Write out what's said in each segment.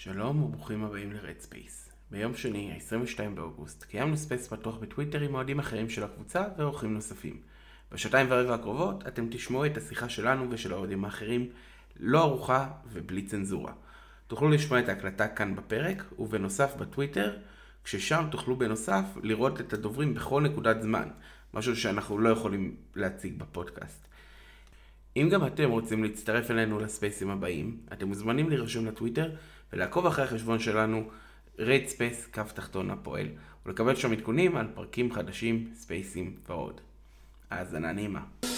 שלום וברוכים הבאים לרד ספייס. ביום שני, ה-22 באוגוסט, קיימנו ספייס פתוח בטוויטר עם מועדים אחרים של הקבוצה ואורחים נוספים. בשעתיים ורבע הקרובות אתם תשמעו את השיחה שלנו ושל האוהדים האחרים, לא ארוחה ובלי צנזורה. תוכלו לשמוע את ההקלטה כאן בפרק, ובנוסף בטוויטר, כששם תוכלו בנוסף לראות את הדוברים בכל נקודת זמן, משהו שאנחנו לא יכולים להציג בפודקאסט. אם גם אתם רוצים להצטרף אלינו לספייסים הבאים, אתם מוזמנים להירשם לטוויטר ולעקוב אחרי החשבון שלנו רד ספייס קו תחתון הפועל, ולקבל שם עדכונים על פרקים חדשים, ספייסים ועוד. האזנה נעימה.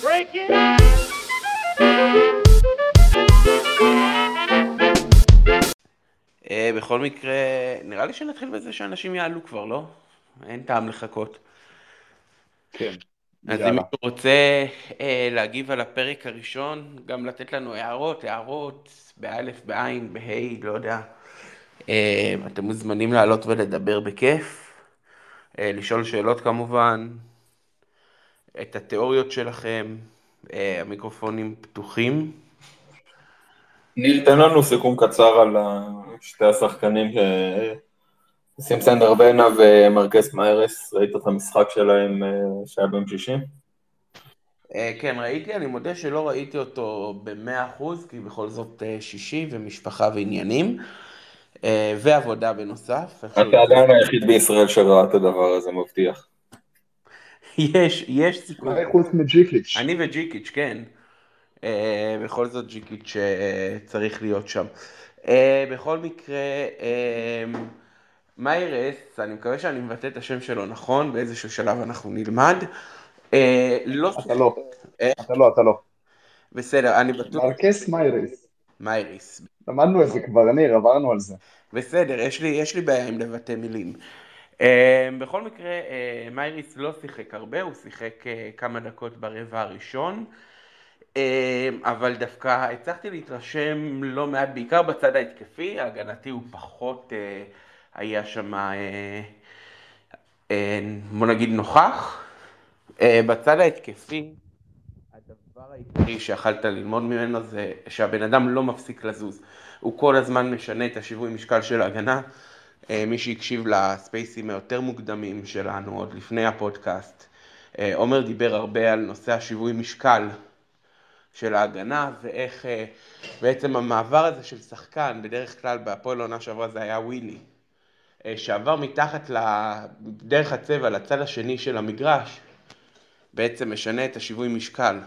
בכל מקרה, נראה לי שנתחיל בזה שאנשים יעלו כבר, לא? אין טעם לחכות. כן, אז אם יאללה. מישהו רוצה להגיב על הפרק הראשון, גם לתת לנו הערות, באלף, בעין, בהי, לא יודע. אתם מוזמנים לעלות ולדבר בכיף, לשאול שאלות כמובן, את התיאוריות שלכם, המיקרופונים פתוחים. ניל, תן לנו סיכום קצר על שתי השחקנים, סימסנדר בנה ומרקס מיירס. ראית את המשחק שלהם שהיה ביום שישי? כן, ראיתי, אני מודה שלא ראיתי אותו ב100%, כי בכל זאת שישי ומשפחה ועניינים, ועבודה בנוסף. אתה עדיין היחיד בישראל שראה את הדבר הזה, מבטיח. יש סיכוי. אולי חוץ מג'יקיץ'. אני וג'יקיץ', כן. בכל זאת ג'יקיץ' צריך להיות שם. בכל מקרה, מיירס, אני מקווה שאני מבטא את השם שלו נכון, באיזשהו שלב אנחנו נלמד. אתה לא. בסדר, אני בטוח. מרקס מיירס. מייריס. למדנו את זה כבר, עברנו על זה. בסדר, יש לי בעיה עם לבטא מילים. בכל מקרה, מייריס לא שיחק הרבה, הוא שיחק כמה דקות ברבע הראשון, אבל דווקא הצלחתי להתרשם לא מעט, בעיקר בצד ההתקפי, ההגנתי הוא פחות היה שם, בוא נגיד נוכח. בצד ההתקפי, הדבר העיקרי שיכלת ללמוד ממנו זה שהבן אדם לא מפסיק לזוז. הוא כל הזמן משנה את השיווי משקל של ההגנה. מי שהקשיב לספייסים היותר מוקדמים שלנו עוד לפני הפודקאסט, עומר דיבר הרבה על נושא השיווי משקל של ההגנה, ואיך בעצם המעבר הזה של שחקן, בדרך כלל בהפועל העונה שעברה זה היה ווילי, שעבר מתחת דרך הצבע לצד השני של המגרש, בעצם משנה את השיווי משקל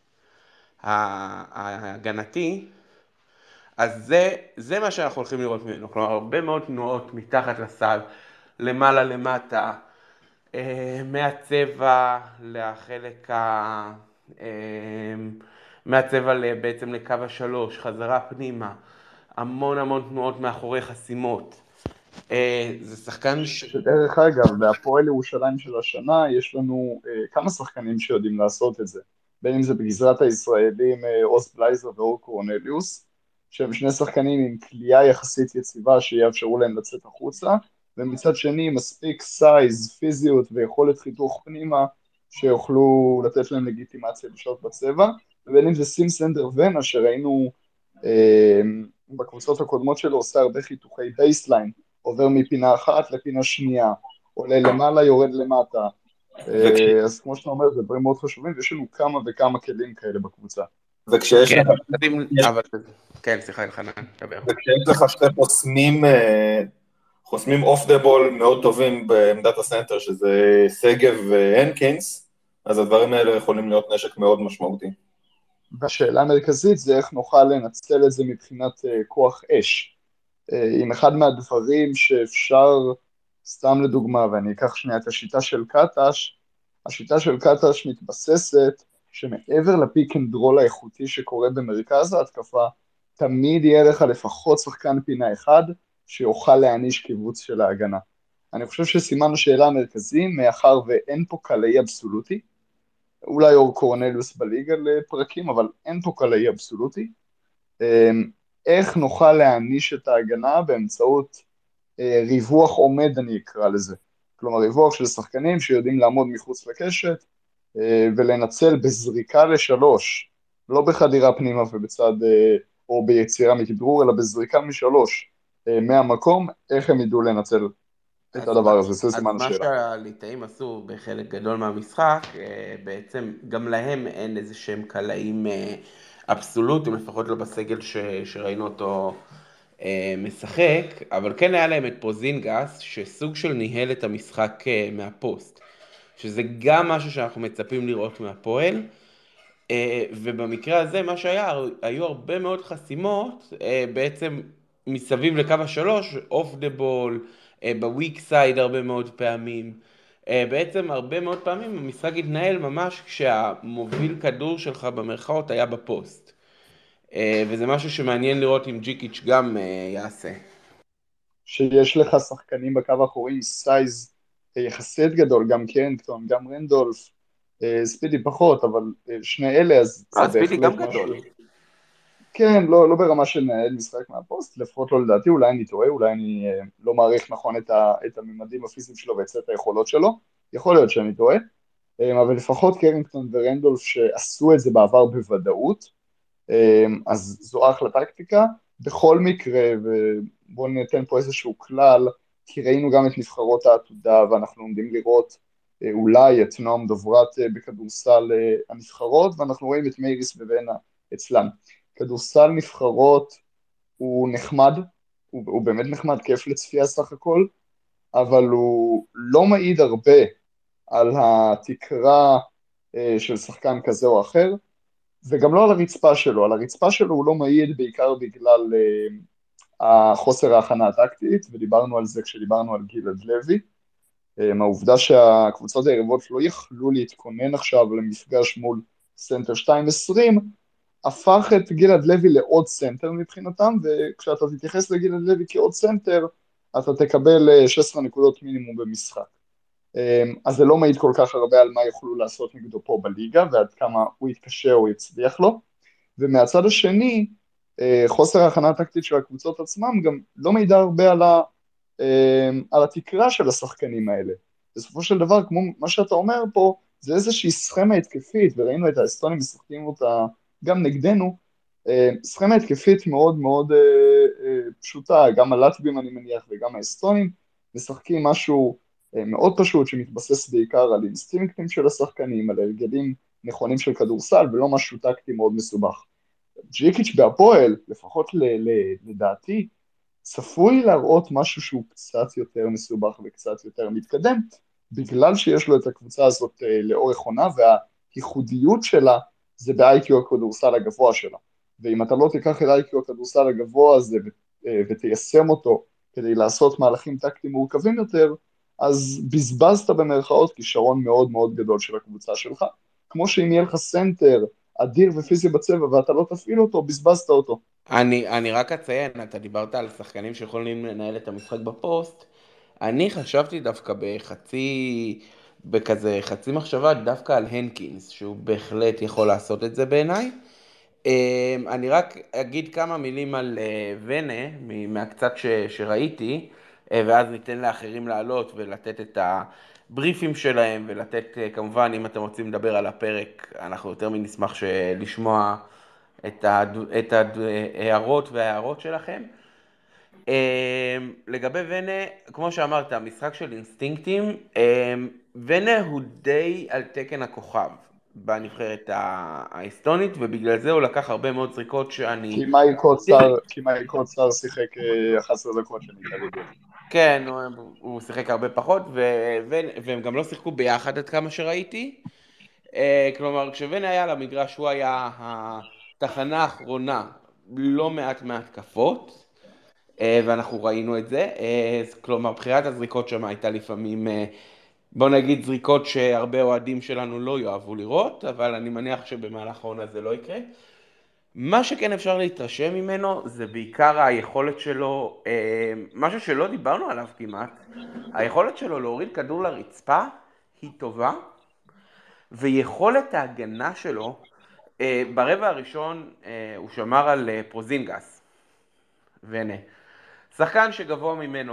ההגנתי. אז זה מה שאנחנו הולכים לראות ממנו, כלומר הרבה מאוד תנועות מתחת לסל, למעלה למטה, מהצבע לחלק מהצבע בעצם לקו השלוש, חזרה פנימה, המון תנועות מאחורי חסימות. זה שחקן שדרך אגב, בהפועל ירושלים של השנה יש לנו כמה שחקנים שיודעים לעשות את זה. בין אם זה בגזרת הישראלים אוס בלייזר ואור קורנליוס, שהם שני שחקנים עם כלייה יחסית יציבה שיאפשרו להם לצאת החוצה, ומצד שני מספיק סייז, פיזיות ויכולת חיתוך פנימה שיוכלו לתת להם לגיטימציה לשעות בצבע, ובין אם זה סימסנדר ונה שראינו בקבוצות הקודמות שלו עושה הרבה חיתוכי בייסליין, עובר מפינה אחת לפינה שנייה, עולה למעלה, יורד למטה. אז כמו שאתה אומר, זה דברים מאוד חשובים, ויש לנו כמה וכמה כלים כאלה בקבוצה. וכשיש כן, סליחה אלחנן, דבר. וכשיש לך שתי חוסמים אוף דה בול מאוד טובים בעמדת הסנטר, שזה סגב והנקינס, אז הדברים האלה יכולים להיות נשק מאוד משמעותי. והשאלה המרכזית זה איך נוכל לנצל את זה מבחינת כוח אש. עם אחד מהדברים שאפשר, סתם לדוגמה, ואני אקח שנייה את השיטה של קטש, השיטה של קטש מתבססת שמעבר לפיק אנד רול האיכותי שקורה במרכז ההתקפה, תמיד יהיה לך לפחות שחקן פינה אחד שיוכל להעניש קיבוץ של ההגנה. אני חושב שסימנו שאלה המרכזיים, מאחר ואין פה קלעי אבסולוטי, אולי אור קורנליוס בליגה לפרקים, אבל אין פה קלעי אבסולוטי, איך נוכל להעניש את ההגנה באמצעות ריווח עומד, אני אקרא לזה. כלומר, ריווח של שחקנים שיודעים לעמוד מחוץ לקשת, ולנצל בזריקה לשלוש, לא בחדירה פנימה ובצד, או ביצירה מכדרור, אלא בזריקה משלוש, מהמקום, איך הם ידעו לנצל את הדבר הזה, זה אז סימן מה השאלה. שהליטאים עשו בחלק גדול מהמשחק, בעצם גם להם אין איזה שהם קלעים אבסולוטיים, לפחות לא בסגל שראינו אותו משחק, אבל כן היה להם את פוזינגס, שסוג של ניהל את המשחק מהפוסט, שזה גם משהו שאנחנו מצפים לראות מהפועל, ובמקרה הזה מה שהיה, היו הרבה מאוד חסימות, בעצם מסביב לקו השלוש, אוף דה בול, בוויק סייד הרבה מאוד פעמים. בעצם הרבה מאוד פעמים המשחק התנהל ממש כשהמוביל כדור שלך במרכאות היה בפוסט. וזה משהו שמעניין לראות אם ג'יקיץ' גם יעשה. שיש לך שחקנים בקו האחורי עם סייז יחסית גדול, גם קרינגטון, גם רנדולף, ספידי פחות, אבל שני אלה, אז זה ספידי גם בהחלט משהו. גדול. כן, לא ברמה של לנהל משחק מהפוסט, לפחות לא לדעתי, אולי אני טועה, אולי אני לא מעריך נכון את הממדים הפיזיים שלו ואת היכולות שלו, יכול להיות שאני טועה, אבל לפחות קרינגטון ורנדולף שעשו את זה בעבר בוודאות, אז זו אחלה טקטיקה. בכל מקרה, ובואו ניתן פה איזשהו כלל, כי ראינו גם את נבחרות העתודה, ואנחנו עומדים לראות אולי את נועם דוברת בכדורסל הנבחרות, ואנחנו רואים את מייריס ובנה אצלם. כדורסל נבחרות הוא נחמד, הוא באמת נחמד, כיף לצפייה סך הכל, אבל הוא לא מעיד הרבה על התקרה של שחקן כזה או אחר, וגם לא על הרצפה שלו. על הרצפה שלו הוא לא מעיד בעיקר בגלל החוסר ההכנה הטקטית, ודיברנו על זה כשדיברנו על גלעד לוי, העובדה שהקבוצות היריבות לא יכלו להתכונן עכשיו למפגש מול סנטר 2-20, הפך את גלעד לוי לעוד סנטר מבחינתם, וכשאתה תתייחס לגלעד לוי כעוד סנטר, אתה תקבל 16 נקודות מינימום במשחק. אז זה לא מעיד כל כך הרבה על מה יוכלו לעשות נגדו פה בליגה, ועד כמה הוא יתקשה או יצליח לו. ומהצד השני, חוסר ההכנה הטקטית של הקבוצות עצמם גם לא מעידה הרבה על התקרה של השחקנים האלה. בסופו של דבר, כמו מה שאתה אומר פה, זה איזושהי סכמה התקפית, וראינו את האסטונים משחקים אותה גם נגדנו, סכמה התקפית מאוד מאוד פשוטה, גם הלטבים אני מניח וגם האסטונים, משחקים משהו מאוד פשוט שמתבסס בעיקר על אינסטינקטים של השחקנים, על הרגלים נכונים של כדורסל, ולא משהו טקטי מאוד מסובך. ג'יקיץ' בהפועל, לפחות לדעתי, צפוי להראות משהו שהוא קצת יותר מסובך וקצת יותר מתקדם, בגלל שיש לו את הקבוצה הזאת לאורך עונה, והייחודיות שלה זה ב-IQ הכדורסל הגבוה שלה. ואם אתה לא תיקח את ה-IQ הכדורסל הגבוה הזה ותיישם אותו כדי לעשות מהלכים טקטיים מורכבים יותר, אז בזבזת במרכאות כישרון מאוד מאוד גדול של הקבוצה שלך, כמו שאם יהיה לך סנטר אדיר ופיזי בצבע ואתה לא תפעיל אותו, בזבזת אותו. אני רק אציין, אתה דיברת על שחקנים שיכולים לנהל את המשחק בפוסט, אני חשבתי דווקא בכזה חצי מחשבה דווקא על הנקינס, שהוא בהחלט יכול לעשות את זה בעיניי. אני רק אגיד כמה מילים על ונה, מהקצת שראיתי, ואז ניתן לאחרים לעלות ולתת את הבריפים שלהם, ולתת כמובן, אם אתם רוצים לדבר על הפרק, אנחנו יותר מנשמח לשמוע את ההערות וההערות שלכם. לגבי ונה, כמו שאמרת, משחק של אינסטינקטים, ונה הוא די על תקן הכוכב בנבחרת האסטונית, ובגלל זה הוא לקח הרבה מאוד זריקות שאני... כי מייל קוצר שיחק 11 דקות שניתן לידיו. כן, הוא שיחק הרבה פחות, והם גם לא שיחקו ביחד עד כמה שראיתי. כלומר, כשוונה היה למגרש, הוא היה התחנה האחרונה, לא מעט מהתקפות, ואנחנו ראינו את זה. כלומר, בחירת הזריקות שם הייתה לפעמים, בוא נגיד, זריקות שהרבה אוהדים שלנו לא יאהבו לראות, אבל אני מניח שבמהלך העונה זה לא יקרה. מה שכן אפשר להתרשם ממנו זה בעיקר היכולת שלו, משהו שלא דיברנו עליו כמעט, היכולת שלו להוריד כדור לרצפה היא טובה, ויכולת ההגנה שלו, ברבע הראשון הוא שמר על פרוזינגס, והנה, שחקן שגבוה ממנו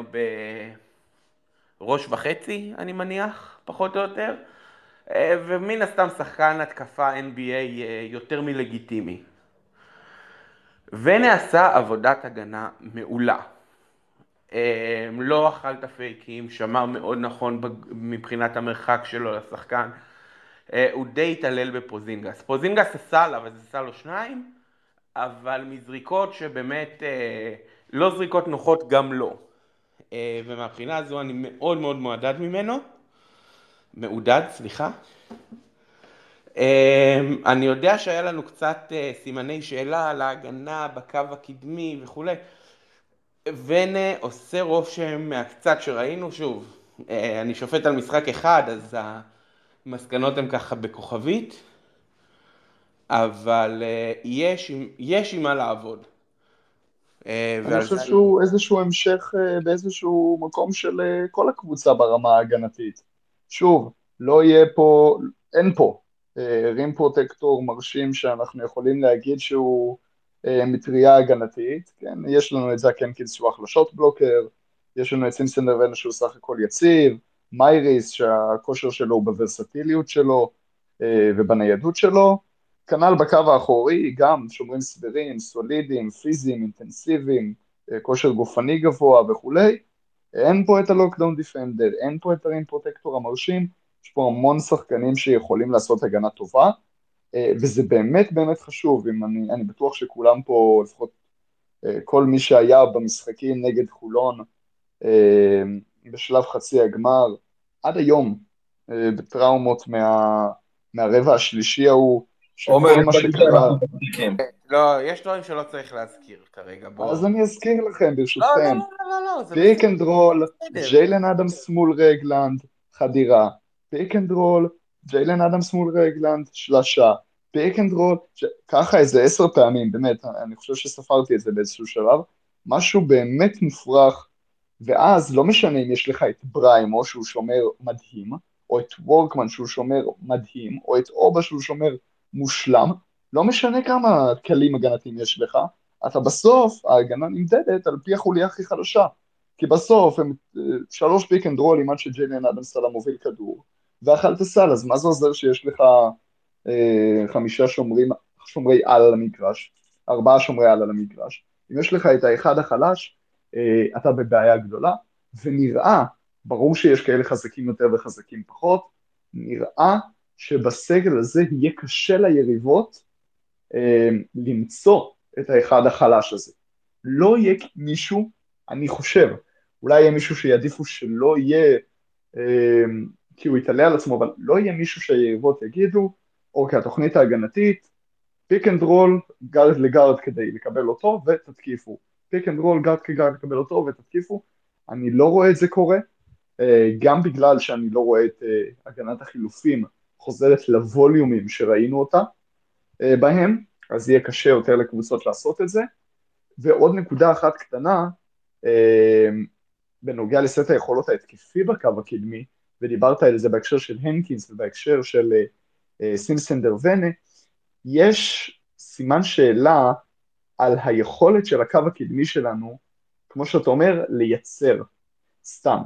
בראש וחצי, אני מניח, פחות או יותר, ומן הסתם שחקן התקפה NBA יותר מלגיטימי. ונה עשה עבודת הגנה מעולה. לא אכל את הפייקים, שמר מאוד נכון מבחינת המרחק שלו לשחקן. הוא די התעלל בפוזינגס. פוזינגס עשה לה, אבל זה עשה לו 2, אבל מזריקות שבאמת לא זריקות נוחות גם לא. ומהבחינה הזו אני מאוד מאוד מעודד, סליחה. אני יודע שהיה לנו קצת סימני שאלה על ההגנה בקו הקדמי וכו'. ונה עושה רושם מהקצת שראינו, שוב, אני שופט על משחק אחד, אז המסקנות הן ככה בכוכבית, אבל יש עם מה לעבוד. אני חושב שהוא איזשהו המשך באיזשהו מקום של כל הקבוצה ברמה ההגנתית. שוב, אין פה רים פרוטקטור מרשים שאנחנו יכולים להגיד שהוא מטריה הגנתית, כן? יש לנו את זק הנקינס שהוא אחלה שוט בלוקר, יש לנו את סימפסון ונה שהוא סך הכל יציב, מייריס שהכושר שלו הוא בוורסטיליות שלו ובניידות שלו, כנ"ל בקו האחורי, גם שומרים סבירים, סולידיים, פיזיים, אינטנסיביים, כושר גופני גבוה וכולי. אין פה את הלוקדאון דיפנדר, אין פה את הרים פרוטקטור המרשים, יש פה המון שחקנים שיכולים לעשות הגנה טובה, וזה באמת באמת חשוב, אני בטוח שכולם פה, לפחות כל מי שהיה במשחקים נגד חולון, בשלב חצי הגמר, עד היום, בטראומות מהרבע השלישי ההוא, עומר, שכל מה שקרה... לא, יש דברים שלא צריך להזכיר כרגע, בואו. אז אני אזכיר לכם, ברשותכם. לא, זה פיק אנד רול, בסדר. ג'יילן אדמס מול רגלנד, חדירה. פיק אנד רול, ג'יילן אדמס מול רגלנד, שלשה. פיק אנד רול, ככה איזה 10 פעמים, באמת, אני חושב שספרתי את זה באיזשהו שלב, משהו באמת מופרך, ואז לא משנה אם יש לך את בריימו שהוא שומר מדהים, או את וורקמן שהוא שומר מדהים, או את אובה שהוא שומר מושלם, לא משנה כמה כלים הגנתיים יש לך, אתה בסוף, ההגנה נמדדת על פי החוליה הכי חלשה, כי בסוף הם 3 פיק אנד רולים עד שג'יילן אדמס עלה מוביל כדור, ואכלת סל, אז מה זה עוזר שיש לך 5 שומרי על המגרש, 4 שומרי על המגרש, אם יש לך את האחד החלש, אתה בבעיה גדולה, ונראה, ברור שיש כאלה חזקים יותר וחזקים פחות, נראה שבסגל הזה יהיה קשה ליריבות למצוא את האחד החלש הזה. לא יהיה מישהו, אני חושב, אולי יהיה מישהו שיעדיפו שלא יהיה, כי הוא יתעלה על עצמו, אבל לא יהיה מישהו שהיריבות יגידו, אוקיי, התוכנית ההגנתית, פיק אנד רול, גארד לגארד כדי לקבל אותו, ותתקיפו. פיק אנד רול, גארד כגארד לקבל אותו, ותתקיפו. אני לא רואה את זה קורה, גם בגלל שאני לא רואה את הגנת החילופים חוזרת לווליומים שראינו אותה בהם, אז יהיה קשה יותר לקבוצות לעשות את זה. ועוד נקודה אחת קטנה, בנוגע לסט היכולות ההתקפי בקו הקדמי, ודיברת על זה בהקשר של הנקינס ובהקשר של סימפסון ונה, יש סימן שאלה על היכולת של הקו הקדמי שלנו, כמו שאתה אומר, לייצר סתם.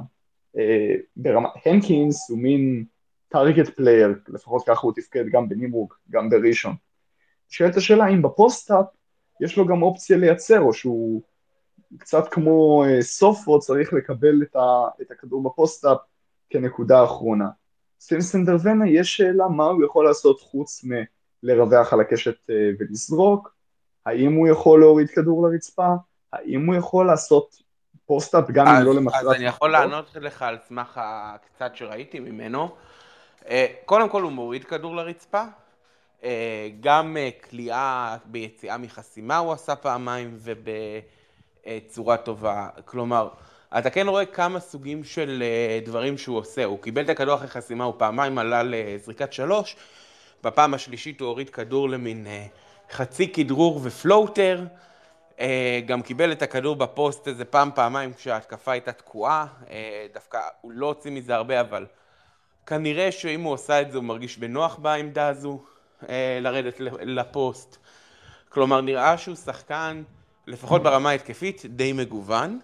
הנקינס הוא מין טארגט פלייר, לפחות ככה הוא תפקד גם בנימרוק, גם בראשון. שאלת השאלה, אם בפוסט-אפ יש לו גם אופציה לייצר, או שהוא קצת כמו סופו, צריך לקבל את הכדור בפוסט-אפ כנקודה האחרונה. סימפסון ונה, יש שאלה מה הוא יכול לעשות חוץ מלרווח על הקשת ולזרוק, האם הוא יכול להוריד כדור לרצפה, האם הוא יכול לעשות פוסט-אפ גם אם לא למטרת... אז אני יכול לענות לך על סמך הקצת שראיתי ממנו. קודם כל הוא מוריד כדור לרצפה, גם קליעה ביציאה מחסימה הוא עשה פעמיים ובצורה טובה, כלומר אתה כן רואה כמה סוגים של דברים שהוא עושה, הוא קיבל את הכדור אחרי חסימה, הוא פעמיים עלה לזריקת 3, בפעם השלישית הוא הוריד כדור למין חצי כדרור ופלוטר, גם קיבל את הכדור בפוסט איזה פעמיים כשההתקפה הייתה תקועה, דווקא הוא לא הוציא מזה הרבה, אבל כנראה שאם הוא עושה את זה הוא מרגיש בנוח בעמדה הזו לרדת לפוסט, כלומר נראה שהוא שחקן לפחות ברמה התקפית די מגוון.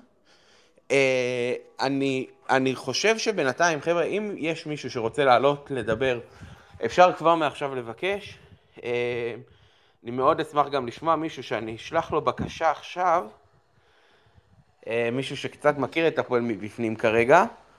אני חושב שבינתיים חבר'ה, אם יש מישהו שרוצה לעלות לדבר, אפשר כבר מעכשיו לבקש. אני מאוד אשמח גם לשמוע מישהו שאני אשלח לו בקשה עכשיו, מישהו שקצת מכיר את הפועל מבפנים כרגע.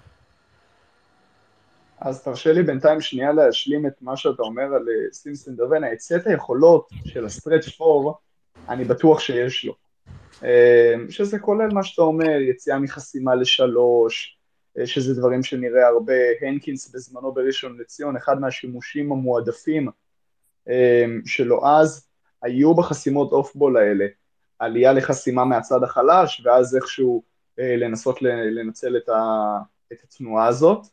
אז תרשה לי בינתיים שנייה להשלים את מה שאתה אומר על סים סנדרבנה, את סט היכולות של הסטרץ' פור, אני בטוח שיש לו. שזה כולל מה שאתה אומר, יציאה מחסימה לשלוש, שזה דברים שנראה הרבה, הנקינס בזמנו בראשון לציון, אחד מהשימושים המועדפים שלו אז, היו בחסימות אוף-בול האלה, עלייה לחסימה מהצד החלש, ואז איכשהו לנסות לנצל את התנועה הזאת,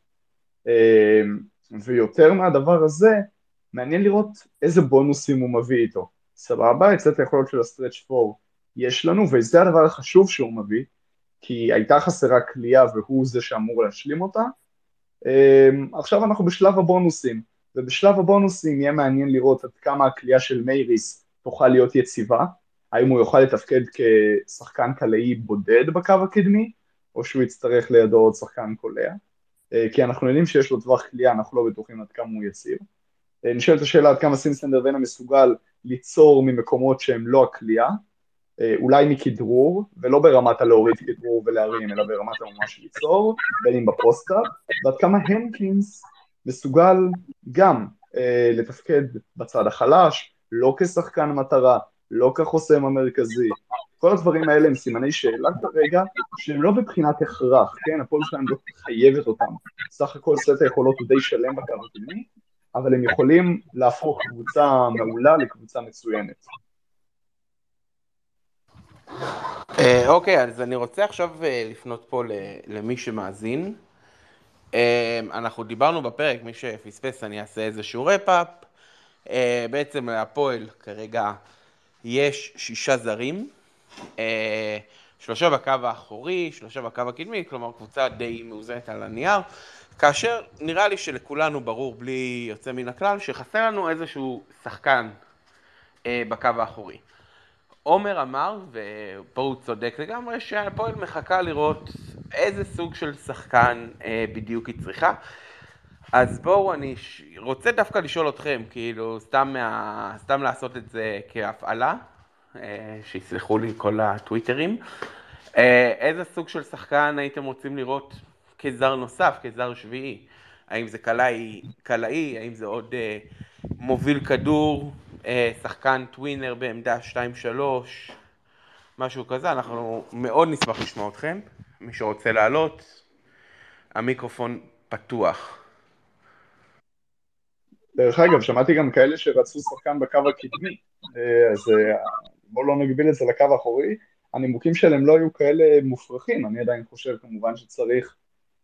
ויותר מהדבר הזה, מעניין לראות איזה בונוסים הוא מביא איתו. סבבה, את היכולות של הסטרץ' פור יש לנו, וזה הדבר החשוב שהוא מביא, כי הייתה חסרה קליעה והוא זה שאמור להשלים אותה. עכשיו אנחנו בשלב הבונוסים, ובשלב הבונוסים יהיה מעניין לראות עד כמה הקליעה של מייריס תוכל להיות יציבה, האם הוא יוכל לתפקד כשחקן קלעי בודד בקו הקדמי, או שהוא יצטרך לידו עוד שחקן קולע, כי אנחנו יודעים שיש לו טווח קליעה, אנחנו לא בטוחים עד כמה הוא יציב. נשאלת השאלה עד כמה סים סנדרבנה מסוגל ליצור ממקומות שהם לא הקליעה, אולי מכדרור, ולא ברמת הלהוריד כדרור ולהרים, אלא ברמת הממש ליצור, בין אם בפוסט-אפ, ועד כמה הנקינס מסוגל גם לתפקד בצד החלש, לא כשחקן מטרה, לא כחוסם המרכזי. כל הדברים האלה הם סימני שאלה כרגע, שהם לא בבחינת הכרח, כן? הפועל שלהם לא חייבת אותם. סך הכל סט היכולות הוא די שלם בקו הקדמי, אבל הם יכולים להפוך קבוצה מעולה לקבוצה מצוינת. אוקיי, אז אני רוצה עכשיו לפנות פה למי שמאזין. אנחנו דיברנו בפרק, מי שפספס אני אעשה איזשהו רפאפ. בעצם להפועל כרגע יש 6 זרים, 3 בקו האחורי, 3 בקו הקדמי, כלומר קבוצה די מאוזנת על הנייר, כאשר נראה לי שלכולנו ברור בלי יוצא מן הכלל שחסר לנו איזשהו שחקן בקו האחורי. עומר אמר, ופה הוא צודק לגמרי, שהפועל מחכה לראות איזה סוג של שחקן בדיוק היא צריכה. אז בואו, אני רוצה דווקא לשאול אתכם, כאילו סתם לעשות את זה כהפעלה, שיסלחו לי כל הטוויטרים, איזה סוג של שחקן הייתם רוצים לראות כזר נוסף, כזר שביעי? האם זה קלעי, האם זה עוד מוביל כדור, שחקן טווינר בעמדה 2-3, משהו כזה? אנחנו מאוד נשמח לשמוע אתכם. מי שרוצה לעלות, המיקרופון פתוח. דרך אגב, שמעתי גם כאלה שרצו שחקן בקו הקדמי, אז בואו לא נגביל את זה לקו האחורי, הנימוקים שלהם לא היו כאלה מופרכים, אני עדיין חושב כמובן שצריך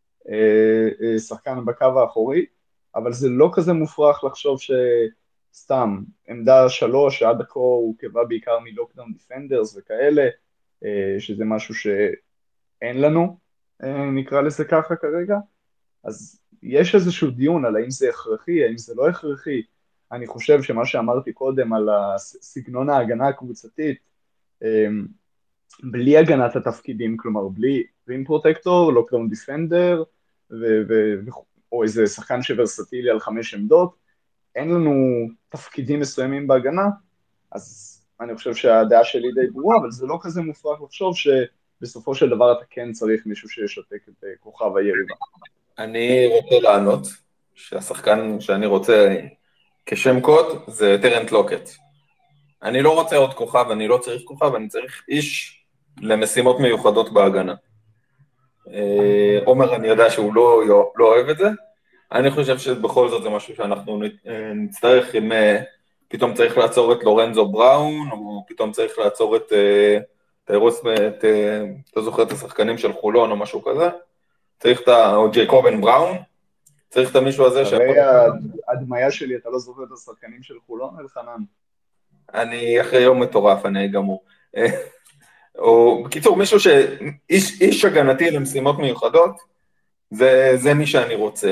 שחקן בקו האחורי, אבל זה לא כזה מופרך לחשוב שסתם עמדה 3 שעד הכה הוא קבע בעיקר מלוקדאון דיפנדרס וכאלה, שזה משהו שאין לנו, נקרא לזה ככה כרגע, אז יש איזשהו דיון על האם זה הכרחי, האם זה לא הכרחי. אני חושב שמה שאמרתי קודם על סגנון ההגנה הקבוצתית, בלי הגנת התפקידים, כלומר בלי רים פרוטקטור, לוקדאון דיפנדר, או איזה שחקן שוורסטילי על 5 עמדות, אין לנו תפקידים מסוימים בהגנה, אז אני חושב שהדעה שלי די ברורה, אבל זה לא כזה מופרך לחשוב שבסופו של דבר אתה כן צריך מישהו שישתק את כוכב היריבה. אני רוצה לענות שהשחקן שאני רוצה כשם קוד זה טרנט לוקט. אני לא רוצה עוד כוכב, אני לא צריך כוכב, אני צריך איש למשימות מיוחדות בהגנה. עומר, אני יודע שהוא לא אוהב את זה, אני חושב שבכל זאת זה משהו שאנחנו נצטרך, אם פתאום צריך לעצור את לורנזו בראון, או פתאום צריך לעצור את טיירוס, אתה זוכר את השחקנים של חולון או משהו כזה, צריך או ג'ייקובן בראון, צריך את המישהו הזה הרי הדמיה שלי, אתה לא זוכר את השחקנים של חולון, אלחנן? אני אחרי יום מטורף, אני גמור. או בקיצור, מישהו איש הגנתי למשימות מיוחדות, זה מי שאני רוצה.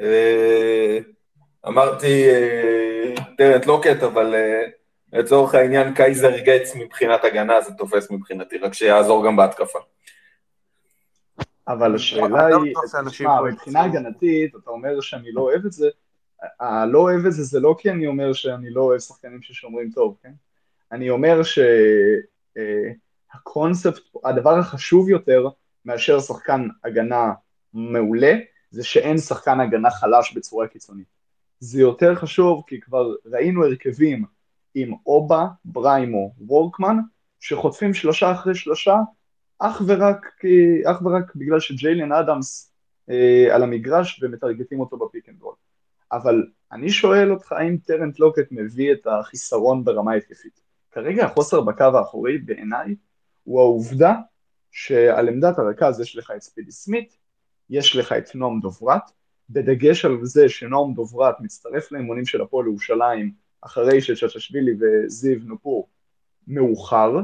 אמרתי טרנט לוקט, אבל לצורך העניין קייזר גץ מבחינת הגנה, זה תופס מבחינתי, רק שיעזור גם בהתקפה. אבל השאלה היא, תשמע, מבחינה הגנתית, אתה אומר שאני לא אוהב את זה, הלא אוהב את זה, זה לא כי אני אומר שאני לא אוהב שחקנים ששומרים טוב, כן? אני אומר הקונספט, הדבר החשוב יותר מאשר שחקן הגנה מעולה, זה שאין שחקן הגנה חלש בצורה קיצונית. זה יותר חשוב כי כבר ראינו הרכבים עם אובה, בריימו, וורקמן, שחוטפים 3 אחרי 3, אך ורק בגלל שג'יילן אדמס על המגרש ומטרגטים אותו בפיק אנד רול. אבל אני שואל אותך, האם טרנט לוקט מביא את החיסרון ברמה התקפית? כרגע החוסר בקו האחורי בעיניי הוא העובדה שעל עמדת הרכז יש לך את ספידי סמית, יש לך את נועם דוברת, בדגש על זה שנועם דוברת מצטרף לאימונים של הפועל ירושלים אחרי שצ'צ'שווילי וזיו נופור מאוחר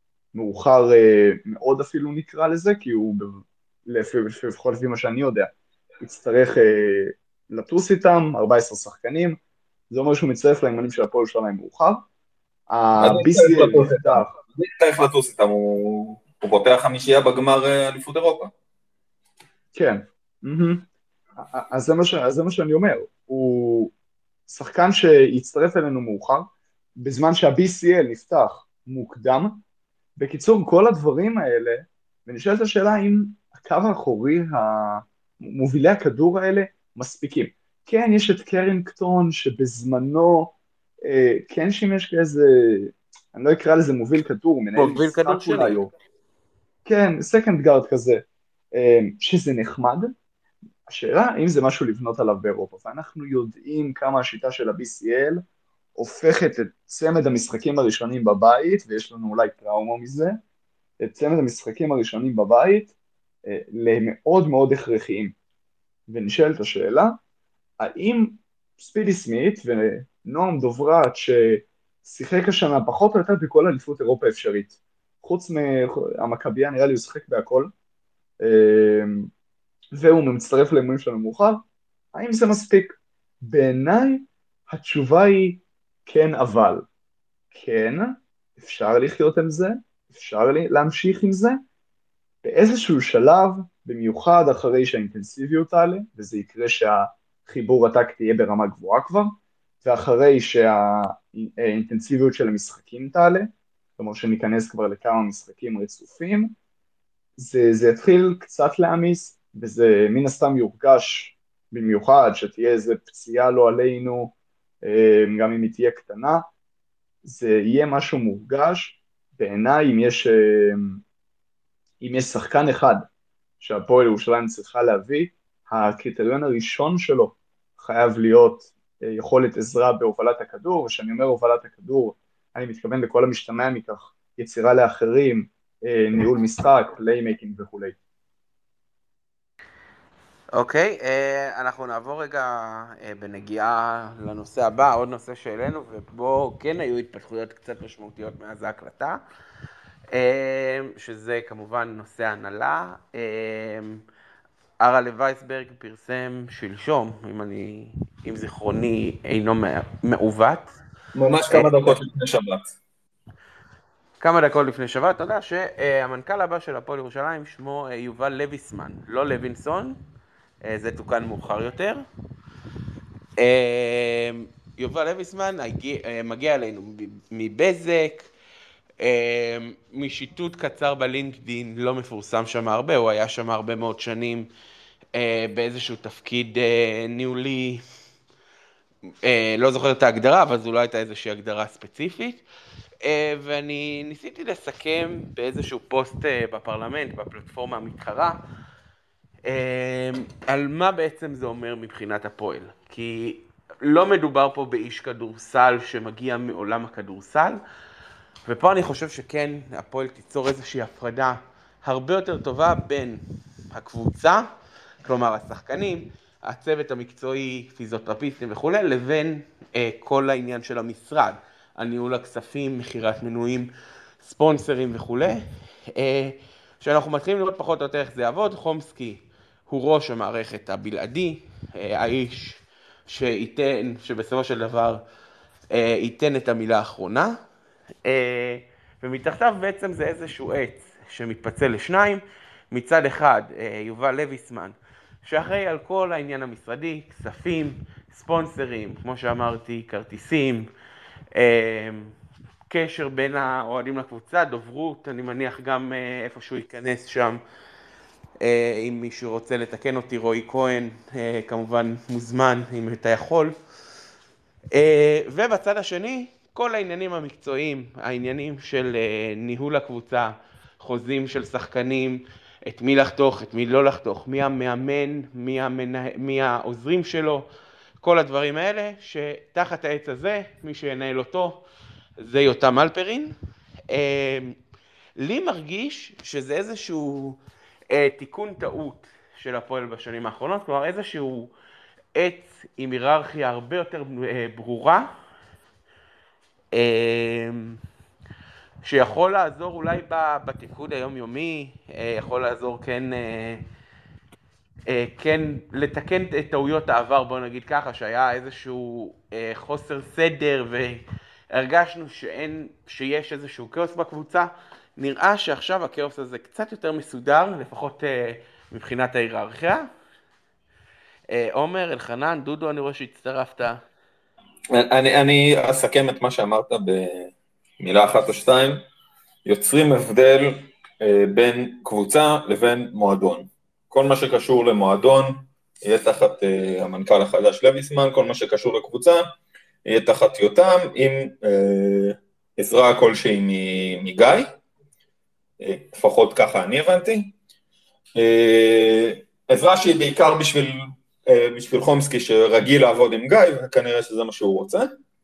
מאוד אפילו נקרא לזה, כי הוא לפחות לפי מה שאני יודע, יצטרך לטוס איתם, 14 שחקנים, זה אומר שהוא מצטרף לאימונים של הפועל ירושלים מאוחר. ה-BCL נפתח. צריך לטוס איתם, הוא פותח 5 בגמר אליפות אירופה. כן, אז זה מה שאני אומר, הוא שחקן שיצטרף אלינו מאוחר, בזמן שה-BCL נפתח מוקדם. בקיצור, כל הדברים האלה, ונשאלת השאלה אם הקו האחורי, מובילי הכדור האלה, מספיקים. כן, יש את קרינגטון שבזמנו, כן שימש כאיזה, אני לא אקרא לזה מוביל כדור, מנהל משחק אולי, כן, סקנד גארד כזה, שזה נחמד. השאלה, האם זה משהו לבנות עליו באירופה, ואנחנו יודעים כמה השיטה של ה-BCL הופכת את צמד המשחקים הראשונים בבית, ויש לנו אולי טראומה מזה, את צמד המשחקים הראשונים בבית, למאוד מאוד הכרחיים. ונשאלת השאלה, האם ספידי סמית ונועם דוברת, ששיחק השנה פחות או יותר בכל אליפות אירופה אפשרית, חוץ מהמכבייה נראה לי הוא שחק בהכל, והוא מצטרף לאימונים שלנו מאוחר, האם זה מספיק? בעיניי התשובה היא כן, אבל כן, אפשר לחיות עם זה, אפשר להמשיך עם זה, באיזשהו שלב, במיוחד אחרי שהאינטנסיביות תעלה, וזה יקרה שהחיבור הטקטי יהיה ברמה גבוהה כבר, ואחרי שהאינטנסיביות של המשחקים תעלה, כלומר שניכנס כבר לכמה משחקים רצופים, זה יתחיל קצת להמיס, וזה מן הסתם יורגש במיוחד, שתהיה איזה פציעה לא עלינו, גם אם היא תהיה קטנה, זה יהיה משהו מורגש. בעיניי אם יש שחקן אחד שהפועל ירושלים צריכה להביא, הקריטריון הראשון שלו חייב להיות יכולת עזרה בהובלת הכדור, ושאני אומר הובלת הכדור, אני מתכוון לכל המשתמע מכך, יצירה לאחרים, ניהול משחק, פליימייקינג וכו'. אוקיי, אנחנו נעבור רגע בנגיעה לנושא הבא, עוד נושא שהעלינו, ובו כן היו התפתחויות קצת משמעותיות מאז ההקלטה, שזה כמובן נושא הנהלה. ארלה וייסברג פרסם שלשום, אם זיכרוני אינו מעוות. ממש כמה דקות לפני שבת. כמה דקות לפני שבת, אתה יודע שהמנכ"ל הבא של הפועל ירושלים שמו יובל לויסמן, לא לוינסון, זה תוקן מאוחר יותר. יובל לויסמן מגיע אלינו מבזק, משיטוט קצר בלינקדין, לא מפורסם שם הרבה, הוא היה שם הרבה מאוד שנים באיזשהו תפקיד ניהולי, לא זוכר את ההגדרה, אבל זו לא הייתה איזושהי הגדרה ספציפית. ואני ניסיתי לסכם באיזשהו פוסט בפרלמנט, בפלטפורמה המתחרה, על מה בעצם זה אומר מבחינת הפועל. כי לא מדובר פה באיש כדורסל שמגיע מעולם הכדורסל, ופה אני חושב שכן, הפועל תיצור איזושהי הפרדה הרבה יותר טובה בין הקבוצה, כלומר השחקנים, הצוות המקצועי, פיזיותרפיסטים וכו', לבין כל העניין של המשרד, הניהול הכספים, מחירת מנויים, ספונסרים וכו'. שאנחנו מתחילים לראות פחות או יותר איך זה יעבוד. חומסקי הוא ראש המערכת הבלעדי, האיש שבסופו של דבר ייתן את המילה האחרונה, ומתחתיו בעצם זה איזשהו עץ שמתפצל לשניים. מצד אחד יובל לויסמן, שאחראי על כל העניין המשרדי, כספים, ספונסרים, כמו שאמרתי, כרטיסים, קשר בין האוהדים לקבוצה, דוברות, אני מניח גם איפשהו ייכנס שם, אם מישהו רוצה לתקן אותי, רועי כהן, כמובן מוזמן אם אתה יכול. ובצד השני, כל העניינים המקצועיים, העניינים של ניהול הקבוצה, חוזים של שחקנים, את מי לחתוך, את מי לא לחתוך, מי המאמן, מי העוזרים שלו, כל הדברים האלה, שתחת העץ הזה, מי שינהל אותו, זה יותם אלפרין. לי מרגיש שזה איזשהו תיקון טעות של הפועל בשנים האחרונות, כלומר איזשהו עץ עם היררכיה הרבה יותר ברורה, שיכול לעזור אולי בתפקוד היומיומי, יכול לעזור כן לתקן את טעויות העבר, בוא נגיד ככה, שהיה איזשהו חוסר סדר והרגשנו שיש איזשהו כאוס בקבוצה. נראה שעכשיו הכאוס הזה קצת יותר מסודר, לפחות מבחינת ההיררכיה. עומר, אלחנן, דודו, אני רואה שהצטרפת. אני אסכם את מה שאמרת במילה אחת או שתיים. יוצרים הבדל בין קבוצה לבין מועדון. כל מה שקשור למועדון יהיה תחת המנכ"ל החדש לויסמן, כל מה שקשור לקבוצה יהיה תחת יותם, עם עזרה כלשהי מגיא, לפחות ככה אני הבנתי. עזרה שהיא בעיקר בשביל חומסקי שרגיל לעבוד עם גיא, וכנראה שזה מה שהוא רוצה.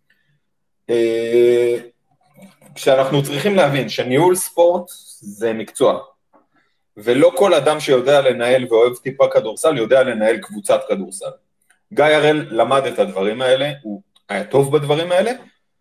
כשאנחנו צריכים להבין שניהול ספורט זה מקצוע, ולא כל אדם שיודע לנהל ואוהב טיפה כדורסל יודע לנהל קבוצת כדורסל. גיא הראל למד את הדברים האלה, הוא היה טוב בדברים האלה,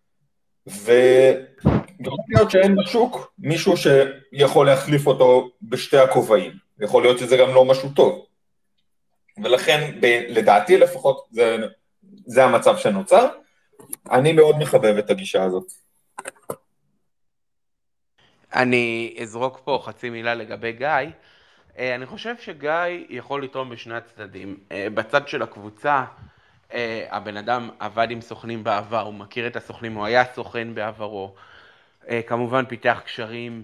וגם להיות שאין בשוק מישהו שיכול להחליף אותו בשתי הכובעים, יכול להיות שזה גם לא משהו טוב, ולכן לדעתי לפחות זה המצב שנוצר. אני מאוד מחבב את הגישה הזאת. אני אזרוק פה חצי מילה לגבי גיא. אני חושב שגיא יכול לתרום בשני הצדדים. בצד של הקבוצה, הבן אדם עבד עם סוכנים בעבר, הוא מכיר את הסוכנים, הוא היה סוכן בעברו. כמובן פיתח קשרים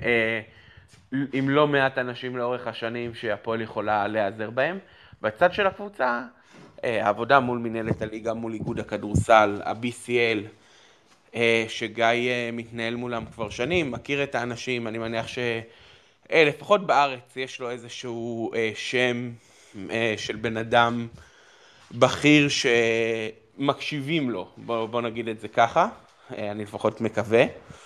עם לא מעט אנשים לאורך השנים שהפועל יכולה להיעזר בהם. בצד של הקבוצה, העבודה מול מנהלת הליגה, מול איגוד הכדורסל, ה-BCL, שגיא מתנהל מולם כבר שנים, מכיר את האנשים, אני מניח שלפחות בארץ יש לו איזשהו שם של בן אדם בכיר שמקשיבים לו, בוא נגיד את זה ככה, אני לפחות מקווה.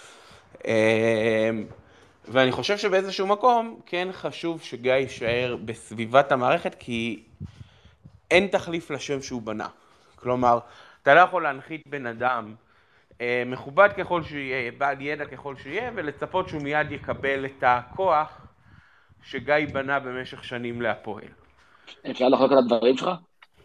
ואני חושב שבאיזשהו מקום כן חשוב שגיא יישאר בסביבת המערכת, כי אין תחליף לשם שהוא בנה. כלומר, אתה לא יכול להנחית בן אדם מכובד ככל שיהיה, בעל ידע ככל שיהיה, ולצפות שהוא מיד יקבל את הכוח שגיא בנה במשך שנים להפועל. אפשר לחלוק על הדברים שלך?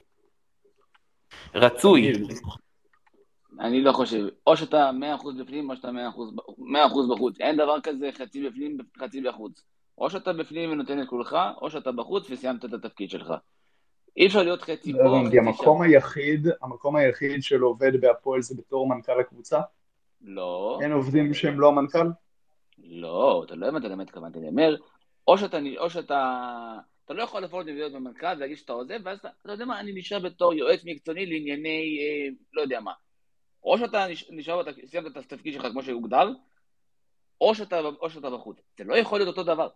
רצוי. אני לא חושב, או שאתה 100% בפנים, או שאתה 100% בחוץ. אין דבר כזה חצי בפנים, חצי בחוץ. או שאתה בפנים ונותן את כולך, או שאתה בחוץ וסיימת את התפקיד שלך. אי אפשר להיות חצי פה, חצי שם. המקום היחיד של עובד בהפועל זה בתור מנכ"ל הקבוצה? לא. אין עובדים שהם לא המנכ"ל? לא, אתה לא באמת התכוונתי, אני אומר, או אתה לא יכול לפעול להיות במנכ"ל ולהגיד שאתה עוזב, ואז אתה יודע מה, אני נשאר בתור יועץ מקצועני לענייני, לא יודע מה. או שאתה נשאר, סיימת את התפקיד שלך כמו שהוגדר, או שאתה בחוץ. זה לא יכול להיות אותו דבר.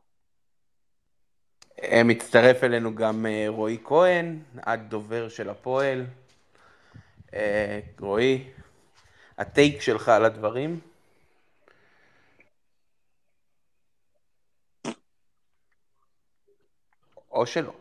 מצטרף אלינו גם רועי כהן, הדובר של הפועל. רועי, הטייק שלך על הדברים? או שלא.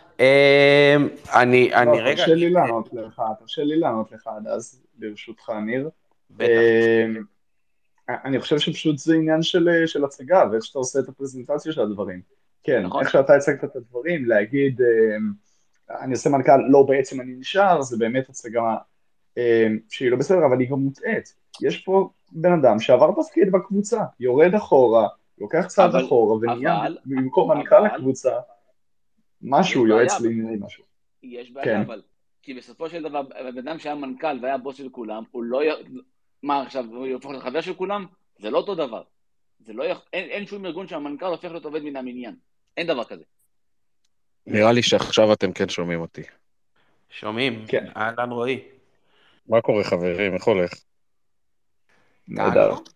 אני רגע... תרשה לי לענות לך עד אז, ברשותך ניר. בטח. אני חושב שפשוט זה עניין של הצגה, ואיך שאתה עושה את הפרזנטציה של הדברים. כן, נכון. איך שאתה הצגת את הדברים, להגיד, אני עושה מנכ"ל, לא בעצם אני נשאר, זה באמת הצגה שהיא לא בסדר, אבל היא גם מוטעת. יש פה בן אדם שעבר תפקיד בקבוצה, יורד אחורה, לוקח צעד אחורה, ונהיה במקום מנכ"ל הקבוצה, משהו, יועץ לענייני משהו. יש בעיה, אבל, כי בסופו של דבר, בן אדם שהיה מנכ"ל והיה בוס של כולם, מה עכשיו, הוא יהפוך להיות חבר של כולם? זה לא אותו דבר. זה לא אין שום ארגון שהמנכ"ל הופך להיות עובד מן המניין. אין דבר כזה. נראה לי שעכשיו אתם כן שומעים אותי. שומעים, כן, אהלן רועי. מה קורה חברים? איך הולך? נהדר. תענו?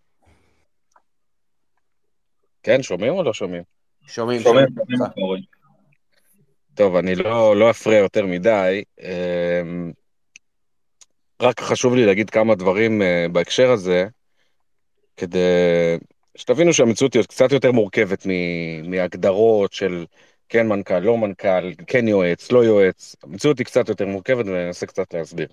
כן, שומעים או לא שומעים? שומעים, שומעים, שומעים שומעים אותך. אותך, אורן. טוב, אני לא אפריע יותר מדי. רק חשוב לי להגיד כמה דברים בהקשר הזה, כדי שתבינו שהמציאות היא קצת יותר מורכבת מהגדרות של כן מנכ"ל, לא מנכ"ל, כן יועץ, לא יועץ. המציאות היא קצת יותר מורכבת ואני אנסה קצת להסביר.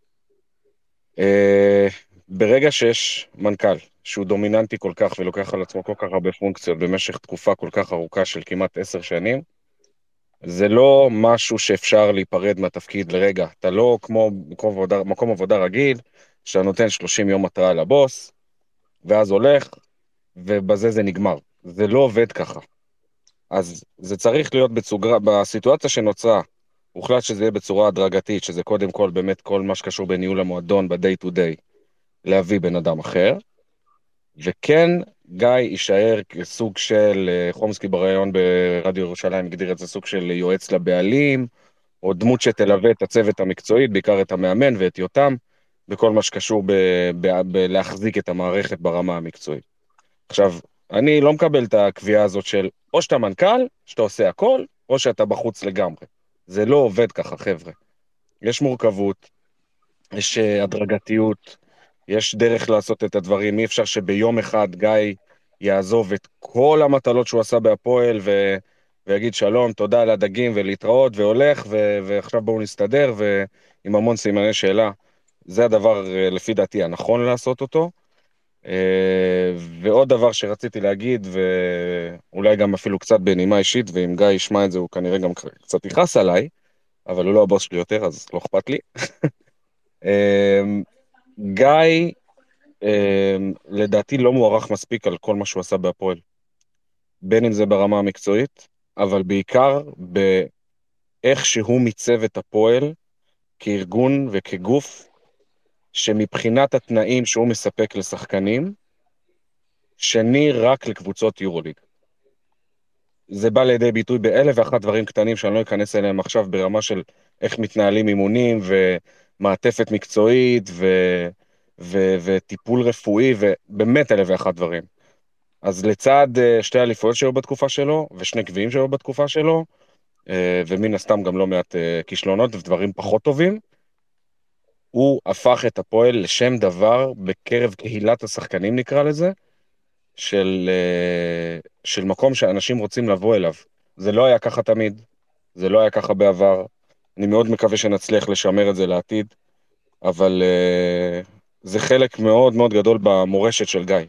אה, ברגע שיש מנכ"ל שהוא דומיננטי כל כך ולוקח על עצמו כל כך הרבה פונקציות במשך תקופה כל כך ארוכה של כמעט 10 שנים, זה לא משהו שאפשר להיפרד מהתפקיד לרגע. אתה לא כמו מקום עבודה רגיל, שאתה נותן 30 יום התראה לבוס, ואז הולך, ובזה זה נגמר. זה לא עובד ככה. אז זה צריך להיות בסיטואציה שנוצרה, הוחלט שזה יהיה בצורה הדרגתית, שזה קודם כל באמת כל מה שקשור בניהול המועדון, ב-day to day, להביא בן אדם אחר, וכן, גיא יישאר כסוג של, חומסקי בריאיון ברדיו ירושלים הגדיר את זה סוג של יועץ לבעלים, או דמות שתלווה את הצוות המקצועי, בעיקר את המאמן ואת יותם, בכל מה שקשור בלהחזיק את המערכת ברמה המקצועית. עכשיו, אני לא מקבל את הקביעה הזאת של או שאתה מנכ"ל, שאתה עושה הכל, או שאתה בחוץ לגמרי. זה לא עובד ככה, חבר'ה. יש מורכבות, יש הדרגתיות, יש דרך לעשות את הדברים. אי אפשר שביום אחד גיא יעזוב את כל המטלות שהוא עשה בהפועל ויגיד שלום, תודה על הדגים ולהתראות, והולך, ועכשיו בואו נסתדר, ועם המון סימני שאלה. זה הדבר, לפי דעתי, הנכון לעשות אותו. ועוד דבר שרציתי להגיד, ואולי גם אפילו קצת בנימה אישית, ואם גיא ישמע את זה, הוא כנראה גם קצת יכעס עליי, אבל הוא לא הבוס שלי יותר, אז לא אכפת לי. גיא, לדעתי לא מוערך מספיק על כל מה שהוא עשה בהפועל. בין אם זה ברמה המקצועית, אבל בעיקר באיך שהוא מיצב את הפועל כארגון וכגוף, שמבחינת התנאים שהוא מספק לשחקנים, שני רק לקבוצות יורוליג. זה בא לידי ביטוי באלף ואחת דברים קטנים שאני לא אכנס אליהם עכשיו ברמה של איך מתנהלים אימונים ומעטפת מקצועית וטיפול רפואי ובאמת אלף ואחת דברים. אז לצד שתי אליפויות שהיו בתקופה שלו ושני גביעים שהיו בתקופה שלו, ומן הסתם גם לא מעט כישלונות ודברים פחות טובים, הוא הפך את הפועל לשם דבר בקרב קהילת השחקנים נקרא לזה, של מקום שאנשים רוצים לבוא אליו. זה לא היה ככה תמיד, זה לא היה ככה בעבר. אני מאוד מקווה שנצליח לשמר את זה לעתיד, אבל זה חלק מאוד מאוד גדול במורשת של גיא.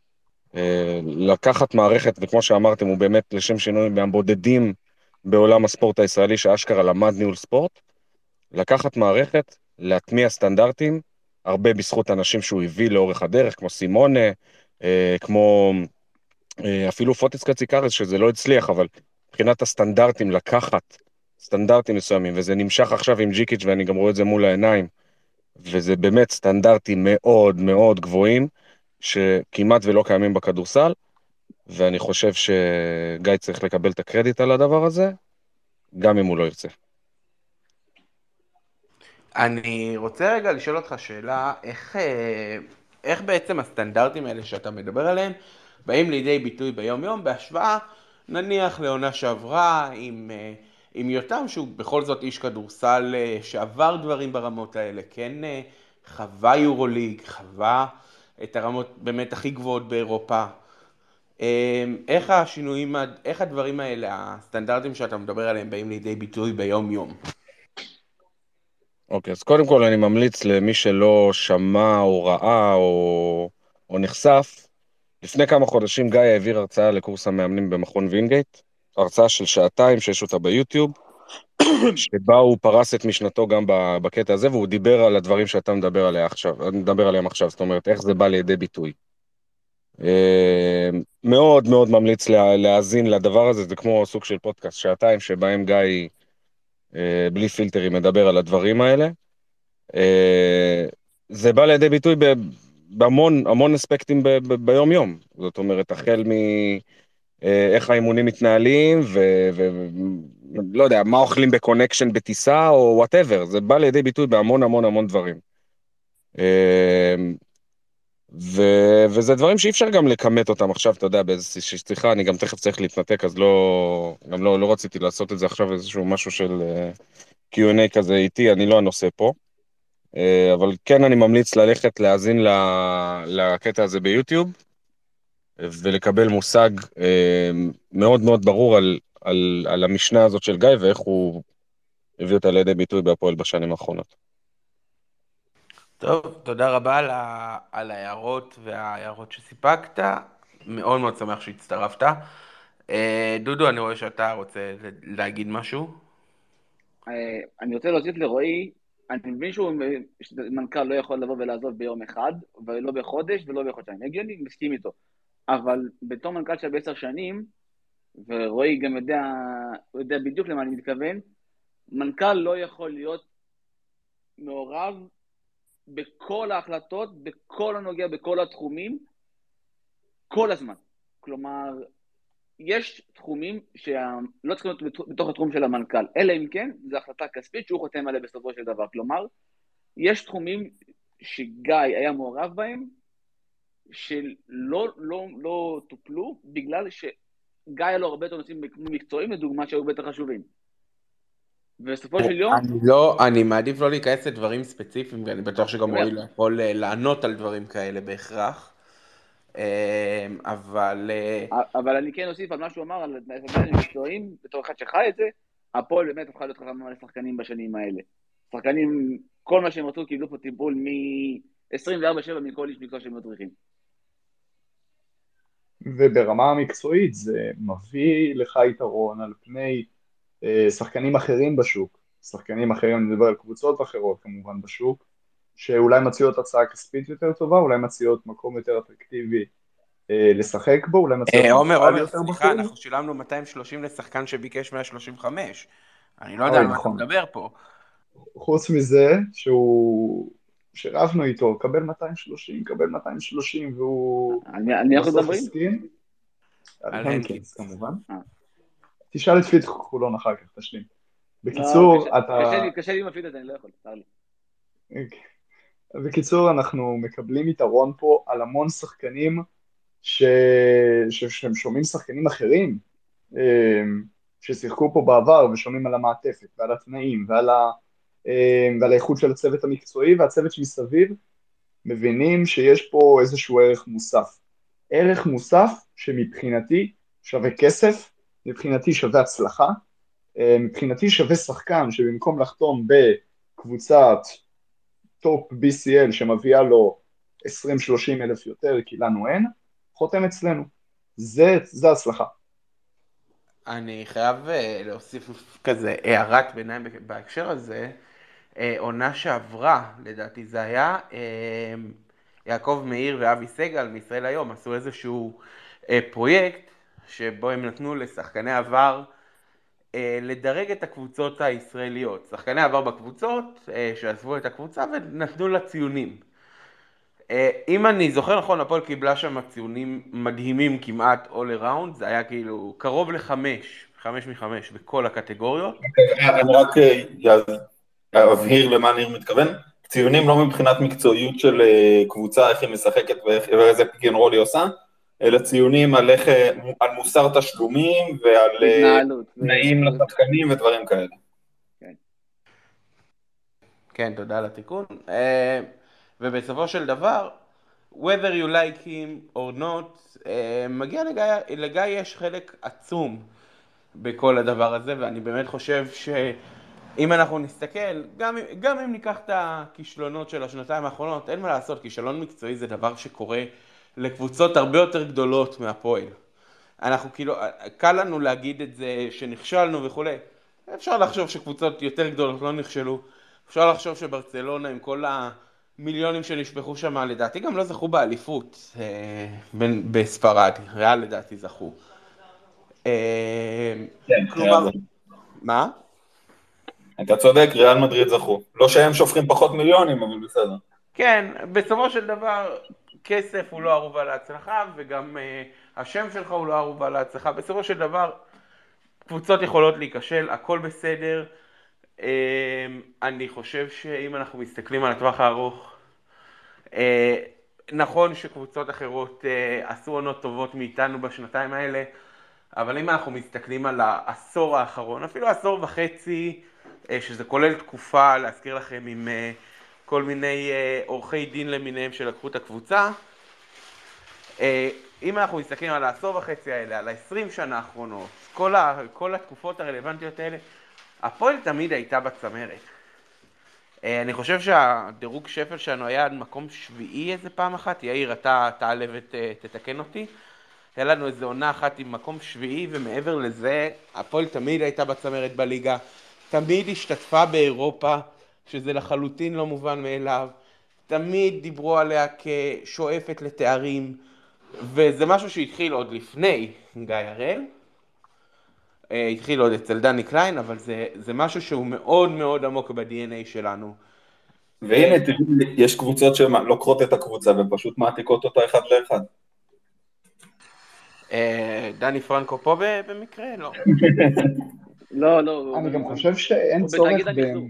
לקחת מערכת, וכמו שאמרתם, הוא באמת לשם שינוי מהבודדים בעולם הספורט הישראלי שאשכרה למד ניהול ספורט, לקחת מערכת, להטמיע סטנדרטים, הרבה בזכות אנשים שהוא הביא לאורך הדרך, כמו סימונה, כמו אפילו פוטס קציקרס, שזה לא הצליח, אבל מבחינת הסטנדרטים לקחת סטנדרטים מסוימים, וזה נמשך עכשיו עם ג'יקיץ' ואני גם רואה את זה מול העיניים, וזה באמת סטנדרטים מאוד מאוד גבוהים, שכמעט ולא קיימים בכדורסל, ואני חושב שגיא צריך לקבל את הקרדיט על הדבר הזה, גם אם הוא לא ירצה. אני רוצה רגע לשאול אותך שאלה, איך בעצם הסטנדרטים האלה שאתה מדבר עליהם באים לידי ביטוי ביום יום בהשוואה נניח לעונה שעברה עם יותם שהוא בכל זאת איש כדורסל שעבר דברים ברמות האלה, כן חווה יורוליג, חווה את הרמות באמת הכי גבוהות באירופה. איך השינויים, איך הדברים האלה, הסטנדרטים שאתה מדבר עליהם באים לידי ביטוי ביום יום? אוקיי, אז קודם כל אני ממליץ למי שלא שמע או ראה או נחשף, לפני כמה חודשים גיא העביר הרצאה לקורס המאמנים במכון וינגייט, הרצאה של שעתיים שיש אותה ביוטיוב, שבה הוא פרס את משנתו גם בקטע הזה, והוא דיבר על הדברים שאתה מדבר עליהם עכשיו, זאת אומרת, איך זה בא לידי ביטוי. מאוד מאוד ממליץ להאזין לדבר הזה, זה כמו סוג של פודקאסט, שעתיים שבהם גיא בלי פילטרים מדבר על הדברים האלה. זה בא לידי ביטוי בהמון המון אספקטים ביום יום. זאת אומרת, החל איך האימונים מתנהלים, ולא יודע, מה אוכלים בקונקשן בטיסה, או וואטאבר, זה בא לידי ביטוי בהמון המון המון דברים. וזה דברים שאי אפשר גם לכמת אותם עכשיו, אתה יודע, באיזושהי שיחה, אני גם תכף צריך להתנתק, אז גם לא רציתי לעשות את זה עכשיו איזשהו משהו של Q&A כזה איתי, אני לא הנושא פה. אבל כן אני ממליץ ללכת להאזין לקטע הזה ביוטיוב, ולקבל מושג מאוד מאוד ברור על המשנה הזאת של גיא, ואיך הוא הביא אותה לידי ביטוי בהפועל בשנים האחרונות. טוב, תודה רבה על ההערות וההערות שסיפקת, מאוד מאוד שמח שהצטרפת. דודו, אני רואה שאתה רוצה להגיד משהו. אני רוצה להוסיף לרועי, אני מבין שמנכ"ל לא יכול לבוא ולעזוב ביום אחד, ולא בחודש ולא בחודשיים. הגיוני, מסכים איתו. אבל בתור מנכ"ל של 10 שנים, ורועי גם יודע בדיוק למה אני מתכוון, מנכ"ל לא יכול להיות מעורב בכל ההחלטות, בכל הנוגע, בכל התחומים, כל הזמן. כלומר, יש תחומים שלא צריכים להיות בתוך התחום של המנכ"ל, אלא אם כן, זו החלטה כספית שהוא חותם עליה בסופו של דבר. כלומר, יש תחומים שגיא היה מעורב בהם, שלא טופלו, בגלל שגיא היה לו הרבה יותר נושאים מקצועיים, לדוגמה שהיו בטח חשובים. ובסופו של יום... אני מעדיף לא להיכנס לדברים ספציפיים, ואני בטוח שגם רועי לא יכול לענות על דברים כאלה בהכרח. אבל אני כן אוסיף על מה שהוא אמר, על דברים מקצועיים, בתור אחד שחי את זה, הפועל באמת הפכה להיות חכמה לשחקנים בשנים האלה. שחקנים, כל מה שהם רצו, קיבלו פה טיפול מ-24/7 מכל איש מקצוע שהם מדריכים. וברמה המקצועית זה מביא לך יתרון על פני שחקנים אחרים בשוק. שחקנים אחרים, אני מדבר על קבוצות אחרות כמובן בשוק, שאולי מציעות הצעה כספית יותר טובה, אולי מציעות מקום יותר אטרקטיבי לשחק בו, אולי מציעות עומר, סליחה, אנחנו שילמנו 230 לשחקן שביקש 135. אני לא יודע על מה אתה מדבר פה. חוץ מזה, שרבנו איתו, קבל 230, והוא... אני יכול לדבר? על הנקינס כמובן. תשאל את פיד חולון אחר כך, תשלים. בקיצור, קשה לי עם הפיד הזה, אני לא יכול, תאר לי. בקיצור, אנחנו מקבלים יתרון פה על המון שחקנים שהם שומעים שחקנים אחרים ששיחקו פה בעבר ושומעים על המעטפת ועל התנאים ועל האיכות של הצוות המקצועי והצוות שמסביב, מבינים שיש פה איזשהו ערך מוסף. ערך מוסף שמבחינתי שווה כסף, מבחינתי שווה הצלחה, מבחינתי שווה שחקן שבמקום לחתום בקבוצת טופ BCL שמביאה לו 20-30 אלף יותר, כי לנו אין, חותם אצלנו. זה הצלחה. אני חייב להוסיף כזה הערת ביניים בהקשר הזה. עונה שעברה, לדעתי זה היה, יעקב מאיר ואבי סגל מישראל היום עשו איזשהו פרויקט שבו הם נתנו לשחקני עבר לדרג את הקבוצות הישראליות. שחקני עבר בקבוצות שעזבו את הקבוצה ונתנו לה ציונים. אם אני זוכר נכון, הפועל קיבלה שם ציונים מדהימים כמעט all around, זה היה כאילו קרוב ל5 מ5 בכל הקטגוריות. אני רק אבהיר למה ניר מתכוון. ציונים לא מבחינת מקצועיות של קבוצה, איך היא משחקת ואיזה פיק אנד רול היא עושה, אלא ציונים על מוסר תשלומים ועל תנאים לשחקנים ודברים כאלה. כן, תודה על התיקון. ובסופו של דבר, whether you like him or not, מגיע לגיא יש חלק עצום בכל הדבר הזה, ואני באמת חושב שאם אנחנו נסתכל, גם אם ניקח את הכישלונות של השנתיים האחרונות, אין מה לעשות, כישלון מקצועי זה דבר שקורה לקבוצות הרבה יותר גדולות מהפועל. אנחנו כאילו, קל לנו להגיד את זה שנכשלנו וכו'. אפשר לחשוב שקבוצות יותר גדולות לא נכשלו, אפשר לחשוב שברצלונה עם כל המיליונים שנשפכו שם, לדעתי גם לא זכו באליפות בספרד, ריאל לדעתי זכו. כלומר, מה? אתה צודק, ריאל מדריד זכו. לא שהם שופכים פחות מיליונים, אבל בסדר. כן, בסופו של דבר, כסף הוא לא ערובה להצלחה, וגם השם שלך הוא לא ערובה להצלחה. בסופו של דבר, קבוצות יכולות להיכשל, הכל בסדר. אני חושב שאם אנחנו מסתכלים על הטווח הארוך, נכון שקבוצות אחרות עשו עונות טובות מאיתנו בשנתיים האלה, אבל אם אנחנו מסתכלים על העשור האחרון, אפילו עשור וחצי, שזה כולל תקופה, להזכיר לכם, עם כל מיני עורכי דין למיניהם שלקחו את הקבוצה, אם אנחנו מסתכלים על העשור וחצי האלה, על ה-20 שנה האחרונות, כל התקופות הרלוונטיות האלה, הפועל תמיד הייתה בצמרת. אני חושב שהדירוג שפל שלנו היה עד מקום שביעי איזה פעם אחת, יאיר, אתה תעלה ותתקן אותי. היה לנו איזו עונה אחת עם מקום שביעי, ומעבר לזה, הפועל תמיד הייתה בצמרת בליגה, תמיד השתתפה באירופה, שזה לחלוטין לא מובן מאליו, תמיד דיברו עליה כשואפת לתארים, וזה משהו שהתחיל עוד לפני גיא הראל, התחיל עוד אצל דני קליין, אבל זה משהו שהוא מאוד מאוד עמוק ב-DNA שלנו. והנה, יש קבוצות שלוקחות את הקבוצה ופשוט מעתיקות אותה אחד לאחד. דני פרנקו פה במקרה? לא. לא. אני גם חושב שאין צורך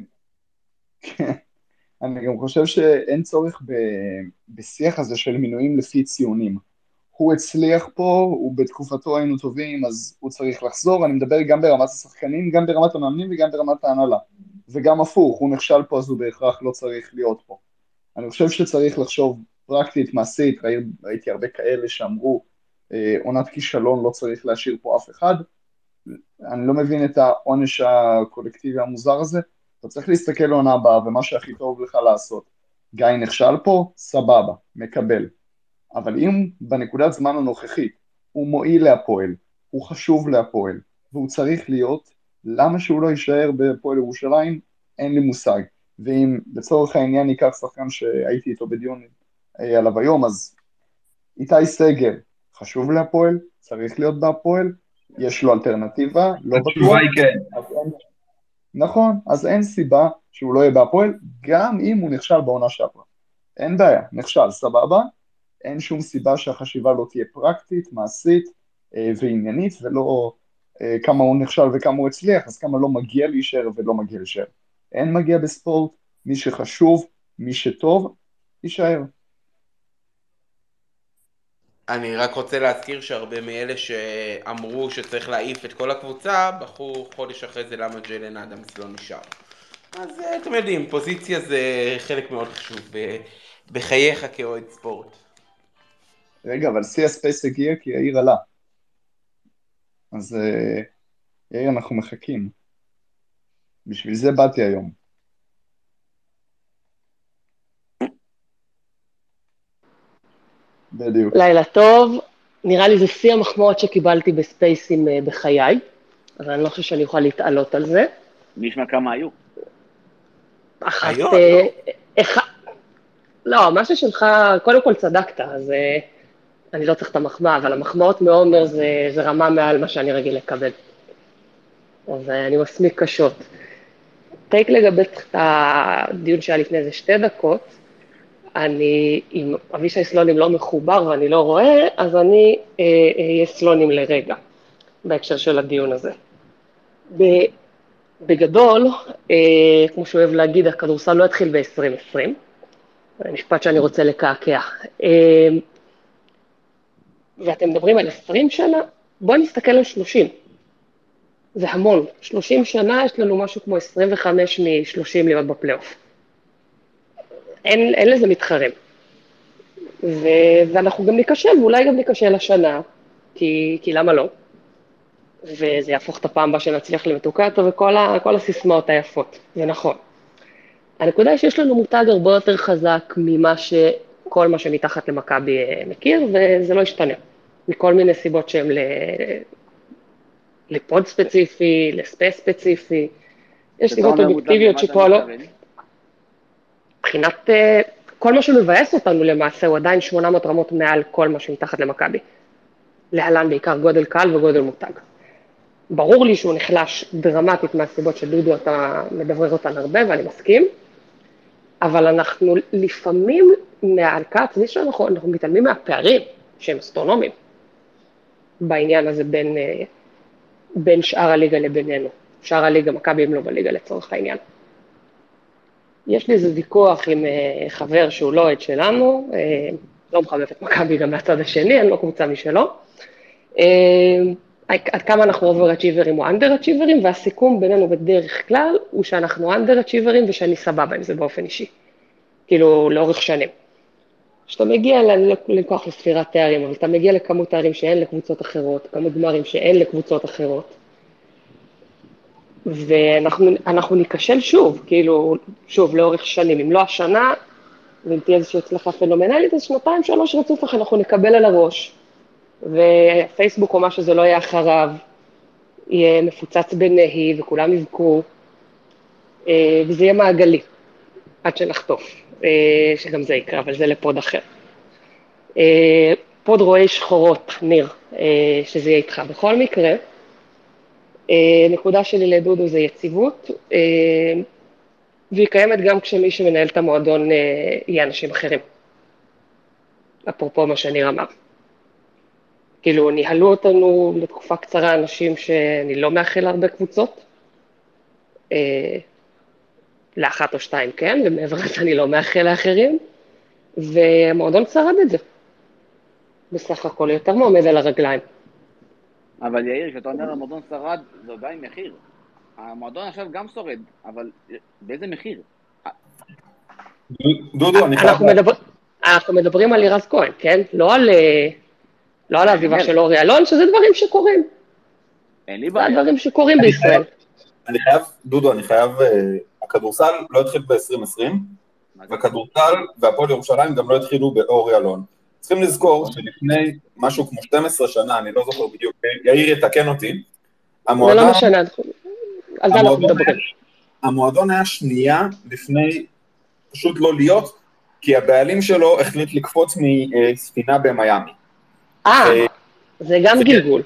אני גם חושב שאין צורך בשיח הזה של מינויים לפי ציונים. הוא הצליח פה, הוא בתקופתו היינו טובים, אז הוא צריך לחזור. אני מדבר גם ברמת השחקנים, גם ברמת המאמנים וגם ברמת ההנהלה. וגם הפוך, הוא נכשל פה, אז הוא בהכרח לא צריך להיות פה. אני חושב שצריך לחשוב פרקטית, מעשית, ראיתי הרבה כאלה שאמרו, עונת כישלון לא צריך להשאיר פה אף אחד. אני לא מבין את העונש הקולקטיבי המוזר הזה. אתה צריך להסתכל לעונה הבאה, ומה שהכי טוב לך לעשות. גיא נכשל פה, סבבה, מקבל. אבל אם בנקודת זמן הנוכחית הוא מועיל להפועל, הוא חשוב להפועל, והוא צריך להיות, למה שהוא לא יישאר בפועל ירושלים? אין לי מושג. ואם לצורך העניין ייקח שחקן שהייתי איתו בדיון עליו היום, אז איתי סגל, חשוב להפועל, צריך להיות בהפועל, יש לו אלטרנטיבה, לא בטוח. התשובה היא כן. נכון, אז אין סיבה שהוא לא יהיה בהפועל, גם אם הוא נכשל בעונה שעברה. אין בעיה, נכשל, סבבה, אין שום סיבה שהחשיבה לא תהיה פרקטית, מעשית ועניינית, ולא כמה הוא נכשל וכמה הוא הצליח, אז כמה לא מגיע להישאר ולא מגיע להישאר. אין מגיע בספורט, מי שחשוב, מי שטוב, יישאר. אני רק רוצה להזכיר שהרבה מאלה שאמרו שצריך להעיף את כל הקבוצה, בחרו חודש אחרי זה למה ג'יילן אדמס לא נשאר. אז אתם יודעים, פוזיציה זה חלק מאוד חשוב בחייך כאוהד ספורט. רגע, אבל שיא הספייס הגיע כי יאיר עלה. אז יאיר, אנחנו מחכים. בשביל זה באתי היום. בדיוק. לילה טוב, נראה לי זה שיא המחמאות שקיבלתי בספייסים בחיי, אז אני לא חושב שאני יכולה להתעלות על זה. נשמע כמה היו. אחת, לא, משהו שלך, קודם כל צדקת, אז אני לא צריך את המחמאה, אבל המחמאות מעומר זה רמה מעל מה שאני רגיל לקבל. אז אני מסמיק קשות. טייק לגבי הדיון שהיה לפני איזה 2 דקות, אם אבישי סלונים לא מחובר ואני לא רואה, אז אני אהיה סלונים לרגע, בהקשר של הדיון הזה. בגדול, כמו שהוא אוהב להגיד, הכדורסל לא התחיל ב-2020, זה משפט שאני רוצה לקעקע. ואתם מדברים על 20 שנה, בואו נסתכל על 30. זה המון. 30 שנה יש לנו משהו כמו 25 מ-30 להיות בפלייאוף. אין לזה מתחרים. ואנחנו גם ניקשל, ואולי גם ניקשל השנה, כי למה לא? וזה יהפוך את הפעם הבאה שנצליח למתוקתו, וכל הסיסמאות היפות, זה נכון. הנקודה היא שיש לנו מותג הרבה יותר חזק ממה שכל מה שמתחת למכבי מכיר, וזה לא ישתנה. מכל מיני סיבות שהן לפוד ספציפי, לספייס ספציפי, יש סיבות אובייקטיביות שפועלות. מבחינת כל מה שמבאס אותנו למעשה, הוא עדיין 800 רמות מעל כל מה שמתחת למכבי. להלן בעיקר גודל קהל וגודל מותג. ברור לי שהוא נחלש דרמטית מהסיבות שדודו אתה מדברר אותן הרבה, ואני מסכים, אבל אנחנו לפעמים מהעלקה העצמית שלנו, אנחנו מתעלמים מהפערים שהם אסטרונומיים בעניין הזה בין שאר הליגה לבינינו. שאר הליגה, מכבי הם לא בליגה לצורך העניין. יש לי איזה ויכוח עם חבר שהוא לא עד שלנו, לא מחבב את מכבי גם מהצד השני, אני לא קבוצה משלו. עד כמה אנחנו אובר-אצ'יברים או אנדר-אצ'יברים, והסיכום בינינו בדרך כלל הוא שאנחנו אנדר-אצ'יברים ושאני סבבה עם זה באופן אישי. כאילו, לאורך שנים. כשאתה מגיע לכוח לספירת תארים, אבל אתה מגיע לכמות תארים שאין לקבוצות אחרות, כמות גמרים שאין לקבוצות אחרות, ואנחנו ניקשל שוב, כאילו, שוב, לאורך שנים. אם לא השנה, ואם תהיה איזושהי הצלחה פנומנלית, אז 2-3 רצוף אנחנו נקבל על הראש. ופייסבוק או מה שזה לא יהיה אחריו, יהיה מפוצץ בנהי וכולם יבכו, וזה יהיה מעגלי, עד שנחטוף, שגם זה יקרה, אבל זה לפוד אחר. פוד רואי שחורות, ניר, שזה יהיה איתך. בכל מקרה, נקודה שלי לדודו זה יציבות, והיא קיימת גם כשמי שמנהל את המועדון יהיה אנשים אחרים. אפרופו מה שניר אמר. כאילו, ניהלו אותנו לתקופה קצרה אנשים שאני לא מאחל הרבה קבוצות, לאחת או שתיים כן, ומעבר לזה אני לא מאחל לאחרים, והמועדון שרד את זה. בסך הכל יותר מעומד על הרגליים. אבל יאיר, כשאתה אומר המועדון שרד, זה עדיין מחיר. המועדון עכשיו גם שורד, אבל באיזה מחיר? דודו, אני חייב... אנחנו מדברים על לירז כהן, כן? לא על העזיבה של אורי אלון, שזה דברים שקורים. אין לי בעיה. זה דברים שקורים בישראל. דודו, אני חייב... הכדורסל לא התחיל ב-2020, והכדורסל והפועל ירושלים גם לא התחילו באורי אלון. צריכים לזכור שלפני משהו כמו 12 שנה, אני לא זוכר בדיוק, יאיר יתקן אותי, זה לא משנה, על זה אנחנו מדברים. המועדון היה שנייה לפני פשוט לא להיות, כי הבעלים שלו החליט לקפוץ מספינה במיימי. זה גם גלגול.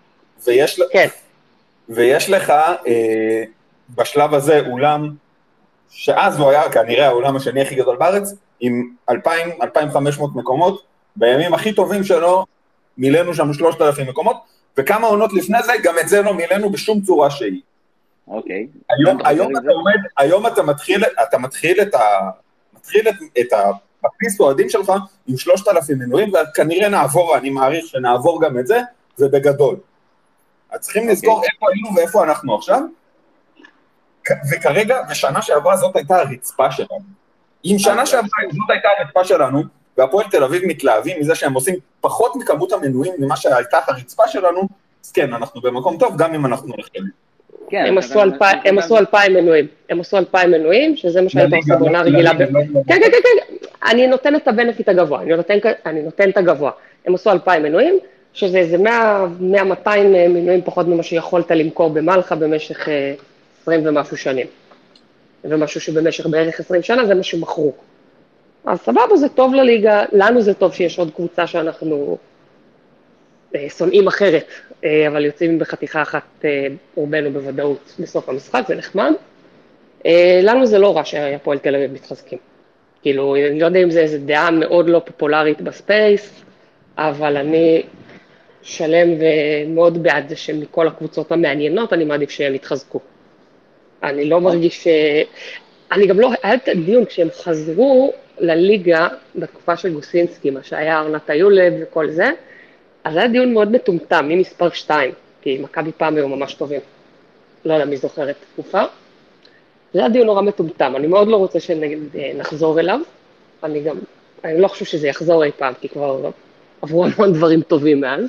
ויש לך בשלב הזה אולם, שאז הוא היה כנראה האולם השני הכי גדול בארץ, עם 2,000-2,500 מקומות, בימים הכי טובים שלו, מילאנו שם 3,000 מקומות, וכמה עונות לפני זה, גם את זה לא מילאנו בשום צורה שהיא. אוקיי. היום אתה מתחיל את הפריס אוהדים שלך עם 3,000 מנויים, וכנראה נעבור, אני מעריך שנעבור גם את זה, ובגדול. אז צריכים לזכור איפה היינו ואיפה אנחנו עכשיו, וכרגע, בשנה שעברה זאת הייתה הרצפה שלנו. אם שנה שעברה זאת הייתה הרצפה שלנו, והפועל תל אביב מתלהבים מזה שהם עושים פחות מכמות המנויים ממה שהייתה הרצפה שלנו, אז כן, אנחנו במקום טוב, גם אם אנחנו נכנסים. הם עשו 2,000 מנויים. הם עשו 2,000 מנויים, שזה מה שהייתה עושה בעונה רגילה. כן. אני נותן את הבנפיט הגבוה, אני נותן את הגבוה. הם עשו 2,000 מנויים, שזה איזה 100-200 מנויים פחות ממה שיכולת למכור במלחה במשך 20 ומשהו שנים. ומשהו שבמשך בערך 20 שנה זה מה שמכרו. אז סבבה, זה טוב לליגה, לנו זה טוב שיש עוד קבוצה שאנחנו שונאים אחרת, אבל יוצאים בחתיכה אחת רובנו בוודאות בסוף המשחק, זה נחמד. לנו זה לא רע שהפועל תל אביב מתחזקים. כאילו, אני לא יודע אם זה איזו דעה מאוד לא פופולרית בספייס, אבל אני שלם ומאוד בעד זה שמכל הקבוצות המעניינות אני מעדיף שהם יתחזקו. אני לא מרגיש אני גם לא, היה את הדיון כשהם חזרו לליגה בתקופה של גוסינסקי, מה שהיה ארנת היולד וכל זה, אז היה דיון מאוד מטומטם, ממספר 2, כי מכבי פעם היו ממש טובים. לא יודע מי זוכר את התקופה. זה היה דיון נורא מטומטם, אני מאוד לא רוצה שנחזור אליו, אני לא חושב שזה יחזור אי פעם, כי כבר עברו המון דברים טובים מאז.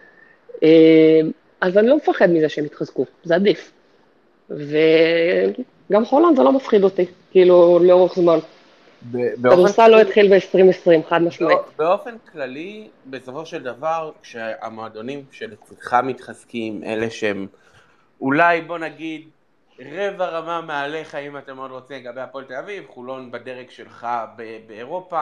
אז אני לא מפחד מזה שהם יתחזקו, זה עדיף. וגם חולנד זה לא מפחיד אותי, כאילו לאורך זמן. כדורסל לא התחיל ב-2020, חד משמעית. באופן כללי, בסופו של דבר, כשהמועדונים שלצריכה מתחזקים, אלה שהם אולי בוא נגיד רבע רמה מעליך, אם אתם מאוד רוצים, לגבי הפועל תל אביב, חולון בדרג שלך באירופה.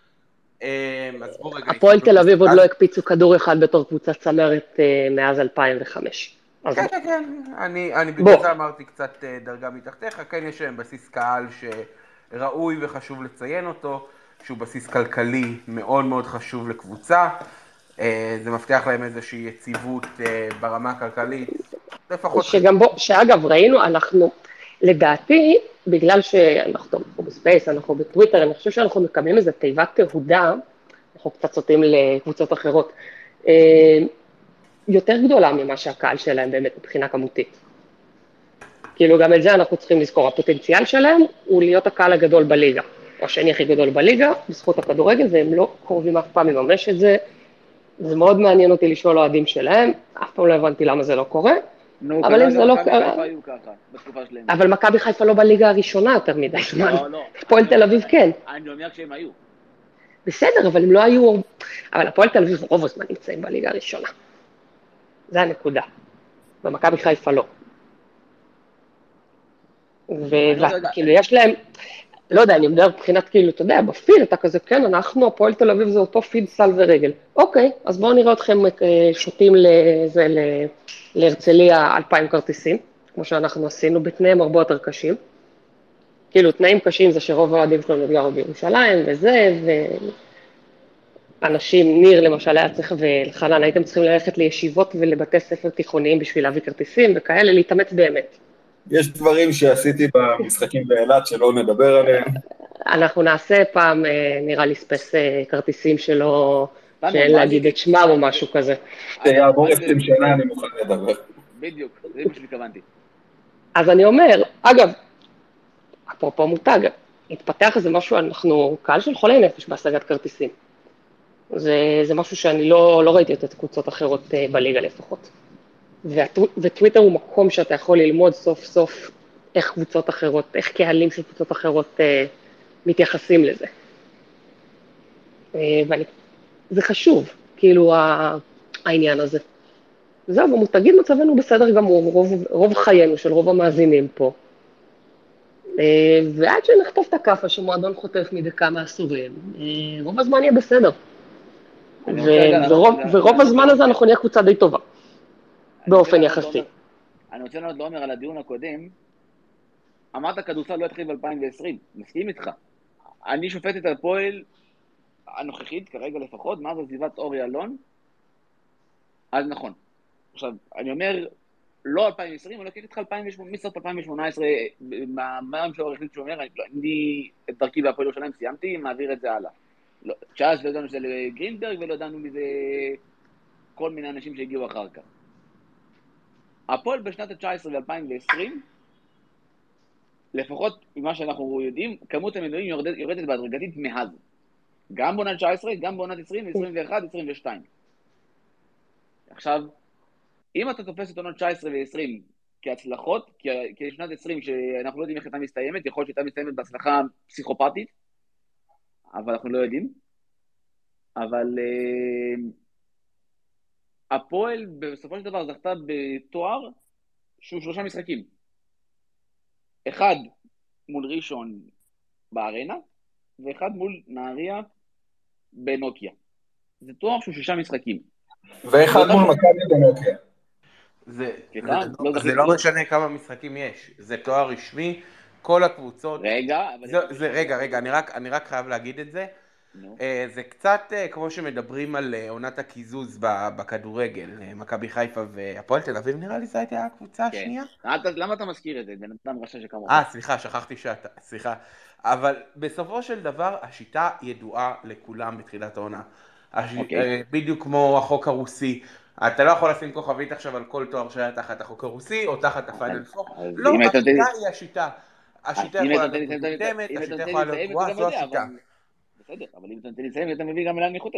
הפועל תל אביב עוד לא הקפיצו כדור אחד בתור קבוצת צמרת מאז 2005. כן, אני בגלל זה אמרתי קצת דרגה מתחתיך, כן יש להם בסיס קהל שראוי וחשוב לציין אותו, שהוא בסיס כלכלי מאוד מאוד חשוב לקבוצה. זה מבטיח להם איזושהי יציבות ברמה הכלכלית, לפחות... שאגב, ראינו, אנחנו, לדעתי, בגלל שאנחנו בספייס, אנחנו בטוויטר, אני חושב שאנחנו מקבלים איזו תיבת תהודה, אנחנו קצת סוטים לקבוצות אחרות, יותר גדולה ממה שהקהל שלהם באמת מבחינה כמותית. כאילו גם את זה אנחנו צריכים לזכור, הפוטנציאל שלהם הוא להיות הקהל הגדול בליגה, או השני הכי גדול בליגה, בזכות הכדורגל, והם לא קרובים אף פעם לממש את זה. זה מאוד מעניין אותי לשאול אוהדים שלהם, אף פעם לא הבנתי למה זה לא קורה, אבל אם זה לא קרה... אבל מכבי חיפה לא בליגה הראשונה יותר מדי זמן, הפועל תל אביב כן. אני אומר כשהם היו. בסדר, אבל הם לא היו... אבל הפועל תל אביב רוב הזמן נמצאים בליגה הראשונה. זה הנקודה. ומכבי חיפה לא. וכאילו יש להם... לא יודע, אני מדבר מבחינת כאילו, אתה יודע, בפיד אתה כזה, כן, אנחנו, הפועל תל אביב זה אותו פיד סל ורגל. אוקיי, אז בואו נראה אתכם שותים להרצליה 2,000 כרטיסים, כמו שאנחנו עשינו, בתנאים הרבה יותר קשים. כאילו, תנאים קשים זה שרוב האוהדים שלנו גרו בירושלים וזה, ואנשים, ניר למשל היה צריך, ולחנן, הייתם צריכים ללכת לישיבות ולבתי ספר תיכוניים בשביל להביא כרטיסים, וכאלה להתאמץ באמת. יש דברים שעשיתי במשחקים באילת שלא נדבר עליהם. אנחנו נעשה פעם, נראה לי ספס כרטיסים שלו, שאין להגיד את שמם או משהו כזה. שיעבור 20 שנה אני מוכן לדבר. בדיוק, זה מה שהתכוונתי. אז אני אומר, אגב, אפרופו מותג, התפתח איזה משהו, אנחנו קהל של חולי נפש בהשגת כרטיסים. זה משהו שאני לא ראיתי את קבוצות אחרות בליגה לפחות. וטוויטר הוא מקום שאתה יכול ללמוד סוף סוף איך קבוצות אחרות, איך קהלים של קבוצות אחרות מתייחסים לזה. זה חשוב, כאילו העניין הזה. זהו, במותגים מצבנו בסדר גמור, רוב חיינו של רוב המאזינים פה. ועד שנחטוף את הכאפה שמועדון חוטף מדי כמה עשורים, רוב הזמן יהיה בסדר. ורוב הזמן הזה אנחנו נהיה קבוצה די טובה. באופן יחסי. אני רוצה לענות לעומר על הדיון הקודם, אמרת כדורסל לא התחיל ב-2020, מסכים איתך. אני שופט את הפועל הנוכחית, כרגע לפחות, מאז עזיבת אורי אלון, אז נכון. עכשיו, אני אומר, לא 2020, אני לוקח איתך 2018, מסוף 2018, מהיום שהוא החליט שאומר, אני את דרכי בהפועל ירושלים סיימתי, מעביר את זה הלאה. שאז לא ידענו שזה לגרינברג, ולא ידענו מזה כל מיני אנשים שהגיעו אחר כך. הפועל בשנת ה-19 ו-2020, לפחות ממה שאנחנו יודעים, כמות המנויים יורדת בהדרגתית מאז. גם בעונת 19, גם בעונת 20, 21, 22. עכשיו, אם אתה תופס את עונות 19 ו-20 כהצלחות, כי שנת 20 שאנחנו לא יודעים איך הייתה מסתיימת, יכול להיות שהייתה מסתיימת בהצלחה פסיכופתית, אבל אנחנו לא יודעים. אבל הפועל בסופו של דבר זכתה בתואר שהוא 3 משחקים. אחד מול ראשון בארנה, ואחד מול נהריה בנוקיה. זה תואר שהוא 6 משחקים. ואחד מול מכבי בנוקיה. זה לא משנה כמה משחקים יש, זה תואר רשמי, כל הקבוצות... רגע, אני רק חייב להגיד את זה. זה קצת כמו שמדברים על עונת הקיזוז בכדורגל, מכבי חיפה והפועל תל אביב, נראה לי זה הייתה הקבוצה השנייה. למה אתה מזכיר את זה? בן אדם רשע שכמוך. סליחה, שכחתי סליחה. אבל בסופו של דבר השיטה ידועה לכולם בתחילת העונה. בדיוק כמו החוק הרוסי. אתה לא יכול לשים כוכבית עכשיו על כל תואר שהיה תחת החוק הרוסי או תחת הפיינל פור. לא, השיטה היא השיטה. השיטה יכולה להיות מוקדמת, השיטה יכולה להיות גרועה, זו השיטה. בסדר, אבל אם אתה נותן לסיים, אתה מביא גם לאן מחותר.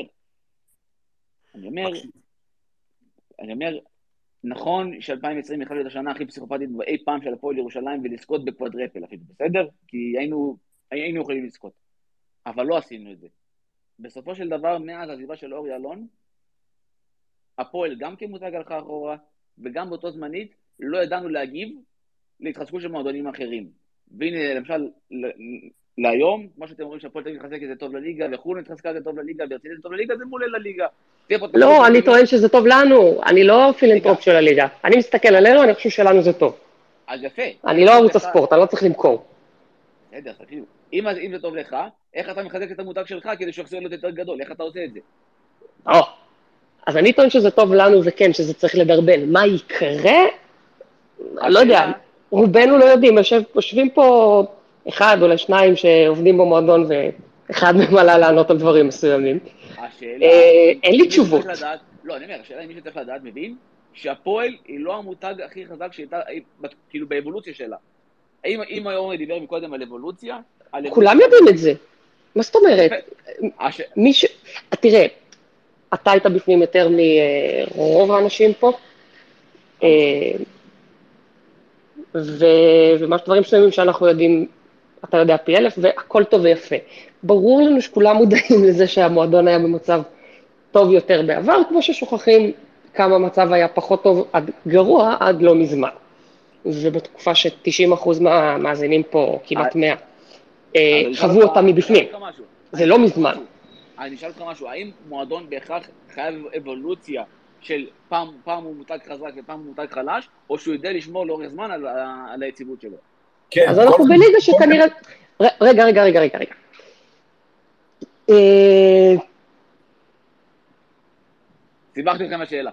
אני אומר, נכון ש-2020 יכולה להיות השנה הכי פסיכופתית באי פעם של הפועל ירושלים ולזכות בקוואדרפל, בסדר? כי היינו יכולים לזכות. אבל לא עשינו את זה. בסופו של דבר, מאז העזיבה של אורי אלון, הפועל גם כמותג הלכה אחורה, וגם באותו זמנית לא ידענו להגיב להתחזקות של מועדונים אחרים. והנה, למשל, להיום, כמו שאתם אומרים שהפועל תל אביב מתחזק זה טוב לליגה, וחולון מתחזקה זה טוב לליגה, והרצליה זה טוב לליגה, זה מולה לליגה. לא, אני טוען שזה טוב לנו, אני לא פילנטרופ של הליגה. אני מסתכל עלינו, אני חושב שלנו זה טוב. אז יפה. אני לא ערוץ הספורט, אני לא צריך למכור. בסדר, תקשיבו. אם זה טוב לך, איך אתה מחזק את המותג שלך כדי שהוא יחזור להיות יותר גדול? איך אתה עושה את זה? אז אני טוען שזה טוב לנו וכן, שזה צריך לדרבן. מה יקרה? לא יודע, רובנו לא יודעים, יושבים פה אחד או לשניים שעובדים במועדון ואחד מהם עלה לענות על דברים מסוימים. אין לי תשובות. לא, אני אומר, השאלה אם מי שצריך לדעת מבין שהפועל היא לא המותג הכי חזק שהייתה, כאילו באבולוציה שלה. אם היום דיבר מקודם על אבולוציה, כולם יודעים את זה. מה זאת אומרת? תראה, אתה היית בפנים יותר מרוב האנשים פה, ומה דברים שלמים שאנחנו יודעים, אתה יודע פי אלף, והכל טוב ויפה. ברור לנו שכולם מודעים לזה שהמועדון היה במצב טוב יותר בעבר, כמו ששוכחים כמה מצב היה פחות טוב עד גרוע עד לא מזמן. ובתקופה ש90% מהמאזינים פה, כמעט 100, חוו אותה מבפנים. זה לא מזמן. אני אשאל אותך משהו, האם מועדון בהכרח חייב אבולוציה של פעם הוא מותג חזק ופעם הוא מותג חלש, או שהוא יודע לשמור לאורך זמן על היציבות שלו? כן. אז אנחנו בליגה שכנראה... רגע. סיבכתי לכם השאלה.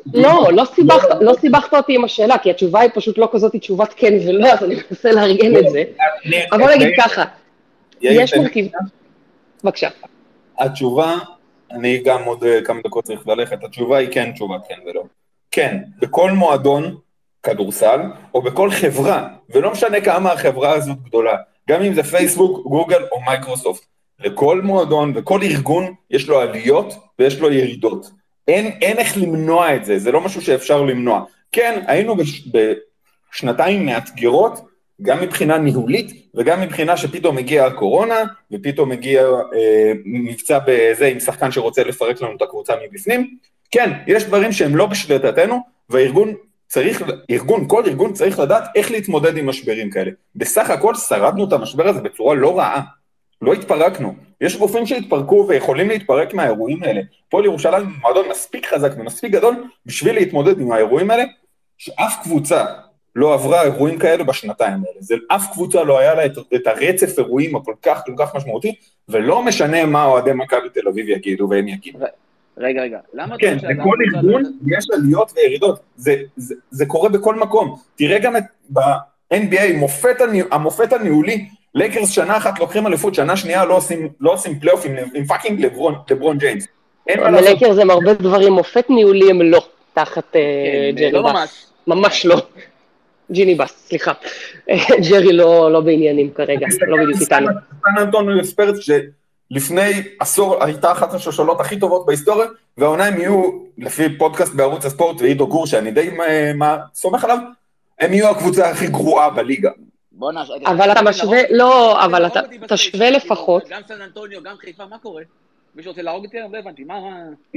לא סיבכת אותי עם השאלה, כי התשובה היא פשוט לא כזאת תשובת כן ולא, אז אני מנסה לארגן את זה. אבל בוא נגיד ככה, יש מרכיב... בבקשה. התשובה, אני גם עוד כמה דקות צריך ללכת, התשובה היא כן תשובה כן ולא. כן, בכל מועדון כדורסל, או בכל חברה, ולא משנה כמה החברה הזאת גדולה, גם אם זה פייסבוק, גוגל או מייקרוסופט, לכל מועדון וכל ארגון יש לו עליות ויש לו ירידות. אין איך למנוע את זה, זה לא משהו שאפשר למנוע. כן, היינו בשנתיים מאתגרות, גם מבחינה ניהולית, וגם מבחינה שפתאום הגיעה הקורונה, ופתאום הגיע מבצע בזה עם שחקן שרוצה לפרק לנו את הקבוצה מבפנים. כן, יש דברים שהם לא בשליטתנו, והארגון צריך, כל ארגון צריך לדעת איך להתמודד עם משברים כאלה. בסך הכל שרדנו את המשבר הזה בצורה לא רעה, לא התפרקנו. יש גופים שהתפרקו ויכולים להתפרק מהאירועים האלה. פה לירושלים מועדון מספיק חזק ומספיק גדול בשביל להתמודד עם האירועים האלה, שאף קבוצה לא עברה אירועים כאלה בשנתיים האלה. אף קבוצה לא היה לה את הרצף אירועים הכל כך משמעותי, ולא משנה מה אוהדי מכבי תל אביב יגידו והם יגידו. רגע, למה... כן, בכל ארגון יש עליות וירידות, זה קורה בכל מקום. תראה גם ב-NBA, המופת הניהולי, לייקרס שנה אחת לוקחים אליפות, שנה שנייה לא עושים פלייאוף עם פאקינג לברון ג'יימס. לייקרס הם הרבה דברים, מופת ניהולי הם לא, תחת ג'רי בס. ממש לא. ג'יני בס, סליחה. ג'רי לא בעניינים כרגע, לא בדיוק איתנו. סן אנטוניו ספרס שלפני עשור הייתה אחת השושלות הכי טובות בהיסטוריה, והעונה הם יהיו, לפי פודקאסט בערוץ הספורט ועידו גור, שאני די סומך עליו, הם יהיו הקבוצה הכי גרועה בליגה. אבל אתה משווה, לא, אבל אתה תשווה לפחות. גם סן אנטוניו, גם חיפה, מה קורה? מישהו רוצה להרוג אותי? לא הבנתי, מה...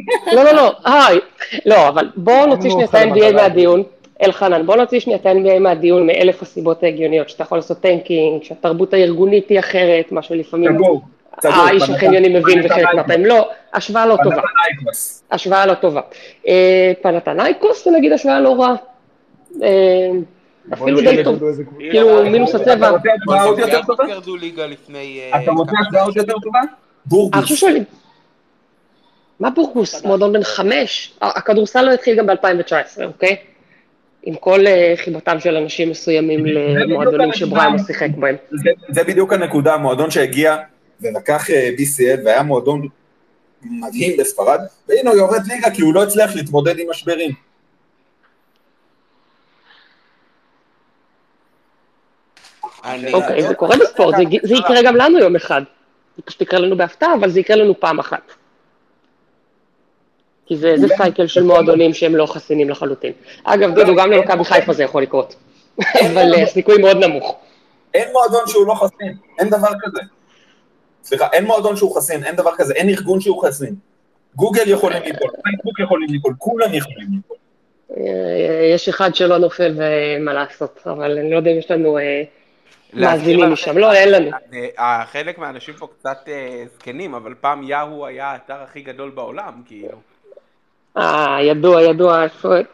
לא, אבל בואו נוציא שנייה את ה-NBA מהדיון, אלחנן, בואו נוציא שנייה את ה-NBA מהדיון מאלף הסיבות ההגיוניות, שאתה יכול לעשות טנקינג, שהתרבות הארגונית היא אחרת, מה שלפעמים האיש החניוני מבין וחלק מהפעמים לא, השוואה לא טובה. השוואה לא טובה. פנתנייקוס, נגיד השוואה לא רע. אפילו די טוב, כאילו מינוס הצבע. אתה רוצה השוואה עוד יותר טובה? בורגוס. מה בורגוס? מועדון בן 5? הכדורסל לא התחיל גם ב-2019, אוקיי? עם כל חיבתם של אנשים מסוימים למועדונים שבריים שיחק בהם. זה בדיוק הנקודה, מועדון שהגיע ולקח BCL והיה מועדון מדהים בספרד, והנה הוא יורד ליגה כי הוא לא הצליח להתמודד עם משברים. אוקיי, זה קורה בספורט, זה יקרה גם לנו יום אחד. זה פשוט יקרה לנו בהפתעה, אבל זה יקרה לנו פעם אחת. כי זה סייקל של מועדונים שהם לא חסינים לחלוטין. אגב, דודו, גם למכבי חיפה זה יכול לקרות. אבל סיכוי מאוד נמוך. אין מועדון שהוא לא חסין, אין דבר כזה. סליחה, אין מועדון שהוא חסין, אין דבר כזה, אין ארגון שהוא חסין. גוגל יכולים ליפול, פייסבוק יכולים ליפול, כולם יכולים ליפול. יש אחד שלא נופל ומה לעשות, אבל אני לא יודע אם יש לנו מאזינים משם, לא, אין לנו. חלק מהאנשים פה קצת זקנים, אבל פעם יאהו היה האתר הכי גדול בעולם, כאילו. ידוע,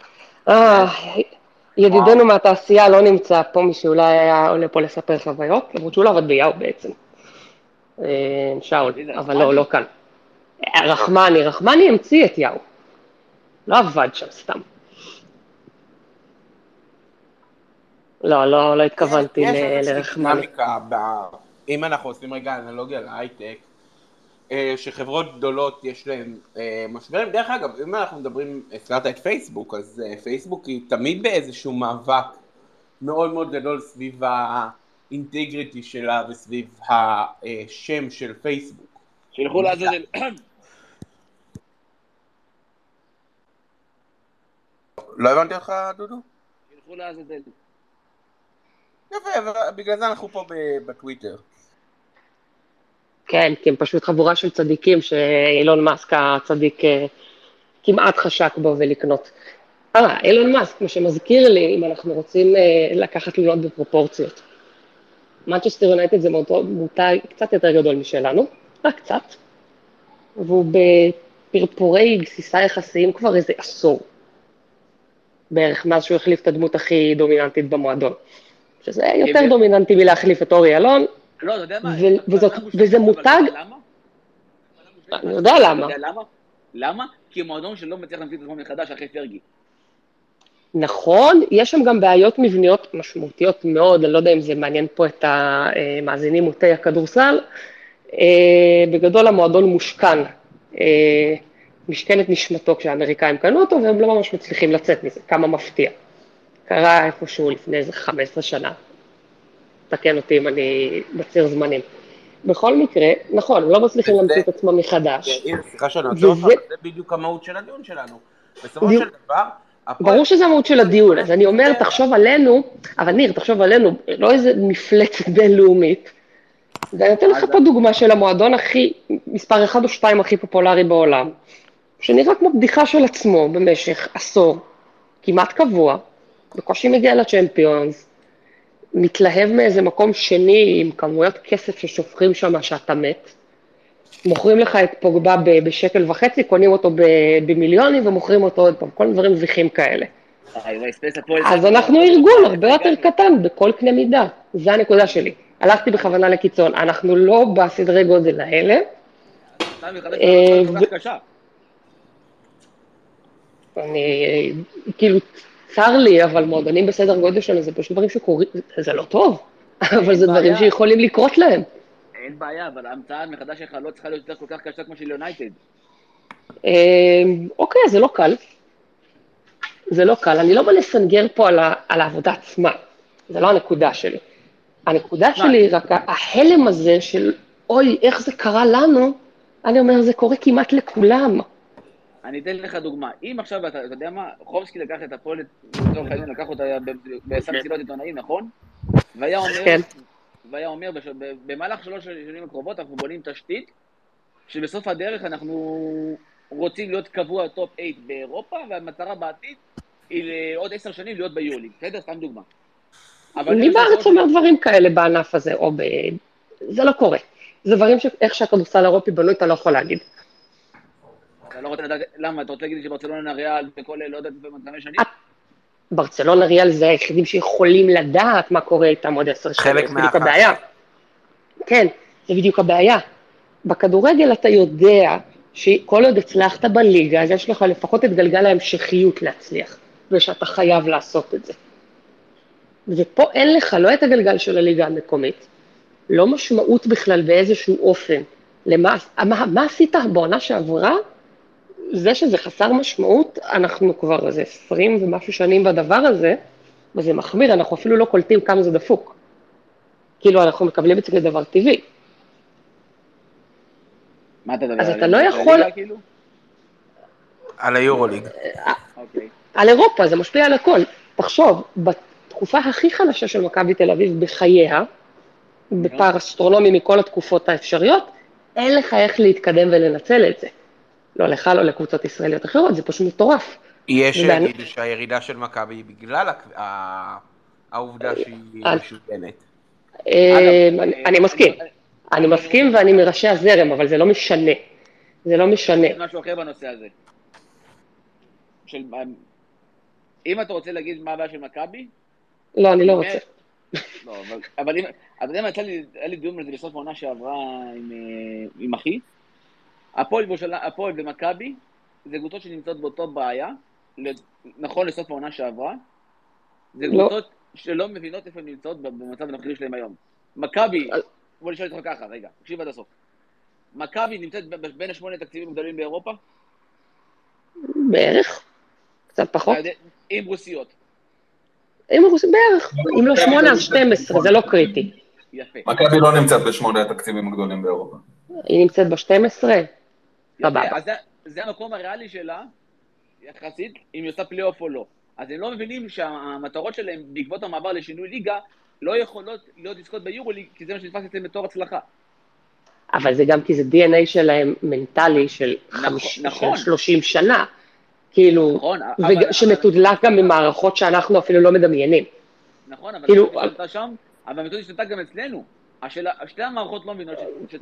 ידידנו מהתעשייה לא נמצא פה, מי שאולי היה עולה פה לספר חוויות, למרות שהוא לא עבד ביאו בעצם. שאול, מי זה, אבל רחמני? לא כאן. רחמני המציא את יאו. לא עבד שם סתם. לא התכוונתי יש איזושהי לרחמני. דינמיקה, אם אנחנו עושים רגע אנלוגיה להייטק, שחברות גדולות יש להן משברים. דרך אגב, אם אנחנו מדברים, הזכרת את פייסבוק, אז פייסבוק היא תמיד באיזשהו מאבק מאוד מאוד גדול סביב האינטגריטי שלה וסביב השם של פייסבוק. שילכו לעזאזל. לא הבנתי אותך, דודו? שילכו לעזאזל. יפה, בגלל זה אנחנו פה בטוויטר. כן, כי הם פשוט חבורה של צדיקים, שאילון מאסק הצדיק כמעט חשק בו ולקנות. אילון מאסק, מה שמזכיר לי, אם אנחנו רוצים לקחת תלונות בפרופורציות. מנצ'סטר יונייטד זה מותג קצת יותר גדול משלנו, רק קצת, והוא בפרפורי גסיסה יחסיים כבר איזה עשור, בערך מאז שהוא החליף את הדמות הכי דומיננטית במועדון, שזה יותר דומיננטי מלהחליף את אורי אלון, לא, אתה יודע מה? וזה מותג, אני יודע למה. למה? כי המועדון שלא מצליח להמציא את עצמו מחדש אחרי פרגי. נכון, יש שם גם בעיות מבניות משמעותיות מאוד, אני לא יודע אם זה מעניין פה את המאזינים מוטי הכדורסל, בגדול המועדון מושכן, משכן את נשמתו כשהאמריקאים קנו אותו, והם לא ממש מצליחים לצאת מזה, כמה מפתיע. קרה איפשהו לפני איזה 15 שנה, תקן אותי אם אני בציר זמנים. בכל מקרה, נכון, הם לא מצליחים להמציא את עצמם מחדש. סליחה שאני עוצר אותך, זה בדיוק המהות של הדיון שלנו. בסופו של דבר, ברור שזה המהות של הדיון, אז אני אומר, תחשוב עלינו, אבל ניר, תחשוב עלינו, לא איזה מפלצת בינלאומית, ואני אתן לך פה דוגמה של המועדון הכי, מספר 1 או 2 הכי פופולרי בעולם, שנראה כמו בדיחה של עצמו במשך עשור, כמעט קבוע, בקושי מגיע לצ'מפיונס, מתלהב מאיזה מקום שני עם כמויות כסף ששופכים שם שאתה מת, מוכרים לך את פוגבה ב1.5, קונים אותו במיליונים ומוכרים אותו עוד פעם, כל דברים זיכים כאלה. אז אנחנו ארגון הרבה יותר קטן בכל קנה מידה, זה הנקודה שלי. הלכתי בכוונה לקיצון, אנחנו לא בסדרי גודל האלה. אני, כאילו, צר לי, אבל מועדונים בסדר גודל שלנו, זה פשוט דברים שקורים, זה לא טוב, אבל זה דברים שיכולים לקרות להם. אין בעיה, אבל ההמצאה מחדש שלך לא צריכה להיות יותר כל כך קשה כמו של יונייטד. אוקיי, זה לא קל. זה לא קל, אני לא בא לסנגר פה על העבודה עצמה, זה לא הנקודה שלי. הנקודה שלי היא רק ההלם הזה של, אוי, איך זה קרה לנו, אני אומר, זה קורה כמעט לכולם. אני אתן לך דוגמה, אם עכשיו, אתה יודע מה, חומסקי לקח את הפועל, לקח אותה בסמסילות עיתונאים, נכון? והיה אומר, במהלך 3 שנים הקרובות אנחנו בונים תשתית, שבסוף הדרך אנחנו רוצים להיות קבוע טופ 8 באירופה, והמטרה בעתיד היא לעוד 10 שנים להיות ביולי. בסדר? סתם דוגמה. מי בארץ אומר דברים כאלה בענף הזה, או זה לא קורה. זה דברים שאיך שהכדורסל האירופי בנוי, אתה לא יכול להגיד. אתה לא רוצה לדעת, למה? אתה רוצה להגיד שברצלונה ריאל וכל לא יודעת ב5 שנים? ברצלונה ריאל זה היחידים שיכולים לדעת מה קורה איתם עוד 10 שנים. חלק מהבעיה. כן, זה בדיוק הבעיה. בכדורגל אתה יודע שכל עוד הצלחת בליגה, אז יש לך לפחות את גלגל ההמשכיות להצליח, ושאתה חייב לעשות את זה. ופה אין לך לא את הגלגל של הליגה המקומית, לא משמעות בכלל באיזשהו אופן. מה עשית בעונה שעברה? זה שזה חסר משמעות, אנחנו כבר איזה 20 ומשהו שנים בדבר הזה, וזה מחמיר, אנחנו אפילו לא קולטים כמה זה דפוק. כאילו אנחנו מקבלים את זה כדבר טבעי. מה אתה דבר? אז אתה לא יכול... על היורוליג. על אירופה, זה משפיע על הכל. תחשוב, בתקופה הכי חלשה של מכבי תל אביב בחייה, בפער אסטרונומי מכל התקופות האפשריות, אין לך איך להתקדם ולנצל את זה. לא לך, לא לקבוצות ישראליות אחרות, זה פשוט מטורף. יש שיגידו שהירידה של מכבי היא בגלל העובדה שהיא משותנת. אני מסכים ואני מראשי הזרם, אבל זה לא משנה. זה לא משנה. יש משהו אחר בנושא הזה. אם אתה רוצה להגיד מה הבעיה של מכבי? לא, אני לא רוצה. לא, אבל אם, אתה יודע מה, היה לי דיון על זה בסוף העונה שעברה עם אחי. הפועל ומכבי, זה קבוצות שנמצאות באותו בעיה, נכון לסוף העונה שעברה, זה לא, קבוצות שלא מבינות איפה הן נמצאות במצב הנוכחי שלהם היום. מכבי, בוא נשאל אותך ככה, רגע, תקשיב עד הסוף. מכבי נמצאת בין 8 התקציבים הגדולים באירופה, בערך, קצת אתה פחות. יודע, עם רוסיות. אם הוא בערך, אם לא 8 אז 12, זה לא קריטי. יפה. מכבי לא נמצאת בשמונה התקציבים הגדולים באירופה. היא נמצאת ב-12, יפה, סבבה. אז זה המקום הריאלי שלה, יחסית, אם היא עושה פלייאוף או לא. אז הם לא מבינים שהמטרות שלהם בעקבות המעבר לשינוי ליגה, לא יכולות להיות לזכות ביורוליג, כי זה מה שנתפס אצלם בתור הצלחה. אבל זה גם כי זה DNA שלהם מנטלי של נכון. 30 שנה, כאילו, נכון, שמתודלק גם ממערכות שאנחנו אפילו לא מדמיינים. נכון, אבל כאילו, השתנתה שם, אבל המתודה השתנתה גם אצלנו. שתי המערכות לא מבינות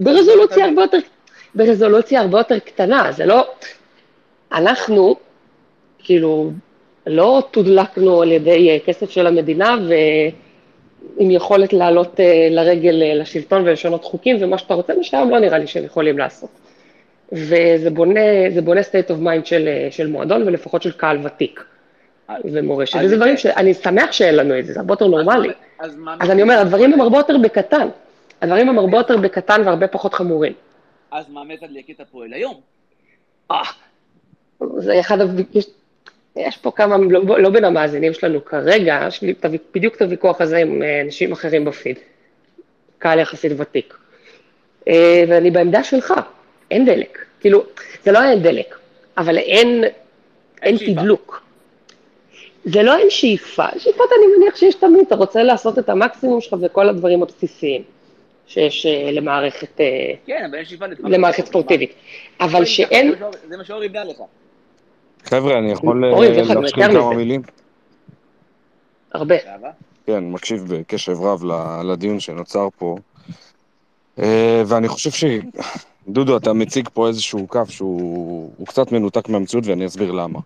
ברזולוציה הרבה יותר קטנה, זה לא, אנחנו, כאילו, לא תודלקנו על ידי כסף של המדינה, ועם יכולת לעלות לרגל לשלטון ולשנות חוקים, ומה שאתה רוצה, מה שהיום לא נראה לי שהם יכולים לעשות. וזה בונה state of mind של מועדון, ולפחות של קהל ותיק ומורשת. וזה דברים שאני שמח שאין לנו את זה, זה הרבה יותר נורמלי. אז אני אומר, הדברים הם הרבה יותר בקטן. הדברים הם הרבה יותר בקטן והרבה פחות חמורים. אז מה מת להדליק את הפועל היום? זה אחד, יש פה כמה, לא בין המאזינים שלנו כרגע, יש לי בדיוק את הוויכוח הזה עם אנשים אחרים בפיד. קהל יחסית ותיק. ואני בעמדה שלך, אין דלק. כאילו, זה לא אין דלק, אבל אין תדלוק. זה לא אין שאיפה. שאיפות אני מניח שיש תמיד, אתה רוצה לעשות את המקסימום שלך וכל הדברים הבסיסיים שיש למערכת, כן, אבל יש שאיפה למערכת ספורטיבית. אבל שאין... זה מה שאורי בא לך. חבר'ה, אני יכול להשחיל כמה מילים? הרבה. כן, מקשיב בקשב רב לדיון שנוצר פה. ואני חושב דודו, אתה מציג פה איזשהו קו שהוא קצת מנותק מהמציאות, ואני אסביר למה.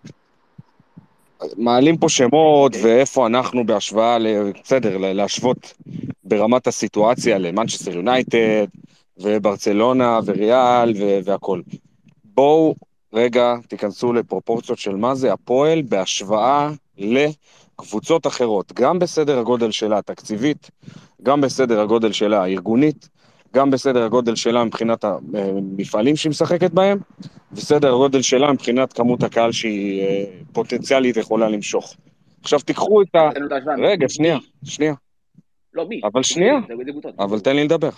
מעלים פה שמות, ואיפה אנחנו בהשוואה, בסדר, להשוות ברמת הסיטואציה למנצ'סטר יונייטד, וברצלונה, וריאל, והכל. בואו רגע תיכנסו לפרופורציות של מה זה הפועל, בהשוואה לקבוצות אחרות, גם בסדר הגודל שלה התקציבית, גם בסדר הגודל שלה הארגונית, גם בסדר הגודל שלה מבחינת המפעלים שהיא משחקת בהם, וסדר הגודל שלה מבחינת כמות הקהל שהיא פוטנציאלית יכולה למשוך. עכשיו תיקחו את רגע, שנייה. לא, מי? אבל שנייה, אבל תן לי לדבר.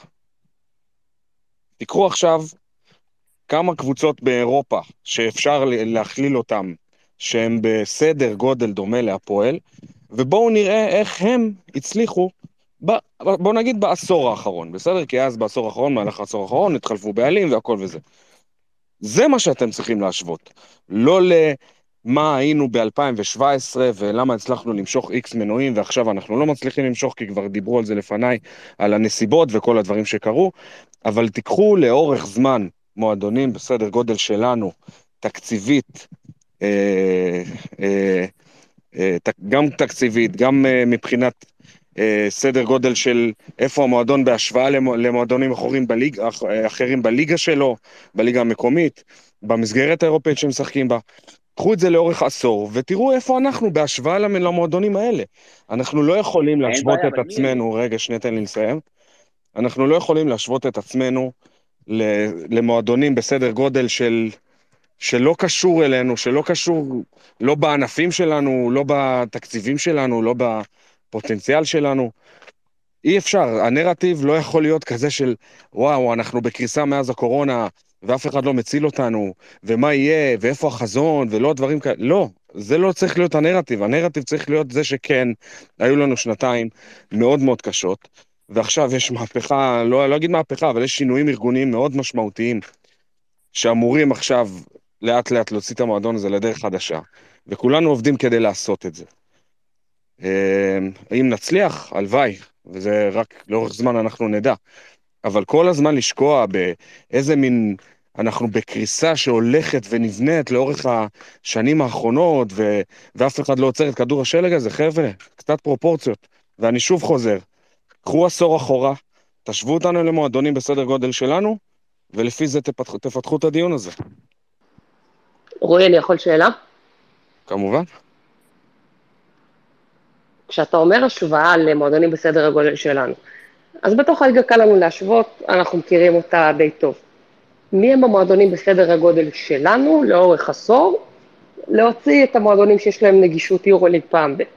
תיקחו עכשיו כמה קבוצות באירופה שאפשר להכליל אותם, שהם בסדר גודל דומה להפועל, ובואו נראה איך הם הצליחו בוא נגיד בעשור האחרון, בסדר? כי אז בעשור האחרון, מהלך העשור האחרון, התחלפו בעלים והכל וזה. זה מה שאתם צריכים להשוות. לא למה היינו ב-2017 ולמה הצלחנו למשוך X מנועים, ועכשיו אנחנו לא מצליחים למשוך, כי כבר דיברו על זה לפניי, על הנסיבות וכל הדברים שקרו, אבל תיקחו לאורך זמן מועדונים בסדר גודל שלנו, תקציבית, גם תקציבית, גם מבחינת סדר גודל של איפה המועדון בהשוואה למועדונים אחרים בליגה שלו, בליגה המקומית, במסגרת האירופאית שמשחקים בה. קחו את זה לאורך עשור, ותראו איפה אנחנו בהשוואה למועדונים האלה. אנחנו לא יכולים להשוות את עצמנו, רגע, שנייה, תן לי לסיים. אנחנו לא יכולים להשוות את עצמנו למועדונים בסדר גודל שלא קשור אלינו, שלא קשור, לא בענפים שלנו, לא בתקציבים שלנו, לא בפוטנציאל שלנו. אי אפשר, הנרטיב לא יכול להיות כזה של, וואו, אנחנו בקריסה מאז הקורונה, ואף אחד לא מציל אותנו, ומה יהיה, ואיפה החזון, ולא דברים כאלה. לא, זה לא צריך להיות הנרטיב. הנרטיב צריך להיות זה שכן, היו לנו שנתיים מאוד מאוד קשות, ועכשיו יש מהפכה, לא אגיד מהפכה, אבל יש שינויים ארגוניים מאוד משמעותיים, שאמורים עכשיו לאט לאט להוציא את המועדון הזה לדרך חדשה, וכולנו עובדים כדי לעשות את זה. אם נצליח, הלוואי, וזה רק לאורך זמן אנחנו נדע, אבל כל הזמן לשקוע באיזה מין, אנחנו בקריסה שהולכת ונבנית לאורך השנים האחרונות, ואף אחד לא עוצר את כדור השלג הזה, חבר'ה, קצת פרופורציות, ואני שוב חוזר, קחו עשור אחורה, תשוו אותנו למועדונים בסדר גודל שלנו, ולפי זה תפתחו את הדיון הזה. רועי, אני יכול שאלה? כמובן. כשאתה אומר השוואה למועדונים בסדר הגודל שלנו, אז בתוך הליגה קל לנו להשוות, אנחנו מכירים אותה די טוב. מי הם המועדונים בסדר הגודל שלנו לאורך עשור, להוציא את המועדונים שיש להם נגישות יורוליג פעם ב.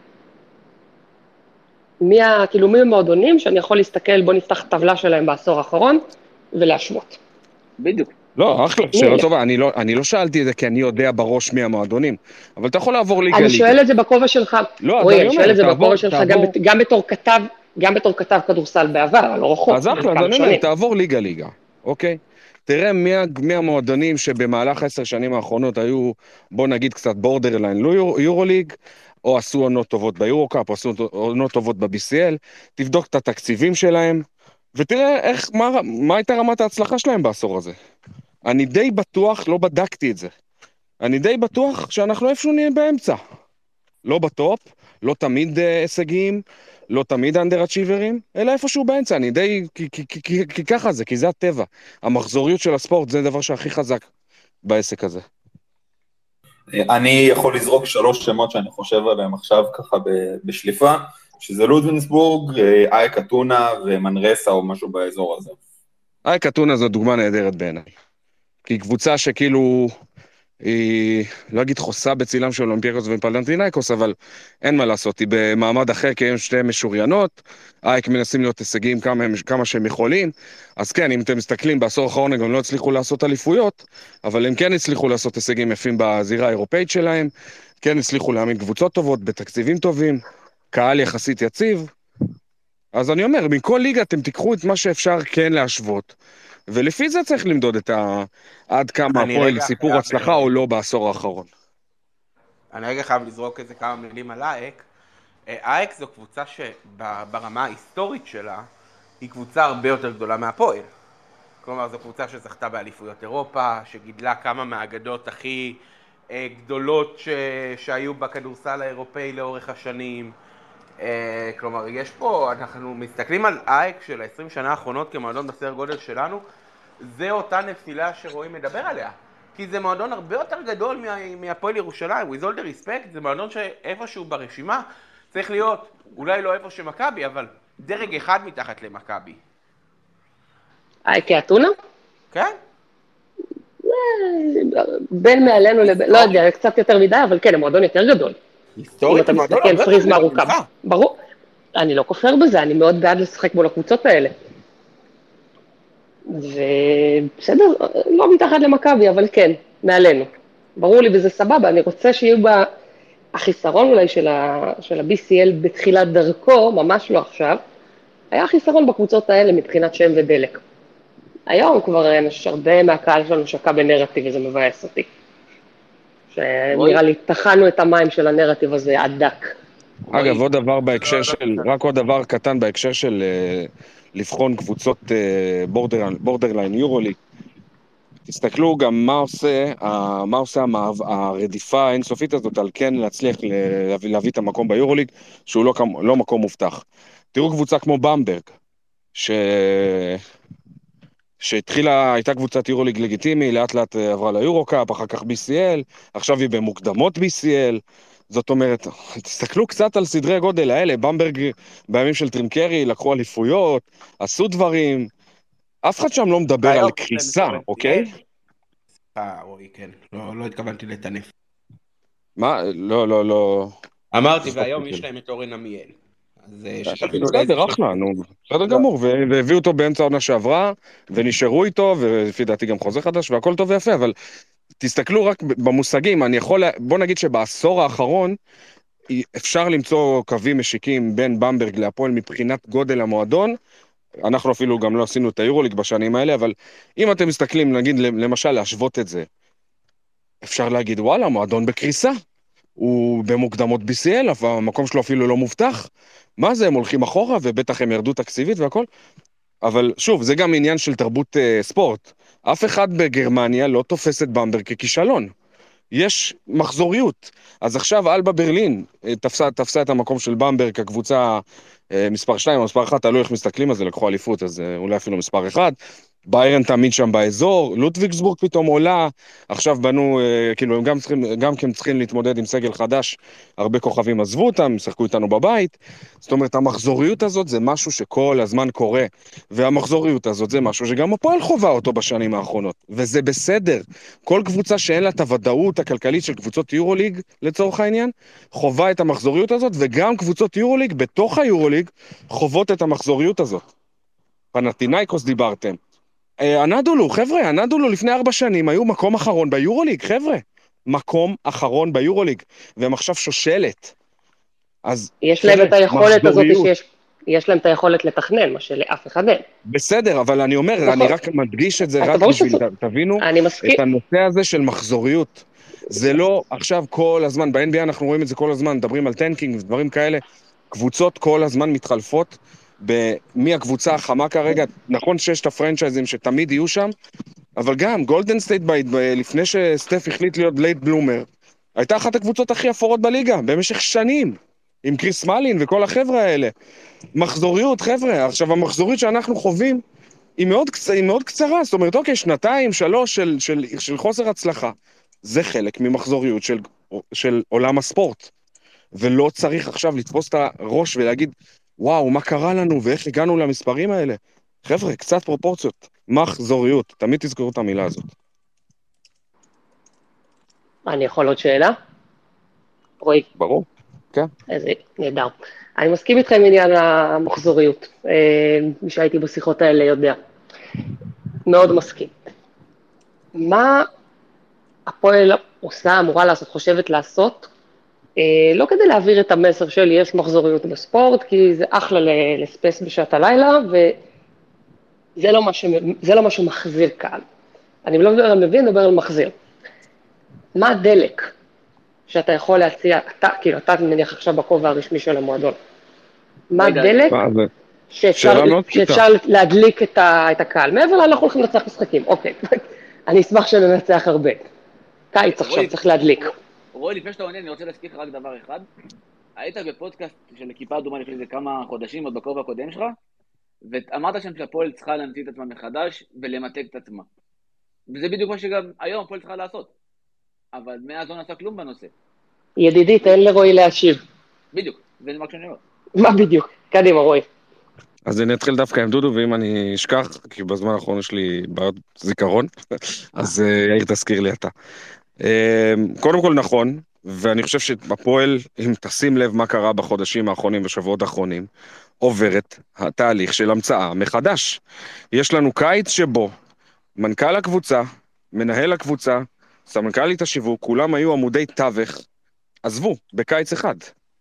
מי המועדונים שאני יכול להסתכל, בוא נפתח טבלה שלהם בעשור האחרון, ולהשוות. בדיוק. לא, אחלה, שאלה טובה, אני לא שאלתי את זה כי אני יודע בראש מי המועדונים, אבל אתה יכול לעבור ליגה ליגה. אני שואל את זה בכובע שלך, לא, רועי, אני שואל את זה בכובע שלך, תעבור. גם בתור כתב כדורסל בעבר, לא רחוק. אז אחלה, אז אני אומר, תעבור ליגה ליגה, אוקיי? תראה מי המועדונים שבמהלך 10 שנים האחרונות היו, בוא נגיד קצת בורדרליין, לא יורוליג, או עשו עונות טובות ביורוקאפ, או עשו עונות טובות ב-BCL, תבדוק את התקציבים שלהם, ותראה מה הייתה רמת ההצלחה שלהם בעשור הזה. אני די בטוח, לא בדקתי את זה, אני די בטוח שאנחנו איפשהו נהיה באמצע. לא בטופ, לא תמיד הישגים, לא תמיד אנדר-אצ'יברים, אלא איפשהו באמצע, אני די, כי ככה זה, כי זה הטבע. המחזוריות של הספורט זה הדבר שהכי חזק בעסק הזה. אני יכול לזרוק 3 שמות שאני חושב עליהם עכשיו ככה בשליפה, שזה לודווינסבורג, אייק אתונה ומנרסה או משהו באזור הזה. אייק אתונה זו דוגמה נהדרת בעיניי. כי קבוצה שכאילו, היא לא אגיד חוסה בצילם של אולימפיאקוס ופלנטינאיקוס, אבל אין מה לעשות, היא במעמד אחר כי הם שתי משוריינות, אייק מנסים להיות הישגים כמה שהם יכולים, אז כן, אם אתם מסתכלים, בעשור האחרון הם גם לא הצליחו לעשות אליפויות, אבל הם כן הצליחו לעשות הישגים יפים בזירה האירופאית שלהם, כן הצליחו להעמיד קבוצות טובות, בתקציבים טובים, קהל יחסית יציב, אז אני אומר, מכל ליגה אתם תיקחו את מה שאפשר כן להשוות, ולפי זה צריך למדוד את עד כמה הפועל סיפור הצלחה או לא בעשור האחרון. אני רגע חייב לזרוק איזה כמה מילים על אייק. אייק זו קבוצה שברמה ההיסטורית שלה היא קבוצה הרבה יותר גדולה מהפועל. כלומר, זו קבוצה שזכתה באליפויות אירופה, שגידלה כמה מהאגדות הכי גדולות שהיו בכדורסל האירופאי לאורך השנים. כלומר, יש פה, אנחנו מסתכלים על אייק של ה-20 שנה האחרונות כמועדון בסדר גודל שלנו, זה אותה נפילה שרואים מדבר עליה. כי זה מועדון הרבה יותר גדול מהפועל ירושלים, with all the respect, זה מועדון שאיפשהו ברשימה צריך להיות, אולי לא איפה שמכבי, אבל דרג אחד מתחת למכבי. אייק אתונה? כן? בין מעלינו לבין, לא יודע, קצת יותר מדי, אבל כן, המועדון יותר גדול. היסטורית, אם אתה מסתכל פריזמה ארוכה. ברור, אני לא כופר בזה, אני מאוד בעד לשחק מול הקבוצות האלה. ובסדר, לא מתחת למכבי, אבל כן, מעלינו. ברור לי וזה סבבה, אני רוצה שיהיו בה החיסרון אולי של ה-BCL בתחילת דרכו, ממש לא עכשיו, היה חיסרון בקבוצות האלה מבחינת שם ודלק. היום כבר הרבה מהקהל שלנו שקע בנרטיב, וזה מבאס אותי. שנראה לי, תחנו את המים של הנרטיב הזה עד דק. אגב, עוד דבר בהקשר של, רק עוד דבר קטן בהקשר של לבחון קבוצות בורדרליין יורוליג. תסתכלו גם מה עושה הרדיפה האינסופית הזאת על כן להצליח להביא את המקום ביורוליג, שהוא לא מקום מובטח. תראו קבוצה כמו במברג, שהתחילה, הייתה קבוצת יורוליג לגיטימי, לאט לאט עברה ליורוקאפ, אחר כך BCL, עכשיו היא במוקדמות BCL, זאת אומרת, תסתכלו קצת על סדרי הגודל האלה, במברג בימים של טרימקרי לקחו אליפויות, עשו דברים, אף אחד שם לא מדבר על קריסה, אוקיי? רועי, כן, לא התכוונתי לטנף. מה? לא. אמרתי, והיום יש להם את אורן עמיאל. בסדר, אחלה, נו, בסדר גמור, והביאו אותו באמצע העונה שעברה, ונשארו איתו, ולפי דעתי גם חוזה חדש, והכל טוב ויפה, אבל תסתכלו רק במושגים, בוא נגיד שבעשור האחרון, אפשר למצוא קווים משיקים בין במברג להפועל מבחינת גודל המועדון, אנחנו אפילו גם לא עשינו את היורוליג בשנים האלה, אבל אם אתם מסתכלים, נגיד, למשל, להשוות את זה, אפשר להגיד, וואלה, מועדון בקריסה, הוא במוקדמות BCL, אבל המקום שלו אפילו לא מובטח, מה זה, הם הולכים אחורה, ובטח הם ירדו תקציבית והכל, אבל שוב, זה גם עניין של תרבות ספורט, אף אחד בגרמניה לא תופס את במברג ככישלון, יש מחזוריות, אז עכשיו אלבה ברלין תפסה את המקום של במברג, הקבוצה מספר 2 או מספר 1, תלוי איך מסתכלים על זה, לקחו אליפות, אז אולי אפילו מספר 1. ביירן תמיד שם באזור, לוטוויגסבורג פתאום עולה, עכשיו בנו, כאילו, הם גם כן צריכים להתמודד עם סגל חדש, הרבה כוכבים עזבו אותם, שחקו איתנו בבית, זאת אומרת, המחזוריות הזאת זה משהו שכל הזמן קורה, והמחזוריות הזאת זה משהו שגם הפועל חובה אותו בשנים האחרונות, וזה בסדר. כל קבוצה שאין לה את הוודאות הכלכלית של קבוצות יורוליג, לצורך העניין, חובה את המחזוריות הזאת, וגם קבוצות יורוליג, בתוך היורוליג, חוות את המחזוריות הזאת. פנתינייקוס דיברתם. הנדולו, חבר'ה, הנדולו לפני 4 שנים היו מקום אחרון ביורוליג, חבר'ה. מקום אחרון ביורוליג, והם עכשיו שושלת. אז יש להם את היכולת הזאת יש להם את היכולת לתכנן, מה שלאף אחד אין. בסדר, אבל אני אומר, אני רק מדגיש את זה רק בשביל, תבינו, את הנושא הזה של מחזוריות. זה לא, עכשיו כל הזמן, ב-NBA אנחנו רואים את זה כל הזמן, מדברים על טנקינג ודברים כאלה, קבוצות כל הזמן מתחלפות, מי הקבוצה החמה כרגע, נכון שיש את הפרנצ'ייזים שתמיד יהיו שם, אבל גם גולדן סטייט לפני שסטף החליט להיות בלייד בלומר, הייתה אחת הקבוצות הכי אפורות בליגה, במשך שנים, עם קריס מלין וכל החבר'ה האלה. מחזוריות, חבר'ה, עכשיו המחזוריות שאנחנו חווים היא מאוד קצרה, זאת אומרת, אוקיי, 2, 3 של חוסר הצלחה, זה חלק ממחזוריות של עולם הספורט, ולא צריך עכשיו לתפוס את הראש ולהגיד, וואו, מה קרה לנו ואיך הגענו למספרים האלה? חבר'ה, קצת פרופורציות, מחזוריות, תמיד תזכרו את המילה הזאת. אני יכול עוד שאלה? רועי. ברור, כן. איזה נהדר. אני מסכים איתכם עניין המחזוריות, מי שהייתי בשיחות האלה יודע. מאוד מסכים. מה הפועל עושה, אמורה לעשות, חושבת לעשות, לא כדי להעביר את המסר של יש מחזוריות בספורט, כי זה אחלה לספס בשעת הלילה, וזה לא מה שמחזיר קהל. אני לא מדבר על מבין, מדבר על מחזיר. מה הדלק שאתה יכול להציע, אתה מניח עכשיו בכובע הרשמי של המועדון, מה הדלק שאפשר להדליק את הקהל? מעבר לה, אנחנו הולכים לנצח משחקים, אוקיי, אני אשמח שננצח הרבה. קיץ עכשיו צריך להדליק. רועי, לפני שאתה עונה, אני רוצה להזכיר לך רק דבר אחד. היית בפודקאסט של כיפה אדומה לפני זה כמה חודשים, עוד בכובע הקודם שלך, ואמרת שם שהפועל צריכה להמציא את עצמה מחדש ולמתג את עצמה. וזה בדיוק מה שגם היום הפועל צריכה לעשות. אבל מאז לא נעשה כלום בנושא. ידידי, תן לרועי להשיב. בדיוק, זה מה שאני אומר. מה בדיוק? קדימה, רועי. אז אני אתחיל דווקא עם דודו, ואם אני אשכח, כי בזמן האחרון יש לי בעיות זיכרון, אז יאיר תזכיר לי אתה. קודם כל נכון, ואני חושב שבפועל, אם תשים לב מה קרה בחודשים האחרונים ושבועות האחרונים, עוברת התהליך של המצאה מחדש. יש לנו קיץ שבו מנכ"ל הקבוצה, מנהל הקבוצה, סמנכ"לית השיווק, כולם היו עמודי תווך, עזבו, בקיץ אחד.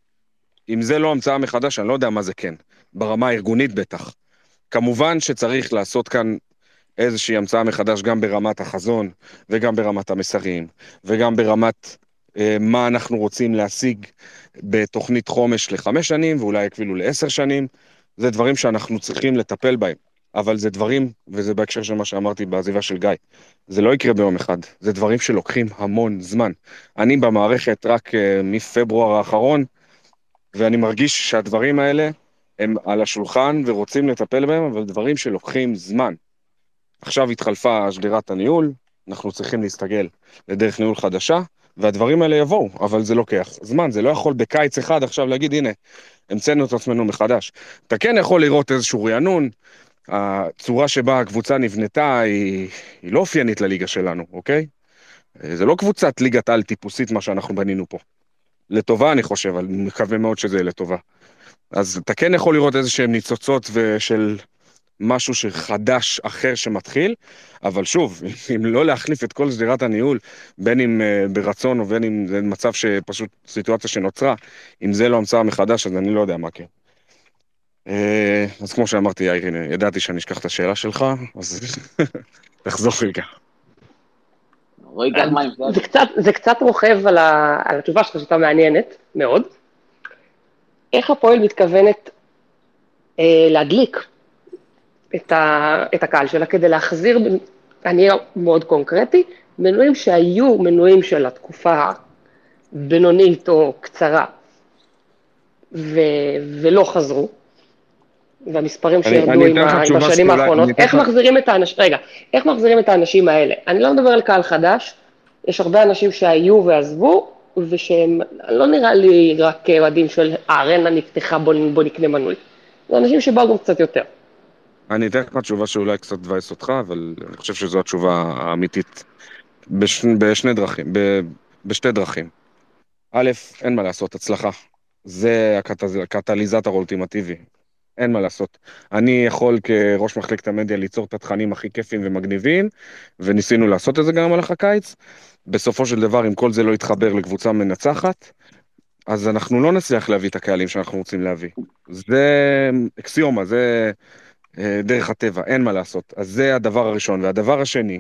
אם זה לא המצאה מחדש, אני לא יודע מה זה כן. ברמה הארגונית בטח. כמובן שצריך לעשות כאן איזושהי המצאה מחדש גם ברמת החזון, וגם ברמת המסרים, וגם ברמת מה אנחנו רוצים להשיג בתוכנית חומש ל5 שנים, ואולי אפילו ל10 שנים. זה דברים שאנחנו צריכים לטפל בהם. אבל זה דברים, וזה בהקשר של מה שאמרתי בעזיבה של גיא, זה לא יקרה ביום אחד. זה דברים שלוקחים המון זמן. אני במערכת רק מפברואר האחרון, ואני מרגיש שהדברים האלה הם על השולחן ורוצים לטפל בהם, אבל דברים שלוקחים זמן. עכשיו התחלפה שדרת הניהול, אנחנו צריכים להסתגל לדרך ניהול חדשה, והדברים האלה יבואו, אבל זה לוקח זמן, זה לא יכול בקיץ אחד עכשיו להגיד, הנה, המצאנו את עצמנו מחדש. אתה כן יכול לראות איזשהו רענון, הצורה שבה הקבוצה נבנתה היא לא אופיינית לליגה שלנו, אוקיי? זה לא קבוצת ליגת על טיפוסית מה שאנחנו בנינו פה. לטובה אני חושב, אבל מקווה מאוד שזה יהיה לטובה. אז אתה כן יכול לראות איזשהם ניצוצות ושל משהו שחדש אחר שמתחיל, אבל שוב, אם לא להחליף את כל סדירת הניהול, בין אם ברצון או בין אם זה מצב שפשוט סיטואציה שנוצרה, אם זה לא המצאה מחדש, אז אני לא יודע מה כן. אז כמו שאמרתי, יאיר, הנה, ידעתי שאני אשכח את השאלה שלך, אז תחזור רגע. זה קצת רוכב על התשובה שלך שהייתה מעניינת מאוד. איך הפועל מתכוונת להדליק את הקהל שלה כדי להחזיר, אני אהיה מאוד קונקרטי, מנויים שהיו מנויים של התקופה בינונית או קצרה ולא חזרו, והמספרים אני שירדו אתן לך תשובה בשנים שאולי, האחרונות, אני אתן לך, איך מחזירים את האנשים האלה? אני לא מדבר על קהל חדש, יש הרבה אנשים שהיו ועזבו, ושהם לא נראה לי רק אוהדים של הארנה נפתחה, בוא נקנה מנוי. זה אנשים שבאו גם קצת יותר. אני אתן לך תשובה שאולי קצת תבאס אותך, אבל אני חושב שזו התשובה האמיתית בשתי דרכים. א', אין מה לעשות, הצלחה. זה הקטליזטור האולטימטיבי. אין מה לעשות. אני יכול כראש מחלקת המדיה ליצור את התכנים הכי כיפים ומגניבים, וניסינו לעשות את זה גם במהלך הקיץ. בסופו של דבר, אם כל זה לא יתחבר לקבוצה מנצחת, אז אנחנו לא נצליח להביא את הקהלים שאנחנו רוצים להביא. זה אקסיומה, זה דרך הטבע, אין מה לעשות. אז זה הדבר הראשון. והדבר השני,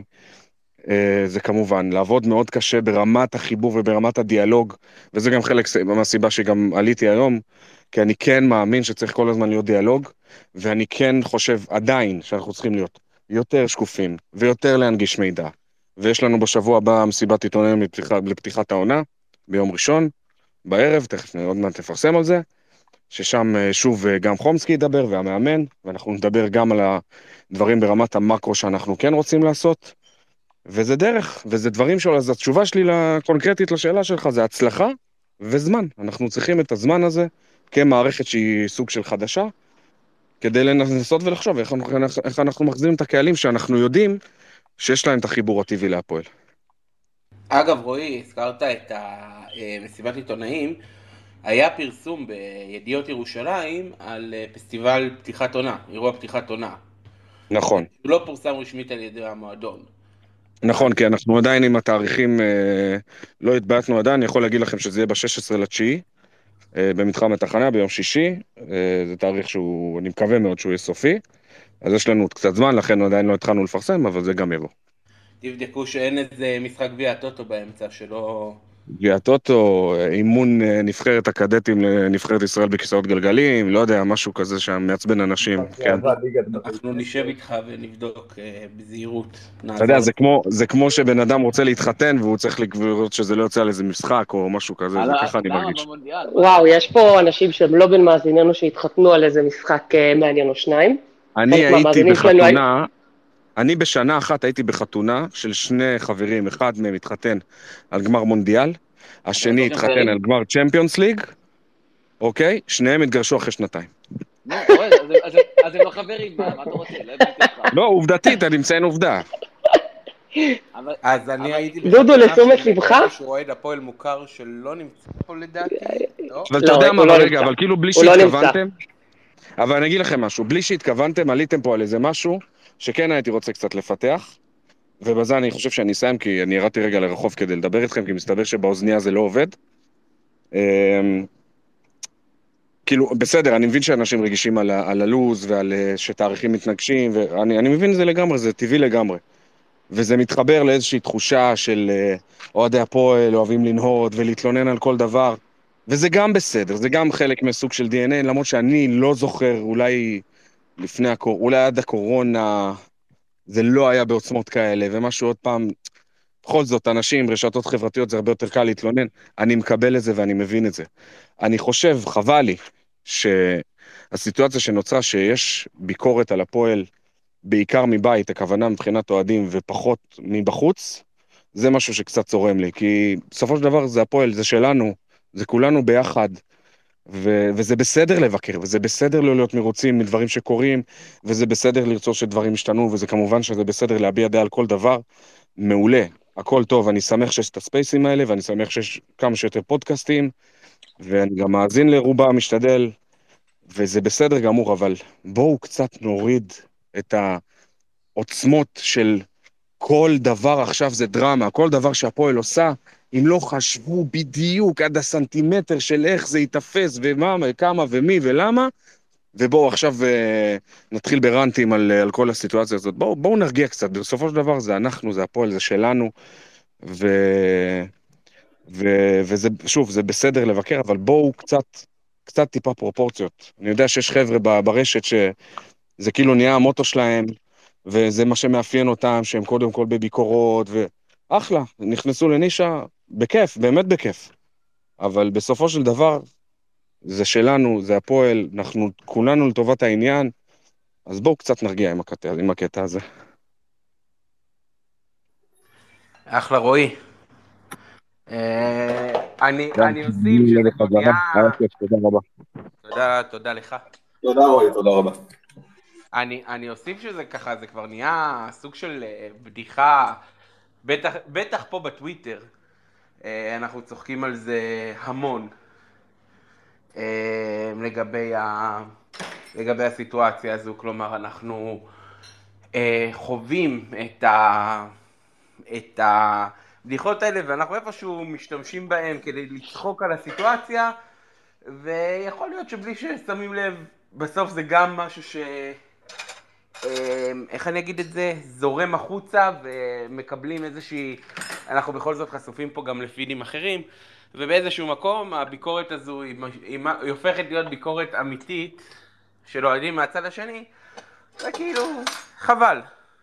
זה כמובן לעבוד מאוד קשה ברמת החיבור וברמת הדיאלוג, וזה גם חלק מהסיבה שגם עליתי היום, כי אני כן מאמין שצריך כל הזמן להיות דיאלוג, ואני כן חושב עדיין שאנחנו צריכים להיות יותר שקופים ויותר להנגיש מידע. ויש לנו בשבוע הבא מסיבת עיתונאים לפתיחת העונה, ביום ראשון, בערב, תכף עוד מעט תפרסם על זה, ששם שוב גם חומסקי ידבר והמאמן, ואנחנו נדבר גם על הדברים ברמת המקרו שאנחנו כן רוצים לעשות, וזה דרך, וזה דברים שלו. אז התשובה שלי קונקרטית לשאלה שלך זה הצלחה וזמן. אנחנו צריכים את הזמן הזה כמערכת שהיא סוג של חדשה, כדי לנסות ולחשוב איך אנחנו מחזירים את הקהלים שאנחנו יודעים שיש להם את החיבור הטבעי להפועל. אגב, רועי, הזכרת את מסיבת עיתונאים, היה פרסום בידיעות ירושלים על פסטיבל פתיחת עונה, אירוע פתיחת עונה. נכון. הוא לא פורסם רשמית על ידי המועדון. נכון, כי אנחנו עדיין עם התאריכים, לא התבעטנו עדיין, אני יכול להגיד לכם שזה יהיה ב-16/9, במתחם התחנה, ביום שישי, זה תאריך שהוא, אני מקווה מאוד שהוא יהיה סופי, אז יש לנו קצת זמן, לכן עדיין לא התחלנו לפרסם, אבל זה גם יבוא. תבדקו שאין איזה משחק גביע הטוטו באמצע, שלא... גביע הטוטו, אימון נבחרת הקדטים לנבחרת ישראל בכיסאות גלגלים, לא יודע, משהו כזה שמעצבן אנשים. כן. אנחנו נשב איתך ונבדוק בזהירות. אתה יודע, זה כמו שבן אדם רוצה להתחתן והוא צריך לראות שזה לא יוצא על איזה משחק או משהו כזה, זה ככה אני מרגיש. וואו, יש פה אנשים שהם לא בין מאזיננו שהתחתנו על איזה משחק מעניין או שניים. אני בשנה אחת הייתי בחתונה של שני חברים, אחד מהם התחתן על גמר מונדיאל, השני התחתן על גמר צ'מפיונס ליג, אוקיי? שניהם התגרשו אחרי שנתיים. נו, אז הם לא חברים, מה אתה רוצה? לא, עובדתית, אני מציין עובדה. אז אני הייתי דודו, לתשומת לבך? שהוא אוהד הפועל מוכר שלא נמצא פה לדעתי. אבל אתה יודע מה, רגע, אבל כאילו בלי שהתכוונתם, אבל אני אגיד לכם משהו, בלי שהתכוונתם, עליתם פה על איזה משהו, שכן הייתי רוצה קצת לפתח, ובזה אני חושב שאני אסיים, כי אני ירדתי רגע לרחוב כדי לדבר איתכם, כי מסתבר שבאוזניה זה לא עובד. כאילו, בסדר, אני מבין שאנשים רגישים על הלוז, ועל שתאריכים מתנגשים, ואני מבין זה לגמרי, זה טבעי לגמרי. וזה מתחבר לאיזושהי תחושה של אוהדי הפועל, אוהבים לנהות ולהתלונן על כל דבר, וזה גם בסדר, זה גם חלק מסוג של DNA, למרות שאני לא זוכר, אולי אולי עד הקורונה, זה לא היה בעוצמות כאלה, ומשהו עוד פעם, בכל זאת, אנשים, רשתות חברתיות, זה הרבה יותר קל להתלונן, אני מקבל את זה ואני מבין את זה. אני חושב, חבל לי, שהסיטואציה שנוצרה שיש ביקורת על הפועל, בעיקר מבית, הכוונה מבחינת אוהדים ופחות מבחוץ, זה משהו שקצת צורם לי, כי בסופו של דבר זה הפועל, זה שלנו, זה כולנו ביחד, וזה בסדר לבקר, וזה בסדר לא להיות מרוצים מדברים שקורים, וזה בסדר לרצות שדברים ישתנו, וזה כמובן שזה בסדר להביע דעה על כל דבר, מעולה, הכל טוב, אני שמח שיש את הספייסים האלה, ואני שמח שיש כמה שיותר פודקאסטים, ואני גם מאזין לרובה, משתדל, וזה בסדר גמור, אבל בואו קצת נוריד את העוצמות של כל דבר עכשיו זה דרמה, כל דבר שהפועל עושה, אם לא חשבו בדיוק עד הסנטימטר של איך זה יתפס ומה, כמה ומי ולמה, ובואו עכשיו נתחיל ברנטים על כל הסיטואציה הזאת. בואו נרגיע קצת, בסופו של דבר זה אנחנו, זה הפועל, זה שלנו, וזה, שוב, זה בסדר לבקר, אבל בואו קצת טיפה פרופורציות. אני יודע שיש חבר'ה ברשת שזה כאילו נהיה המוטו שלהם, וזה מה שמאפיין אותם, שהם קודם כל בביקורות, ואחלה, נכנסו לנישה בכיף, באמת בכיף. אבל בסופו של דבר, זה שלנו, זה הפועל, אנחנו כולנו לטובת העניין, אז בואו קצת נרגיע עם הקטע הזה. אחלה רועי. אני אוסיף שזה כבר נהיה... תודה רבה. תודה לך. תודה רועי, תודה רבה. אני אוסיף שזה ככה, זה כבר נהיה סוג של בדיחה, בטח פה בטוויטר, אנחנו צוחקים על זה המון, לגבי הסיטואציה הזו, כלומר אנחנו חווים את הבדיחות האלה, ואנחנו איפשהו משתמשים בהן כדי לצחוק על הסיטואציה, ויכול להיות שבלי ששמים לב, בסוף זה גם משהו איך אני אגיד את זה? זורם החוצה ומקבלים איזושהי... אנחנו בכל זאת חשופים פה גם לפידים אחרים, ובאיזשהו מקום הביקורת הזו היא הופכת להיות ביקורת אמיתית שלא יודעים מהצד השני, וכאילו חבל.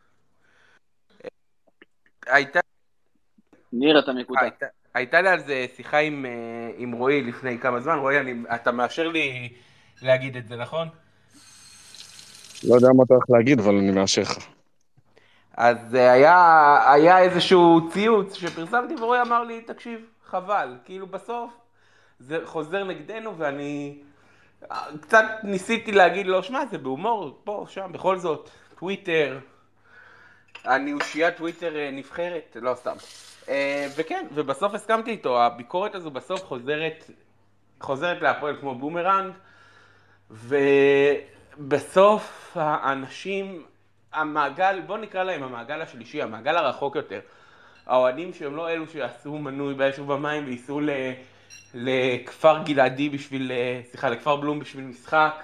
ניר, אתה מקוטע. הייתה לי על זה שיחה עם רועי לפני כמה זמן. רועי, אתה מאשר לי להגיד את זה, נכון? לא יודע מה אתה הולך להגיד, אבל אני מאשר לך. אז היה איזשהו ציוץ שפרסמתי, ורועי אמר לי, תקשיב, חבל, כאילו בסוף זה חוזר נגדנו, ואני קצת ניסיתי להגיד לו, שמע, זה בהומור, פה, שם, בכל זאת, טוויטר, אני אושיית טוויטר נבחרת, לא סתם. וכן, ובסוף הסכמתי איתו, הביקורת הזו בסוף חוזרת להפועל כמו בומרנג, ובסוף האנשים, המעגל, בוא נקרא להם המעגל השלישי, המעגל הרחוק יותר, האוהדים שהם לא אלו שעשו מנוי ביישוב במים וייסעו לכפר גלעדי לכפר בלום בשביל משחק,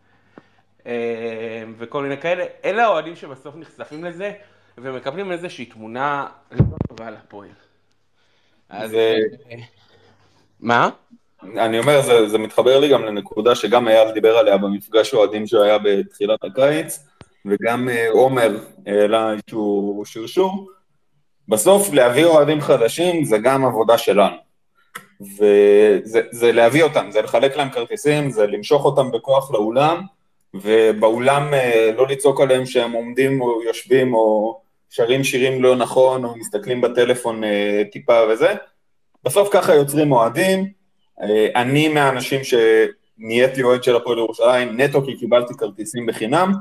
וכל מיני כאלה, אלה האוהדים שבסוף נחשפים לזה, ומקבלים איזושהי תמונה לא טובה על הפועל. אז... מה? אני אומר, זה מתחבר לי גם לנקודה שגם אייל דיבר עליה במפגש אוהדים שהיה בתחילת הקיץ, וגם עומר העלה איזשהו שרשור. בסוף להביא אוהדים חדשים זה גם עבודה שלנו. וזה להביא אותם, זה לחלק להם כרטיסים, זה למשוך אותם בכוח לאולם, ובאולם לא לצעוק עליהם שהם עומדים או יושבים או שרים שירים לא נכון, או מסתכלים בטלפון טיפה וזה. בסוף ככה יוצרים אוהדים. אני מהאנשים שנהייתי אוהד של הפועל ירושלים, נטו כי קיבלתי כרטיסים בחינם,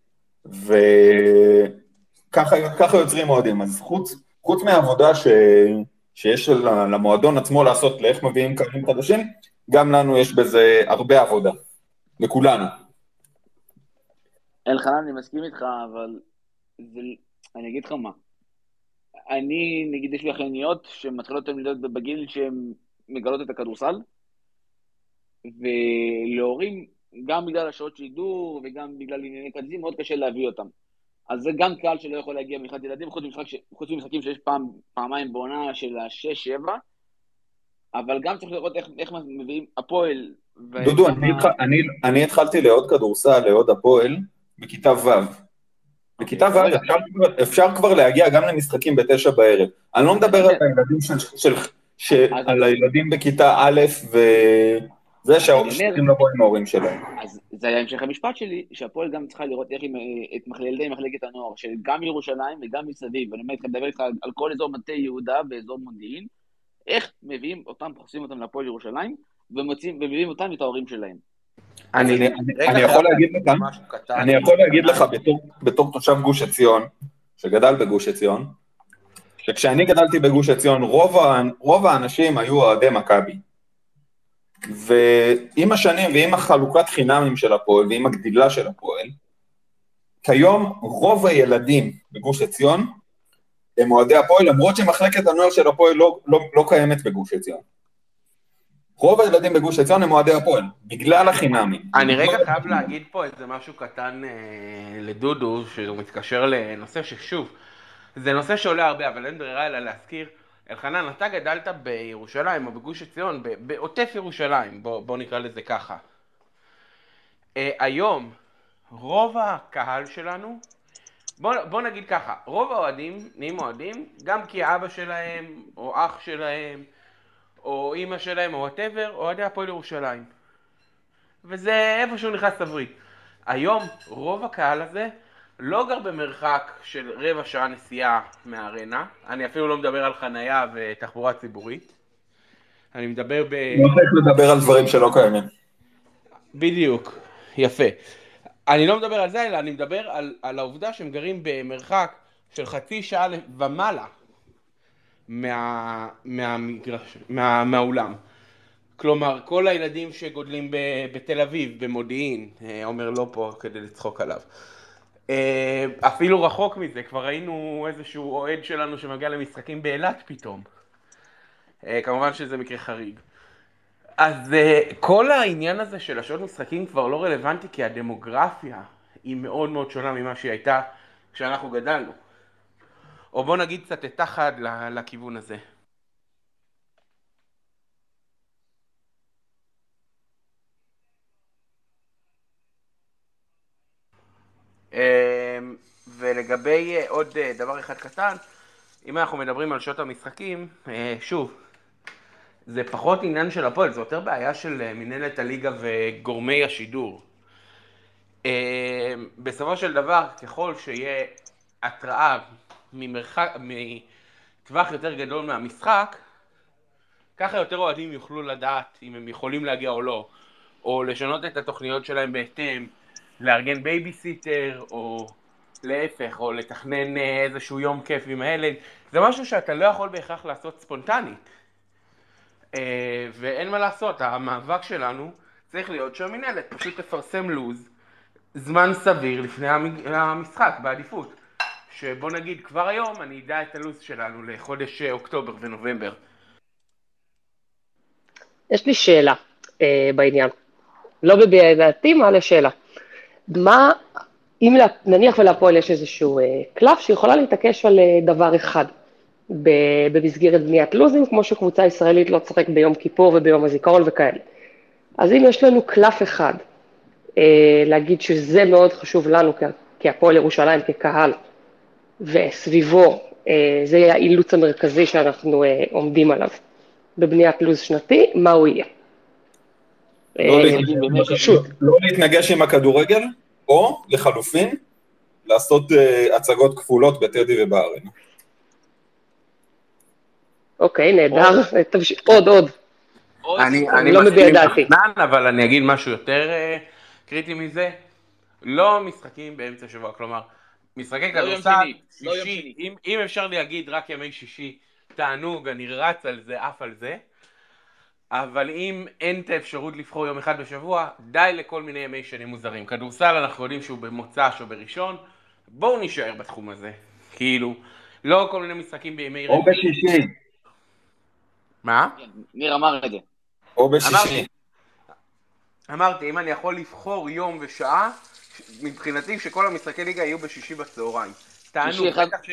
וככה יוצרים אוהדים. אז חוץ מהעבודה שיש למועדון עצמו לעשות לאיך מביאים קהלים חדשים, גם לנו יש בזה הרבה עבודה, לכולנו. אלחנן, אני מסכים איתך, אבל אני אגיד לך מה. נגיד, יש לי אחייניות שמתחילות להיות בגיל שהן מגלות את הכדורסל, ולהורים, גם בגלל השעות שידור וגם בגלל ענייני כרטיסים, מאוד קשה להביא אותם. אז זה גם קהל שלא יכול להגיע מחד ילדים, חוץ ממשחקים שיש פעמיים בעונה של ה-6-7, אבל גם צריך לראות איך מביאים הפועל. דודו, אני התחלתי לעוד כדורסל, לעוד הפועל, בכיתה ו'. בכיתה ו' אפשר כבר להגיע גם למשחקים ב9 בערב. אני לא מדבר על הילדים על הילדים בכיתה א' וזה שהולכים לבוא עם ההורים שלהם. אז זה היה המשך המשפט שלי, שהפועל גם צריכה לראות איך את ילדי מחלקת הנוער, שגם ירושלים וגם מסביב, ואני מדבר איתך על כל אזור מטה יהודה ואזור מודיעין, איך מביאים אותם, חושבים אותם לפועל ירושלים, ומביאים אותם את ההורים שלהם. אני יכול להגיד לך בתור תושב גוש עציון, שגדל בגוש עציון, שכשאני גדלתי בגוש עציון, רוב האנשים היו אוהדי מכבי. ועם השנים ועם החלוקת חינמים של הפועל ועם הגדילה של הפועל, כיום רוב הילדים בגוש עציון הם אוהדי הפועל, למרות שמחלקת הנוער של הפועל לא קיימת בגוש עציון. רוב הילדים בגוש עציון הם אוהדי הפועל, בגלל החינמים. אני רגע חייב להגיד פה איזה משהו קטן לדודו, שהוא מתקשר לנושא ששוב, זה נושא שעולה הרבה, אבל אין ברירה אלא להזכיר. אלחנן, אתה גדלת בירושלים או בגוש עציון, בעוטף ירושלים, בוא נקרא לזה ככה. היום, רוב הקהל שלנו, בוא נגיד ככה, רוב האוהדים נהיים אוהדים, גם כי אבא שלהם, או אח שלהם, או אמא שלהם, או whatever, אוהדי הפועל ירושלים. וזה איפשהו נכנס לברית. היום רוב הקהל הזה לא גר במרחק של רבע שעה נסיעה מהארנה, אני אפילו לא מדבר על חנייה ותחבורה ציבורית, אני מדבר לא צריך לדבר על דברים שלא קיימים. בדיוק, יפה. אני לא מדבר על זה, אלא אני מדבר על העובדה שהם גרים במרחק של חצי שעה ומעלה מהאולם. כלומר, כל הילדים שגודלים בתל אביב, במודיעין, עומר לא פה כדי לצחוק עליו. אפילו רחוק מזה, כבר ראינו איזשהו אוהד שלנו שמגיע למשחקים באילת פתאום. כמובן שזה מקרה חריג. אז כל העניין הזה של השעות משחקים כבר לא רלוונטי, כי הדמוגרפיה היא מאוד מאוד שונה ממה שהיא הייתה כשאנחנו גדלנו. או בוא נגיד קצת את אחד לכיוון הזה. ולגבי עוד דבר אחד קטן, אם אנחנו מדברים על שעות המשחקים, שוב, זה פחות עניין של הפועל, זה יותר בעיה של מנהלת הליגה וגורמי השידור. בסופו של דבר, ככל שיהיה התראה מטווח יותר גדול מהמשחק, ככה יותר אוהדים יוכלו לדעת אם הם יכולים להגיע או לא, או לשנות את התוכניות שלהם בהתאם, לארגן בייביסיטר, או להפך, או לתכנן איזשהו יום כיף עם הילד. זה משהו שאתה לא יכול בהכרח לעשות ספונטנית. ואין מה לעשות, המאבק שלנו צריך להיות שהמנהלת פשוט תפרסם לוז זמן סביר לפני המשחק, בעדיפות. שבוא נגיד, כבר היום אני אדע את הלוז שלנו לחודש אוקטובר ונובמבר. יש לי שאלה בעניין. לא בביע דעתי, מעלה שאלה. מה, אם נניח ולהפועל יש איזשהו קלף שיכולה להתעקש על דבר אחד במסגרת בניית לוזים, כמו שקבוצה ישראלית לא תשחק ביום כיפור וביום הזיכרון וכאלה. אז אם יש לנו קלף אחד, להגיד שזה מאוד חשוב לנו כהפועל ירושלים, כקהל, וסביבו, זה יהיה האילוץ המרכזי שאנחנו עומדים עליו בבניית לוז שנתי, מה הוא יהיה? לא להתנגש עם הכדורגל, או לחלופין, לעשות הצגות כפולות בטדי ובארנה. אוקיי, נהדר. עוד. אני לא מביע דעתי. אבל אני אגיד משהו יותר קריטי מזה. לא משחקים באמצע שבוע, כלומר, משחקי כדורסל, שישי, אם אפשר להגיד רק ימי שישי, תענוג, אני רץ על זה, אף על זה. אבל אם אין את האפשרות לבחור יום אחד בשבוע, די לכל מיני ימי שני מוזרים. כדורסל אנחנו יודעים שהוא במוצ"ש או בראשון, בואו נשאר בתחום הזה. כאילו, לא כל מיני משחקים בימי רביעי. או בשישי. מה? ניר אמר את זה. או בשישי. אמרתי, אם אני יכול לבחור יום ושעה, מבחינתי שכל המשחקי ליגה יהיו בשישי בצהריים. תענו,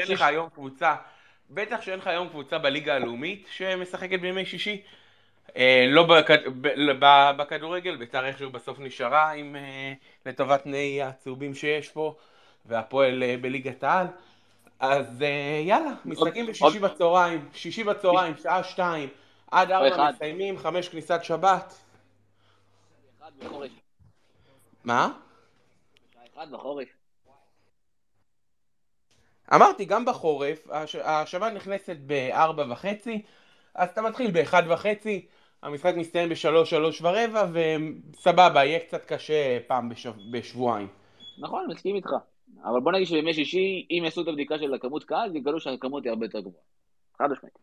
בטח שאין לך היום קבוצה בליגה הלאומית שמשחקת בימי שישי. לא בכדורגל, בית"ר איכשהו בסוף נשארה לטובת תנאי הצהובים שיש פה, והפועל בליגת העל. אז יאללה, משחקים בשישי בצהריים, שישי בצהריים, שעה 2, עד 4 מסיימים, 5 כניסת שבת. מה? שעה 1 בחורף. אמרתי, גם בחורף, השבת נכנסת ב-4:30, אז אתה מתחיל ב-1:30, המשחק מסתיים ב-3:15, וסבבה, יהיה קצת קשה פעם בשבועיים. נכון, מסכים איתך. אבל בוא נגיד שבימי שישי, אם יעשו את הבדיקה של הכמות קהל, יגלו שהכמות היא הרבה יותר גבוהה. חד משמעית.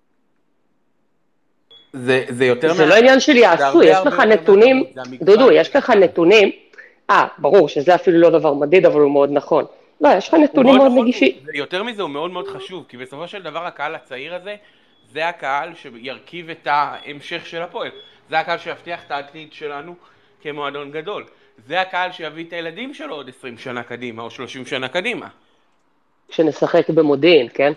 זה יותר... זה לא עניין של יעשו, יש לך נתונים, דודו, יש לך נתונים, ברור שזה אפילו לא דבר מדיד, אבל הוא מאוד נכון. לא, יש לך נתונים מאוד נגישים. יותר מזה הוא מאוד מאוד חשוב, כי בסופו של דבר הקהל הצעיר הזה, זה הקהל שירכיב את ההמשך של הפועל. זה הקהל שיבטיח את העתיד שלנו כמועדון גדול. זה הקהל שיביא את הילדים שלו עוד 20 שנה קדימה, או 30 שנה קדימה. שנשחק במודיעין, כן?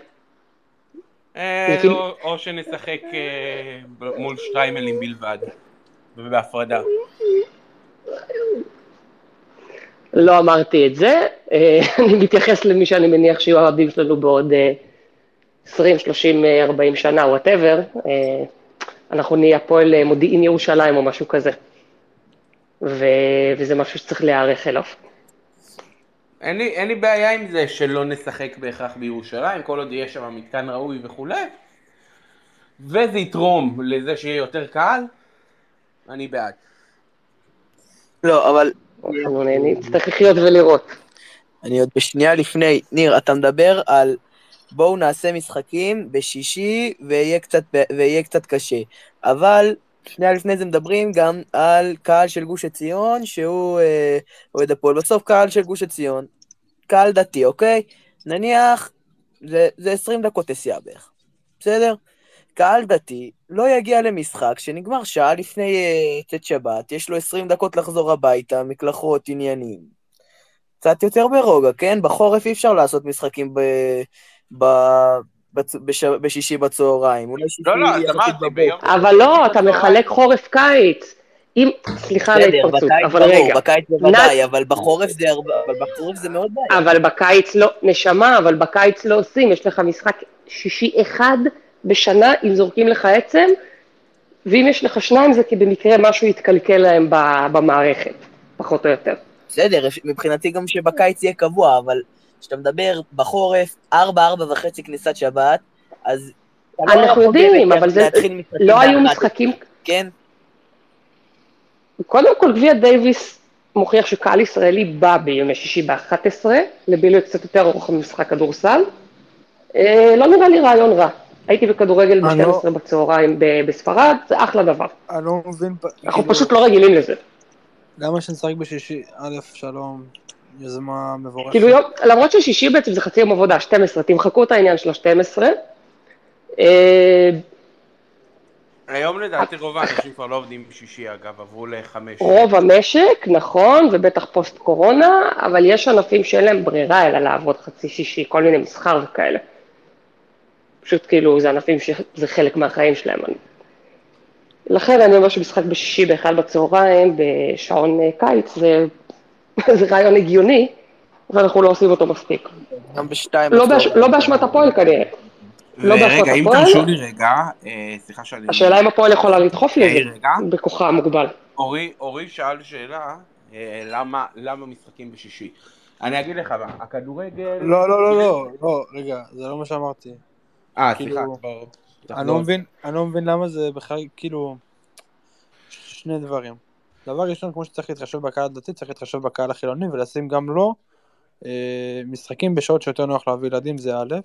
או שנשחק מול שטריימלים בלבד, ובהפרדה. לא אמרתי את זה, אני מתייחס למי שאני מניח שיהיו הערבים שלנו בעוד 20, 30, 40 שנה, whatever, אנחנו נהיה הפועל מודיעין ירושלים או משהו כזה. וזה משהו שצריך להיערך אליו. אין לי בעיה עם זה שלא נשחק בהכרח בירושלים, כל עוד יהיה שם מתקן ראוי וכולי, וזה יתרום לזה שיהיה יותר קהל, אני בעד. לא, אבל אנחנו נצטרך לחיות ולראות. אני עוד בשנייה לפני. ניר, אתה מדבר על בואו נעשה משחקים בשישי ויהיה קצת קשה. אבל שנייה לפני זה מדברים גם על קהל של גוש עציון, שהוא אוהד הפועל. בסוף קהל של גוש עציון, קהל דתי, אוקיי? נניח, זה 20 דקות נסיעה בערך. בסדר? קהל דתי לא יגיע למשחק שנגמר שעה לפני צאת שבת, יש לו 20 דקות לחזור הביתה, מקלחות, עניינים. קצת יותר ברוגע, כן? בחורף אי אפשר לעשות משחקים בשישי בצהריים. אולי שישי לא, אז יחסית אמרתי, ביום... אבל לא, אתה מחלק חורף קיץ. סליחה על ההתפרצות, אבל רגע. בקיץ בוודאי, אבל בחורף זה מאוד בעיה. אבל בקיץ לא, נשמה, אבל בקיץ לא עושים, יש לך משחק שישי אחד בשנה, אם זורקים לך עצם, ואם יש לך שניים זה כי במקרה משהו יתקלקל להם במערכת, פחות או יותר. בסדר, מבחינתי גם שבקיץ יהיה קבוע, אבל כשאתה מדבר בחורף, 4-4.5 כניסת שבת, אז... אנחנו יודעים, אבל זה לא היו משחקים... כן. קודם כל, גביע דייביס מוכיח שקהל ישראלי בא בימי שישי ב-11, לבילו קצת יותר ארוך ממשחק כדורסל. לא נראה לי רעיון רע. הייתי בכדורגל ב-12 בצהריים בספרד, זה אחלה דבר. אני לא מבין... אנחנו פשוט לא רגילים לזה. למה שנשחק בשישי? א', שלום, יזמה מבורכת. כאילו, למרות ששישי בעצם זה חצי יום עבודה, 12, תמחקו את העניין של ה-12. היום לדעתי רוב האנשים כבר לא עובדים בשישי, אגב, עברו ל5. רוב המשק, נכון, ובטח פוסט קורונה, אבל יש ענפים שאין להם ברירה אלא לעבוד חצי שישי, כל מיני מסחר וכאלה. פשוט כאילו, זה ענפים שזה חלק מהחיים שלהם. לכן אני אומר שמשחק בשישי באחד בצהריים, בשעון קיץ, זה רעיון הגיוני, ואנחנו לא עושים אותו מספיק. גם בשתיים. לא באשמת הפועל כנראה. רגע, אם תרשו לי רגע, סליחה שאני... השאלה אם הפועל יכולה לדחוף לזה, בכוחה המוגבל. אורי שאל שאלה, למה משחקים בשישי? אני אגיד לך, הכדורגל... לא, רגע, זה לא מה שאמרתי. סליחה. אני לא מבין למה זה בכלל, כאילו, שני דברים. דבר ראשון, כמו שצריך להתחשב בקהל הדתי, צריך להתחשב בקהל החילוני, ולשים גם לו משחקים בשעות שיותר נוח להביא ילדים, זה א'.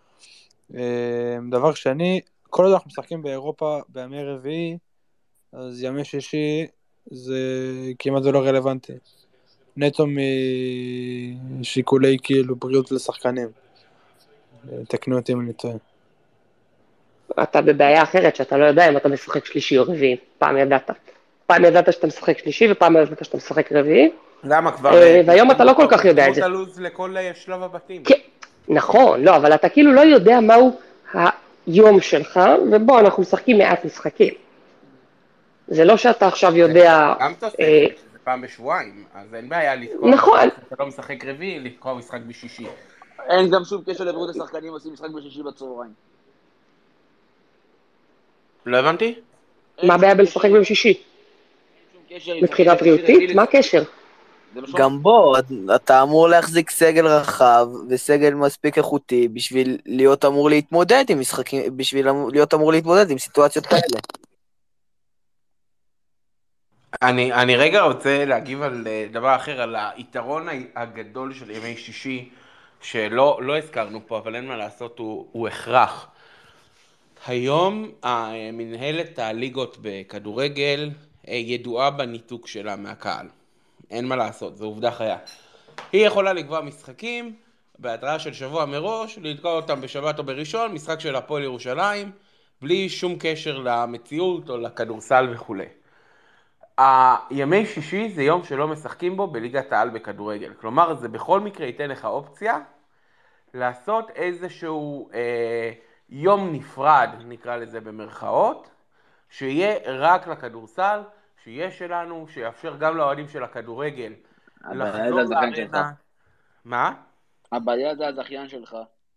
דבר שני, כל עוד אנחנו משחקים באירופה בימי רביעי, אז ימי שישי זה כמעט לא רלוונטי. נטו משיקולי כאילו בריאות לשחקנים. תקנו אותי אם אני טועה. אתה בבעיה אחרת שאתה לא יודע אם אתה משחק שלישי או רביעי. פעם ידעת שאתה משחק שלישי ופעם ידעת שאתה משחק רביעי. למה כבר? והיום אתה לא כל כך יודע את זה. אתה לוז לכל שלב הבתים. נכון, לא, אבל אתה כאילו לא יודע מהו היום שלך, ובוא, אנחנו משחקים מעט משחקים. זה לא שאתה עכשיו יודע... גם תוספת, זה פעם בשבועיים, אז אין בעיה לתקוע... נכון. אתה לא משחק רביעי, לתקוע משחק בשישי. אין גם שום קשר לבריאות השחקנים עושים משחק בשישי בצהריים. לא הבנתי? מה הבעיה בלשחק בשישי? מבחינה בריאותית? מה הקשר? גם בו, אתה אמור להחזיק סגל רחב וסגל מספיק איכותי בשביל להיות אמור להתמודד עם משחקים, בשביל להיות אמור להתמודד עם סיטואציות כאלה. אני רגע רוצה להגיב על דבר אחר, על היתרון הגדול של ימי שישי, שלא הזכרנו פה, אבל אין מה לעשות, הוא הכרח. היום מנהלת הליגות בכדורגל ידועה בניתוק שלה מהקהל. אין מה לעשות, זו עובדה חיה. היא יכולה לקבוע משחקים בהתראה של שבוע מראש, לתקוע אותם בשבת או בראשון, משחק של הפועל ירושלים, בלי שום קשר למציאות או לכדורסל וכו'. הימי שישי זה יום שלא משחקים בו בליגת העל בכדורגל. כלומר, זה בכל מקרה ייתן לך אופציה לעשות איזשהו יום נפרד, נקרא לזה במרכאות, שיהיה רק לכדורסל, שיהיה שלנו, שיאפשר גם לאוהדים של הכדורגל לחזור לארנה. מה? הבעיה זה הזכיין שלך.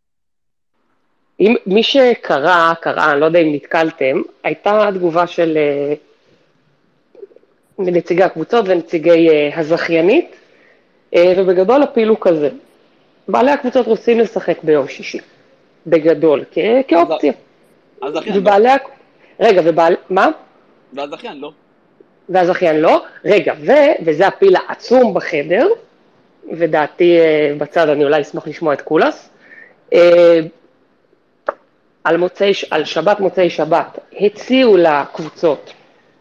מי שקרא, אני לא יודע אם נתקלתם, הייתה תגובה של מנציגי הקבוצות ונציגי הזכיינית, ובגדול הפעיל הוא כזה. בעלי הקבוצות רוצים לשחק ביום שישי, בגדול, כאופציה. הזכיין לא. רגע, מה? והזכיין לא. והזכיין לא, רגע, וזה הפיל העצום בחדר, ודעתי בצד, אני אולי אשמח לשמוע את קולס, על שבת מוצאי שבת, הציעו לקבוצות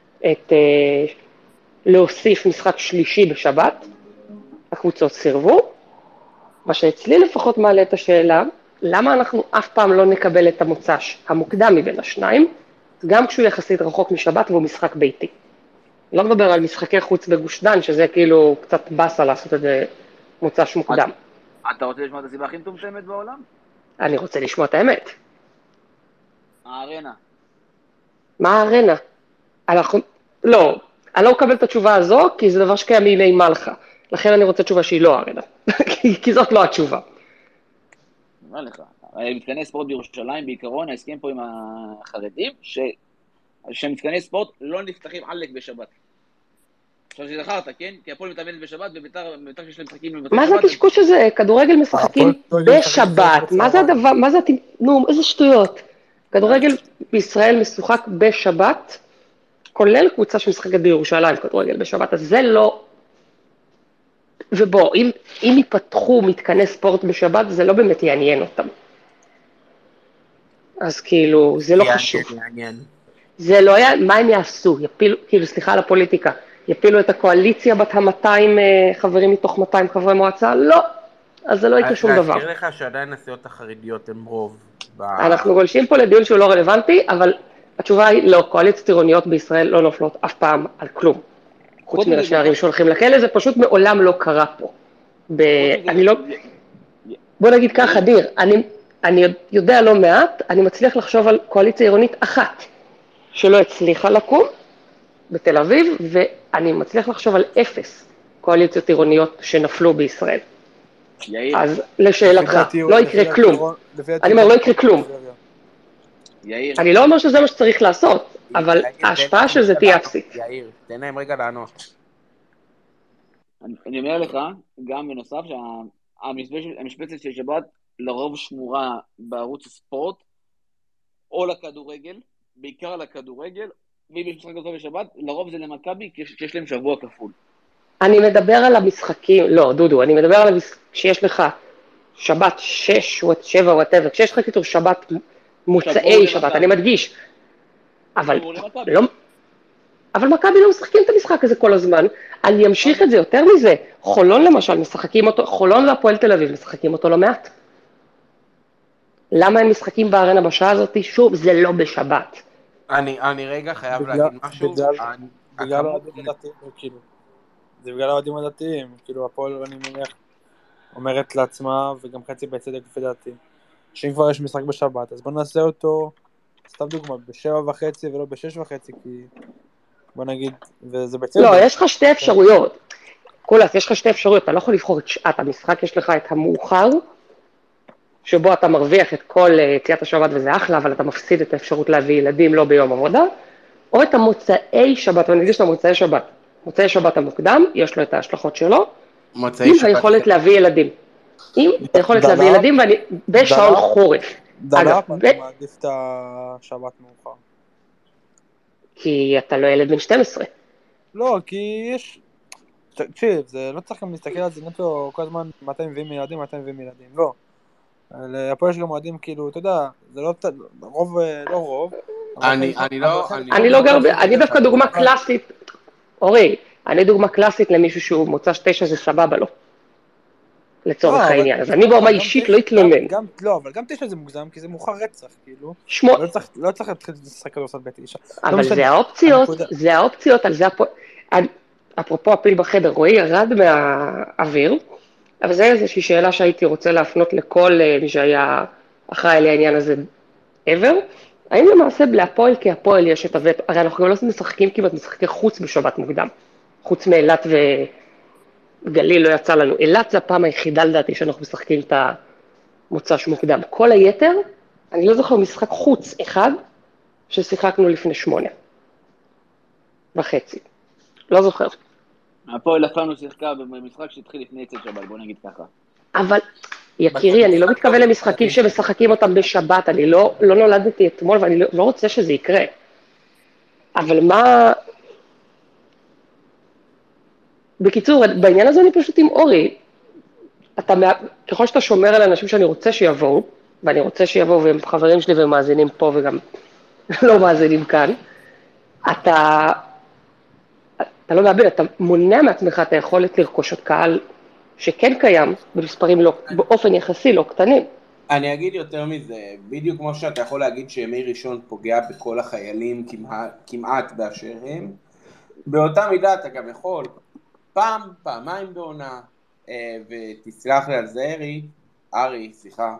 להוסיף משחק שלישי בשבת, הקבוצות סירבו, מה שאצלי לפחות מעלה את השאלה, למה אנחנו אף פעם לא נקבל את המוצ"ש המוקדם מבין השניים, גם כשהוא יחסית רחוק משבת והוא משחק ביתי. לא מדבר על משחקי חוץ בגוש דן, שזה כאילו קצת בסה לעשות את זה מוצ"ש מוקדם. אתה רוצה לשמוע את הסיבה הכי מטומטמת בעולם? אני רוצה לשמוע את האמת. הארנה. מה הארנה? לא, אני לא אקבל את התשובה הזו, כי זה דבר שקיים מימי מלכה. לכן אני רוצה תשובה שהיא לא הארנה. כי זאת לא התשובה. אומר לך, מתקני ספורט בירושלים, בעיקרון, ההסכם פה עם החרדים, שמתקני ספורט לא נפתחים עלק בשבת. עכשיו שזכרת, כן? כי הפועל מתאמנת בשבת, וביתר שיש להם משחקים במוצאי שבת. מה זה הקשקוש הזה? כדורגל משחקים בשבת. מה זה הדבר? מה זה נו, איזה שטויות. כדורגל בישראל משוחק בשבת, כולל קבוצה שמשחקת בירושלים, כדורגל בשבת. אז זה לא... ובוא, אם ייפתחו מתקני ספורט בשבת, זה לא באמת יעניין אותם. אז כאילו, זה לא חשוב. זה לא היה, מה הם יעשו? יפילו, כאילו, סליחה על הפוליטיקה, יפילו את הקואליציה בת ה-200 חברים מתוך 200 חברי מועצה? לא. אז זה לא יקרה שום דבר. להזכיר לך שעדיין הסיעות החרדיות הם רוב. אנחנו גולשים פה לדיון שהוא לא רלוונטי, אבל התשובה היא לא, קואליציות עירוניות בישראל לא נופלות אף פעם על כלום. חוץ מראשי הערים שהולכים לכלא, זה פשוט מעולם לא קרה פה. אני לא... בוא נגיד ככה, דיר, אני יודע לא מעט, אני מצליח לחשוב על קואליציה עירונית אחת, שלא הצליחה לקום בתל אביב, ואני מצליח לחשוב על 0 קואליציות עירוניות שנפלו בישראל. אז לשאלתך, לא יקרה כלום. אני אומר, לא יקרה כלום. אני לא אומר שזה מה שצריך לעשות, אבל ההשפעה של זה תהיה אפסית. יאיר, תן להם רגע לענות. אני אומר לך, גם בנוסף, שהמשבצת של שבת לרוב שמורה בערוץ הספורט, או לכדורגל, בעיקר לכדורגל, ואם יש משחק כזה בשבת, לרוב זה למכבי, שיש להם שבוע כפול. אני מדבר על המשחקים, לא, דודו, אני מדבר על שיש לך שבת 6, 7, whatever, כשיש לך כתוב שבת מוצאי שבת, אני מדגיש, אבל לא... אבל מכבי לא משחקים את המשחק הזה כל הזמן, אני אמשיך את זה יותר מזה, חולון למשל משחקים אותו, חולון והפועל תל אביב משחקים אותו לא מעט. למה הם משחקים בארנה בשעה הזאת? שוב, זה לא בשבת. אני רגע חייב להגיד משהו. בגלל האוהדים הדתיים, כאילו. זה בגלל האוהדים הדתיים, כאילו הפועל, אני מניח, אומרת לעצמה, וגם חצי בצדק לפי דעתי, שאם כבר יש משחק בשבת, אז בוא נעשה אותו, סתם דוגמה, ב7:30 ולא ב6:30, כי בוא נגיד, וזה בצדק. לא, יש לך שתי אפשרויות. קולס, יש לך שתי אפשרויות, אתה לא יכול לבחור את שעת המשחק, יש לך את המאוחר, שבו אתה מרוויח את כל יציאת השבת וזה אחלה, אבל אתה מפסיד את האפשרות להביא ילדים לא ביום עבודה, או את המוצאי שבת, ואני אגיד שאתה מוצאי שבת. מוצאי שבת המוקדם, יש לו את ההשלכות שלו, עם היכולת להביא ילדים. עם היכולת להביא ילדים, ואני בשעון חורף. דלאפ, אתה מעדיף את השבת מאוחר. כי אתה לא ילד בן 12. לא, כי יש... תקשיב, זה לא צריך גם להסתכל על זה נטו כל הזמן מתי מביאים ילדים, לא. פה יש גם מועדים, כאילו, אתה יודע, זה לא רוב, לא רוב. אני לא גר, אני דווקא דוגמה קלאסית, אורי, אני דוגמה קלאסית למישהו שהוא מוצא 9, זה סבבה לו. לצורך העניין, אז אני ברמה אישית לא אתלונן. לא, אבל גם 9 זה מוגזם, כי זה מאוחר רצח, כאילו. לא צריך להתחיל לשחק כדורסל ב9. אבל זה האופציות, על זה אפרופו הפיל בחדר, רועי ירד מהאוויר, אבל זה איזושהי שאלה שהייתי רוצה להפנות לכל מי שהיה אחראי לעניין הזה ever. האם למעשה להפועל כהפועל יש את הווטו? הרי אנחנו לא משחקים כמעט משחקי חוץ בשבת מוקדם. חוץ מאילת וגליל לא יצא לנו. אילת זה הפעם היחידה לדעתי שאנחנו משחקים את המוצ"ש מוקדם. כל היתר, אני לא זוכר משחק חוץ אחד ששיחקנו לפני 8:30. לא זוכר. הפועל אף פעם לא שיחקה במשחק שהתחיל לפני צאת שבת, בוא נגיד ככה. אבל, יקירי, אני לא מתכוון למשחקים שמשחקים אותם בשבת, אני לא נולדתי אתמול ואני לא רוצה שזה יקרה. אבל מה... בקיצור, בעניין הזה אני פשוט עם אורי. ככל שאתה שומר על אנשים שאני רוצה שיבואו, ואני רוצה שיבואו והם חברים שלי והם מאזינים פה וגם לא מאזינים כאן, אתה לא מאבד, אתה מונע מעצמך את היכולת לרכוש את קהל שכן קיים במספרים באופן יחסי לא קטנים. אני אגיד יותר מזה, בדיוק כמו שאתה יכול להגיד שימי ראשון פוגע בכל החיילים כמעט באשר הם, באותה מידה אתה גם יכול פעמיים בעונה, ותסלח לי על זה ארי, סליחה,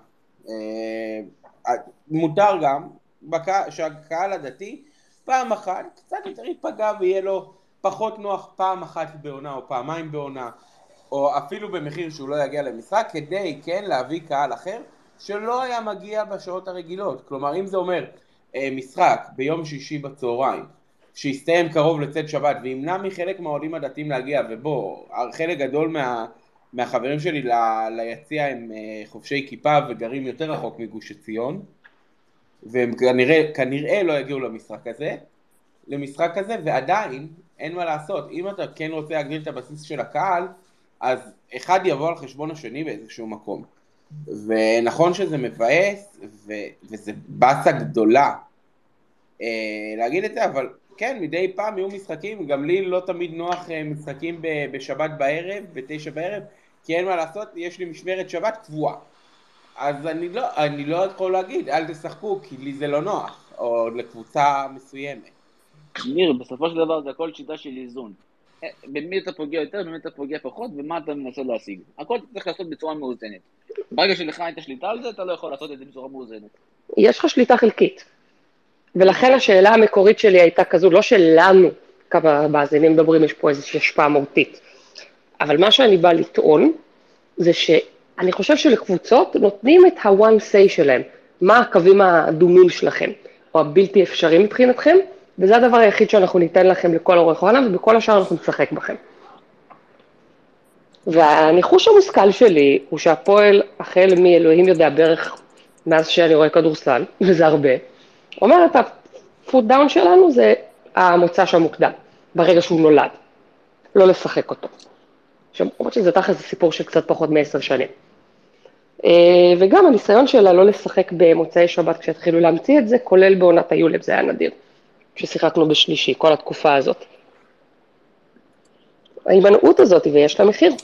מותר גם שהקהל הדתי פעם אחת קצת יותר ייפגע ויהיה לו פחות נוח פעם אחת בעונה או פעמיים בעונה, או אפילו במחיר שהוא לא יגיע למשחק, כדי כן להביא קהל אחר שלא היה מגיע בשעות הרגילות. כלומר, אם זה אומר משחק ביום שישי בצהריים שיסתיים קרוב לצאת שבת וימנע מחלק מהאוהדים הדתיים להגיע, ובו חלק גדול מהחברים שלי ליציע הם חובשי כיפה וגרים יותר רחוק מגוש עציון, והם כנראה לא יגיעו למשחק הזה, ועדיין אין מה לעשות. אם אתה כן רוצה להגדיל את הבסיס של הקהל, אז אחד יבוא על חשבון השני באיזשהו מקום. ונכון שזה מבאס, וזה בסה גדולה להגיד את זה, אבל כן, מדי פעם יהיו משחקים, גם לי לא תמיד נוח משחקים בשבת בערב, ב9 בערב, כי אין מה לעשות, יש לי משמרת שבת קבועה. אז אני לא יכול להגיד, אל תשחקו, כי לי זה לא נוח, או לקבוצה מסוימת. ניר, בסופו של דבר זה הכל שיטה של איזון. במי אתה פוגע יותר, במי אתה פוגע פחות, ומה אתה מנסה להשיג. הכל צריך לעשות בצורה מאוזנת. ברגע שלך היית שליטה על זה, אתה לא יכול לעשות את זה בצורה מאוזנת. יש לך שליטה חלקית. ולכן השאלה המקורית שלי הייתה כזו, לא שלנו, כמה מאזינים מדברים, יש פה איזושהי השפעה מהותית. אבל מה שאני באה לטעון, זה שאני חושב שלקבוצות נותנים את ה-one say שלהם. מה הקווים האדומים שלכם, או הבלתי אפשרי מבחינתכם, וזה הדבר היחיד שאנחנו ניתן לכם לכל אורך העולם, ובכל השאר אנחנו נשחק בכם. והניחוש המושכל שלי הוא שהפועל, החל מאלוהים יודע בערך מאז שאני רואה כדורסל, וזה הרבה, אומר את הפוט דאון שלנו זה המוצא המוקדם, ברגע שהוא נולד, לא לשחק אותו. שאומרת שזה תחת זה סיפור של קצת פחות מ10 שנים. וגם הניסיון שלה לא לשחק במוצאי שבת כשהתחילו להמציא את זה, כולל בעונת היולב, זה היה נדיר. ששיחקנו בשלישי, כל התקופה הזאת. ההימנעות הזאת, ויש לה מחיר.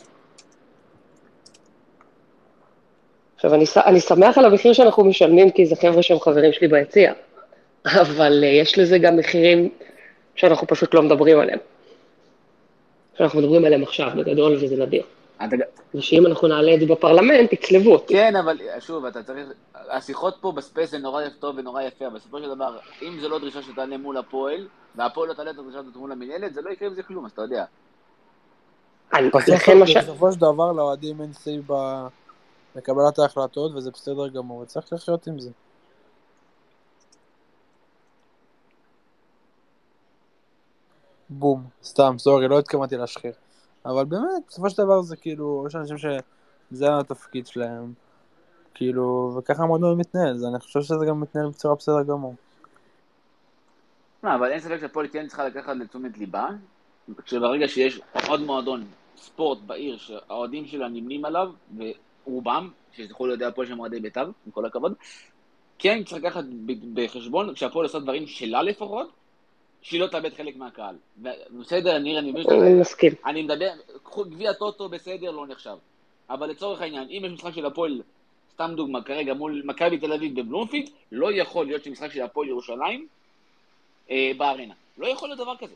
עכשיו, אני שמח על המחיר שאנחנו משלמים, כי זה חבר'ה שהם חברים שלי ביציע. אבל יש לזה גם מחירים שאנחנו פשוט לא מדברים עליהם. שאנחנו מדברים עליהם עכשיו, בגדול, וזה נדיר. ושאם אנחנו נעלה את זה בפרלמנט, תצלבו אותי. כן, אבל שוב, אתה צריך... השיחות פה בספייס זה נורא טוב ונורא יפה, אבל בסופו של דבר, אם זה לא דרישה שתעלה מול הפועל, והפועל לא תעלה את הדרישה מול המנהלת, זה לא יקרה עם זה כלום, אז אתה יודע. בסופו של דבר, לאוהדים אין סי בקבלת ההחלטות, וזה בסדר גמור, וצריך לחיות עם זה. בום, סתם, סורי, לא התכוונתי להשחיר. אבל באמת, בסופו של דבר זה כאילו, יש אנשים שזה התפקיד שלהם, כאילו, וככה המועדון מתנהל, אז אני חושב שזה גם מתנהל בצורה בסדר גמור. לא, אבל אין ספק שהפועל כן צריכה לקחת לתשומת ליבה, כשברגע שיש עוד מועדון ספורט בעיר שהאוהדים שלה נמנים עליו, ורובם, שיכול להיות הפועל שהם אוהדי בית"ר, עם כל הכבוד, כן צריך לקחת בחשבון, כשהפועל עושה דברים שלה לפחות, שהיא לא תאבד חלק מהקהל. בסדר, אני מבין אני מסכים. אני מדבר, גביע טוטו בסדר, לא נחשב. אבל לצורך העניין, אם יש משחק של הפועל, סתם דוגמה, כרגע מול מכבי תל אביב בבלומפילד, לא יכול להיות שמשחק של הפועל ירושלים בארנה. לא יכול להיות דבר כזה.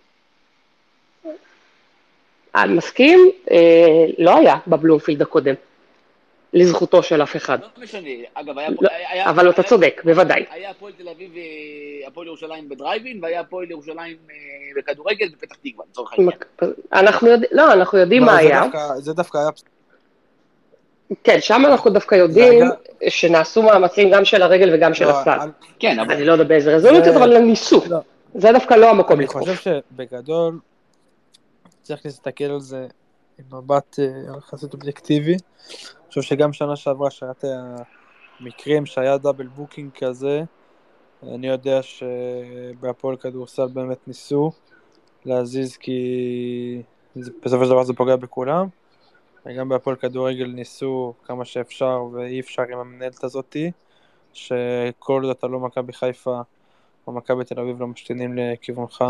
אני מסכים, לא היה בבלומפילד הקודם. לזכותו של אף אחד. לא משנה, אגב, אבל אתה צודק, בוודאי. היה הפועל תל אביב והפועל ירושלים בדרייבין, והיה הפועל ירושלים בכדורגל בפתח תקווה, לצורך העניין. אנחנו יודעים מה היה. זה דווקא היה... כן, שם אנחנו דווקא יודעים שנעשו מאמצים גם של הרגל וגם של הסל. כן, אבל... אני לא יודע באיזה רזולוציות, אבל ניסו. זה דווקא לא המקום לתקוף. אני חושב שבגדול, צריך להסתכל על זה עם מבט יחסית אובייקטיבי. אני חושב שגם שנה שעברה שרת המקרים שהיה דאבל בוקינג כזה, אני יודע שבהפועל כדורסל באמת ניסו להזיז, כי בסופו של דבר זה פוגע בכולם, וגם בהפועל כדורגל ניסו כמה שאפשר, ואי אפשר עם המנהלת הזאתי, שכל זאת לא מכבי חיפה או מכבי תל אביב לא משתנים לכיוונך.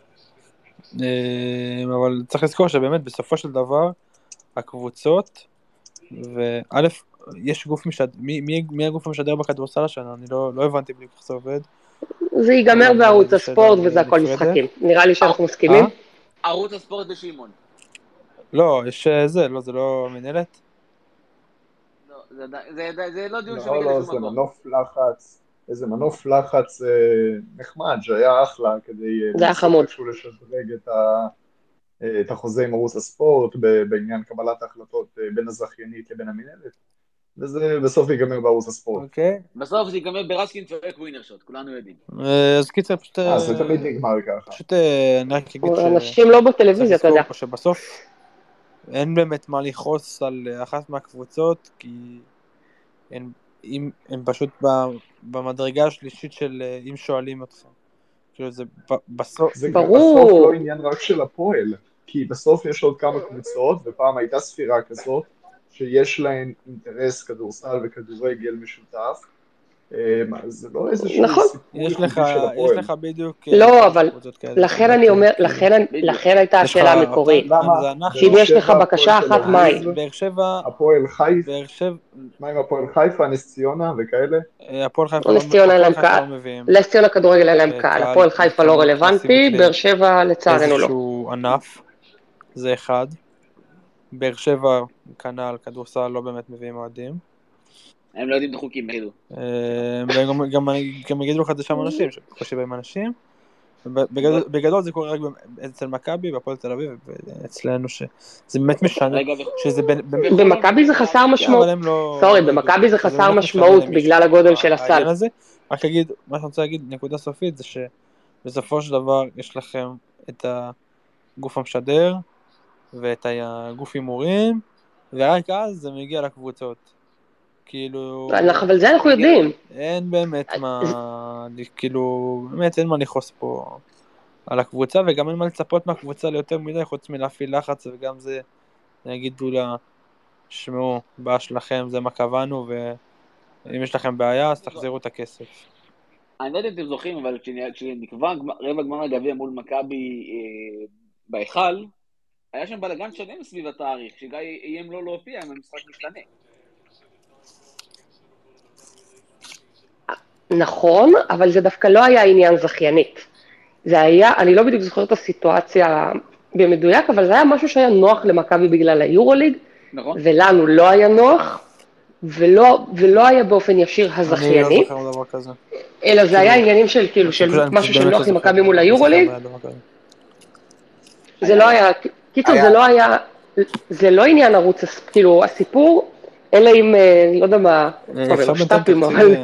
אבל צריך לזכור שבאמת בסופו של דבר הקבוצות, וא' יש גוף משדר, מי הגוף המשדר בכדורסל השנה? אני לא הבנתי בלי איך זה עובד. זה ייגמר בערוץ הספורט וזה הכל משחקים. נראה לי שאנחנו מסכימים. ערוץ הספורט בשמעון. לא, יש זה לא מנהלת? זה לא דיון שמגיע לשום מקום. איזה מנוף לחץ נחמד שהיה אחלה כדי לשדרג את החוזה עם ערוץ הספורט בעניין קבלת ההחלטות בין הזכיינית לבין המנהלת, וזה בסוף ייגמר בערוץ הספורט. בסוף זה ייגמר ברסקין צועק ווינר שוט, כולנו יודעים. אז קיצר פשוט... זה תמיד נגמר ככה. פשוט אני רק אגיד אנשים לא בטלוויזיה, אתה יודע. שבסוף אין באמת מה לכעוס על אחת מהקבוצות, כי הם פשוט במדרגה השלישית של אם שואלים אתכם. כאילו זה בסוף... זה בסוף לא עניין רק של הפועל, כי בסוף יש עוד כמה קבוצות, ופעם הייתה ספירה כזאת, שיש להן אינטרס כדורסל וכדורגל משותף, זה לא איזשהו סיפור ייחודי של הפועל. יש לך בדיוק... לא, אבל לכן אני אומר, לכן הייתה השאלה המקורית. שאם יש לך בקשה אחת, מה היא? באר שבע... הפועל חיפה, מה עם הפועל חיפה, נס ציונה וכאלה? הפועל חיפה לא מביאים. נס ציונה כדורגל אין להם קהל, הפועל חיפה לא רלוונטי, באר שבע לצערנו לא. איזשהו ענף, זה אחד. באר שבע כנ"ל, כדורסל לא באמת מביאים אוהדים. הם לא יודעים את החוקים, יגידו. גם יגידו לך את זה שם אנשים, שקושי בהם אנשים. בגדול זה קורה רק אצל מכבי, בהפועל תל אביב, ואצלנו שזה באמת משנה. במכבי זה חסר משמעות. סורי, במכבי זה חסר משמעות בגלל הגודל של הסל. רק אגיד, מה שאני רוצה להגיד, נקודה סופית, זה שבסופו של דבר יש לכם את הגוף המשדר, ואת הגוף הימורים, ורק אז זה מגיע לקבוצות. כאילו... אבל זה אנחנו יודעים. אין באמת מה, כאילו, באמת אין מה לכעוס פה על הקבוצה, וגם אין מה לצפות מהקבוצה ליותר מדי, חוץ מלהפעיל לחץ, וגם זה, נגידו לה, שמעו, בעיה שלכם, זה מה קבענו, ואם יש לכם בעיה, אז תחזירו את הכסף. אני לא יודע אם אתם זוכרים, אבל כשנקבע רבע גמר הגביע מול מכבי בהיכל, היה שם בלגן שלם סביב התאריך, שגיא איים לא להופיע, אם המשחק משתנה. נכון, אבל זה דווקא לא היה עניין זכיינית. זה היה, אני לא בדיוק זוכרת את הסיטואציה במדויק, אבל זה היה משהו שהיה נוח למכבי בגלל היורוליג, נכון. ולנו לא היה נוח, ולא היה באופן ישיר הזכייני. אני לא זוכר דבר כזה. אלא זה היה עניינים של כאילו, של משהו שנוח למכבי מול היורוליג. זה לא היה, קיצור, זה לא עניין ערוץ, כאילו, הסיפור, אלא אם, לא יודע מה, שטאפים, אבל...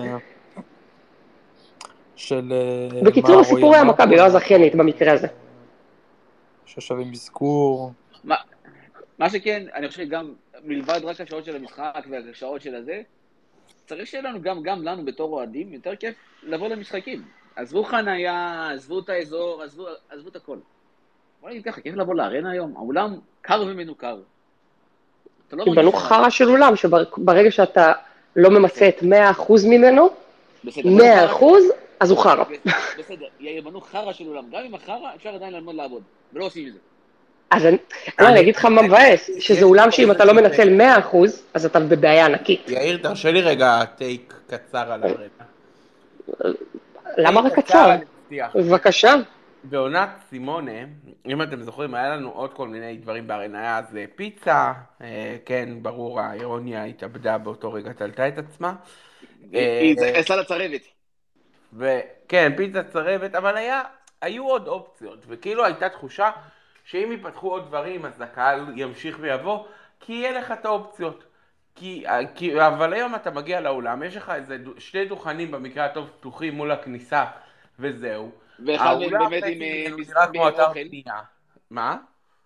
בקיצור, הסיפור היה מכבי, לא הזכיינית במקרה הזה. ששווים מזכור. מה שכן, אני חושב שגם מלבד רק השעות של המשחק והשעות של הזה, צריך שיהיה לנו גם לנו בתור אוהדים, יותר כיף לבוא למשחקים. עזבו חנייה, עזבו את האזור, עזבו את הכל. בוא נגיד ככה, כיף לבוא לארנה היום, האולם קר ומנוכר. בנו חרה של אולם, שברגע שאתה לא ממצא את 100% ממנו, 100%, אז הוא חרה. בסדר, יבנו חרה של אולם, גם עם החרה אפשר עדיין ללמוד לעבוד, ולא עושים את זה. אז אני אגיד לך מה מבאס, שזה אולם שאם אתה לא מנצל 100%, אז אתה בבעיה ענקית. יאיר, תרשה לי רגע טייק קצר על הרקע. למה רק קצר? בבקשה. בעונת סימונה, אם אתם זוכרים, היה לנו עוד כל מיני דברים בארנה, היה אז פיצה, כן, ברור, האירוניה התאבדה באותו רגע, תלתה את עצמה. היא עשה לה צרבת. וכן, פיצה צרבת, אבל היו עוד אופציות, וכאילו הייתה תחושה שאם ייפתחו עוד דברים, אז הקהל ימשיך ויבוא, כי יהיה לך את האופציות. אבל היום אתה מגיע לאולם, יש לך איזה שני דוכנים במקרה הטוב פתוחים מול הכניסה, וזהו. ואחד מהם באמת עם נראה כמו אתר בנייה. מה? אחד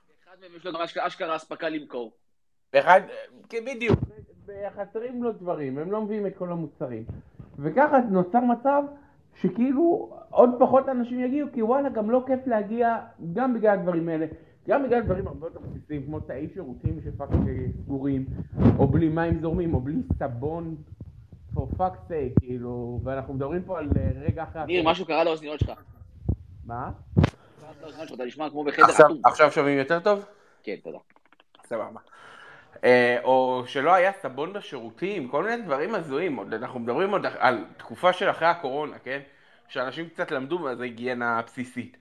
ויש לו גם אשכרה אספקה למכור. בדיוק, חסרים לו דברים, הם לא מביאים את כל המוצרים. וככה נוצר מצב שכאילו עוד פחות אנשים יגיעו, כי וואלה, גם לא כיף להגיע, גם בגלל הדברים האלה, גם בגלל דברים הרבה יותר בסיסיים, כמו תאי שירותים שפאק סגורים, או בלי מים זורמים, או בלי סבון, for fuck's sake, כאילו, ואנחנו מדברים פה על רגע אחרי... ניר, משהו קרה לאוזניות שלך. מה? אתה נשמע כמו בחדר אטום. עכשיו שומעים יותר טוב? כן, תודה. סבבה. או שלא היה סבון בשירותים, כל מיני דברים הזויים. אנחנו מדברים עוד על תקופה של אחרי הקורונה, כן? שאנשים קצת למדו מה זה היגיינה בסיסית.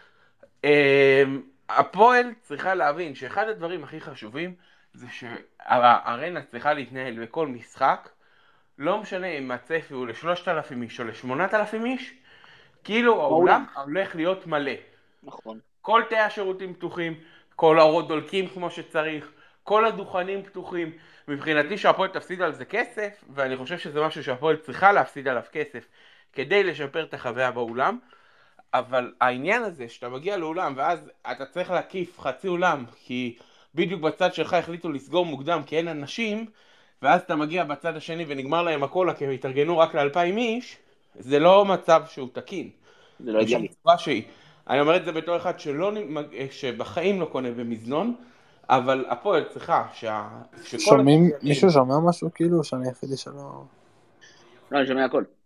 הפועל צריכה להבין שאחד הדברים הכי חשובים זה שהארנה צריכה להתנהל בכל משחק, לא משנה אם הצפי הוא ל3,000 איש או ל8,000 איש, כאילו העולם הולך להיות מלא. נכון. כל תאי השירותים פתוחים, כל האורות דולקים כמו שצריך, כל הדוכנים פתוחים. מבחינתי שהפועל תפסיד על זה כסף, ואני חושב שזה משהו שהפועל צריכה להפסיד עליו כסף כדי לשפר את החוויה באולם, אבל העניין הזה שאתה מגיע לאולם ואז אתה צריך להקיף חצי אולם, כי בדיוק בצד שלך החליטו לסגור מוקדם כי אין אנשים, ואז אתה מגיע בצד השני ונגמר להם הכל כי הם התארגנו רק ל2,000 איש, זה לא מצב שהוא תקין. זה לא הגיע לי. אני אומר את זה בתור אחד שבחיים לא קונה במזנון, אבל הפועל צריכה שומעים, מישהו שומע משהו כאילו שאני יחידי שלא... לא, אני שומע הכל.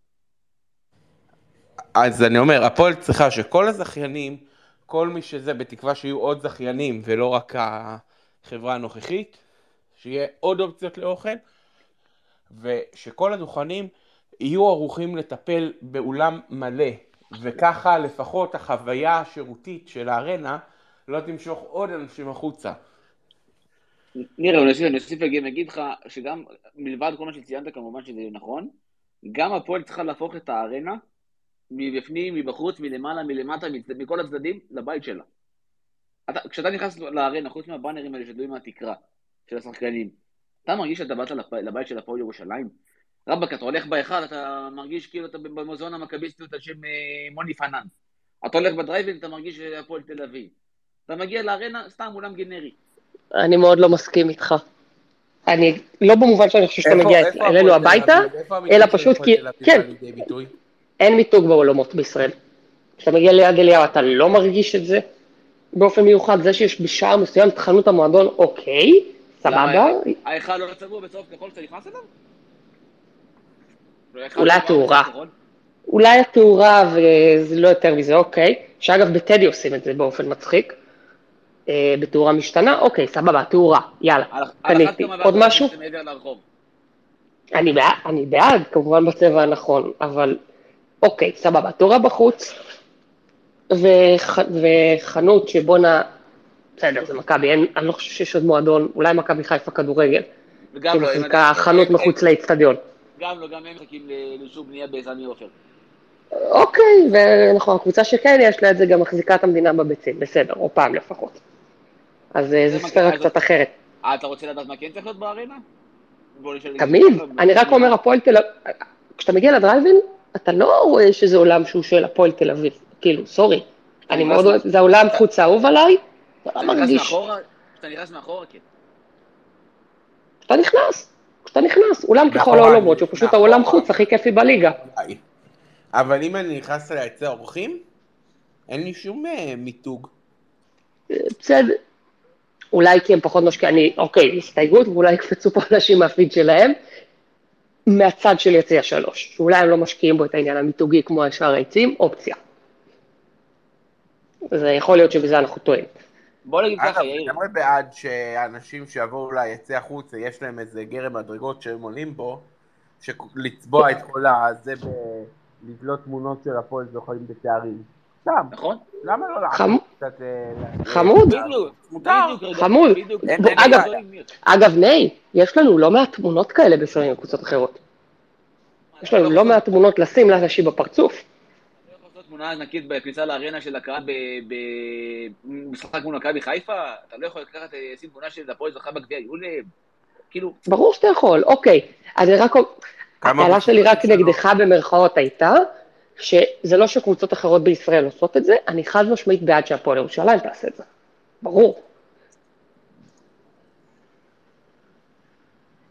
אז אני אומר, הפועל צריכה שכל הזכיינים, כל מי שזה, בתקווה שיהיו עוד זכיינים ולא רק החברה הנוכחית, שיהיה עוד אופציות לאוכל, ושכל הדוכנים יהיו ערוכים לטפל באולם מלא, וככה לפחות החוויה השירותית של הארנה לא תמשוך עוד אנשים החוצה. נראה, אני אוסיף להגיד לך שגם מלבד כל מה שציינת כמובן שזה נכון, גם הפועל צריכה להפוך את הארנה מבפנים, מבחוץ, מלמעלה, מלמטה, מכל הצדדים, לבית שלה. כשאתה נכנס לארנה, חוץ מהבאנרים האלה שתלויים מהתקרה של השחקנים, אתה מרגיש שאתה באת לבית של הפועל ירושלים? רבק, אתה הולך באחד, אתה מרגיש כאילו אתה במוזיאון המכביסטיות על שם מוני פנן. אתה הולך בדרייבין, אתה מרגיש שהפועל תל אביב. אתה מגיע לארנה, סתם אולם גנרי. אני מאוד לא מסכים איתך. אני, לא במובן שאני חושב שאתה מגיע אלינו הביתה, אלא פשוט כי, כן, אין מיתוג בעולמות בישראל. כשאתה מגיע ליד אליהו, אתה לא מרגיש את זה באופן מיוחד. זה שיש בשער מסוים את חנות המועדון, אוקיי, סבבה. האחד לא צבוע בצהוב כחול שאתה נכנס אליו? אולי התאורה. אולי התאורה וזה לא יותר מזה, אוקיי. שאגב, בטדי עושים את זה באופן מצחיק. בתאורה משתנה, אוקיי, סבבה, תאורה, יאללה, קניתי. עוד משהו? אני בעד, כמובן בצבע הנכון, אבל אוקיי, סבבה, תאורה בחוץ, וחנות שבונה, בסדר, זה מכבי, אני לא חושב שיש עוד מועדון, אולי מכבי חיפה כדורגל, שמחזיקה חנות מחוץ לאצטדיון. גם לא, גם הם מחכים לאישור בנייה בסמי עופר. אוקיי, ונכון, הקבוצה שכן יש לה את זה גם מחזיקה את המדינה בביצים, בסדר, או פעם לפחות. אז זו ספירה קצת אחרת. אתה רוצה לדעת מה כן צריך להיות בארנה? תמיד, אני רק אומר, הפועל תל אביב, כשאתה מגיע לדרייבין, אתה לא רואה שזה עולם שהוא של הפועל תל אביב, כאילו, סורי, אני מאוד אוהב, זה העולם חוץ האהוב עליי, אתה לא מרגיש. כשאתה נכנס מאחורה, כן. כשאתה נכנס, עולם ככל העולמות, שהוא פשוט העולם חוץ הכי כיפי בליגה. אבל אם אני נכנס ליציע אורחים, אין לי שום מיתוג. בסדר. אולי כי הם פחות משקיעים, אוקיי, הסתייגות, ואולי יקפצו פה אנשים מהפיד שלהם, מהצד של יציע 3, שאולי הם לא משקיעים בו את העניין המיתוגי כמו השאר העצים, אופציה. זה יכול להיות שבזה אנחנו טועים. בוא נגיד ככה, יאיר. אני לגמרי בעד שאנשים שיבואו ליציע חוץ, יש להם איזה גרם מדרגות שהם עולים בו, לצבוע את כל הזה, לבלוט תמונות של הפועל זוכרים בתארים. נכון? למה לא קצת... חמוד. חמוד. אגב, ני, יש לנו לא מעט תמונות כאלה בפריים בקבוצות אחרות. יש לנו לא מעט תמונות לשים לאנשים בפרצוף. אתה לא יכול לעשות תמונה ענקית בכניסה לארנה של הקהל במשחק מול מכבי חיפה? אתה לא יכול לקחת לשים תמונה של הפועל זוכה בגביע יולב? כאילו... ברור שאתה יכול, אוקיי. אז רק... התעלה שלי רק נגדך במרכאות הייתה, שזה לא שקבוצות אחרות בישראל עושות את זה, אני חד משמעית בעד שהפועל ירושלים תעשה את זה. ברור.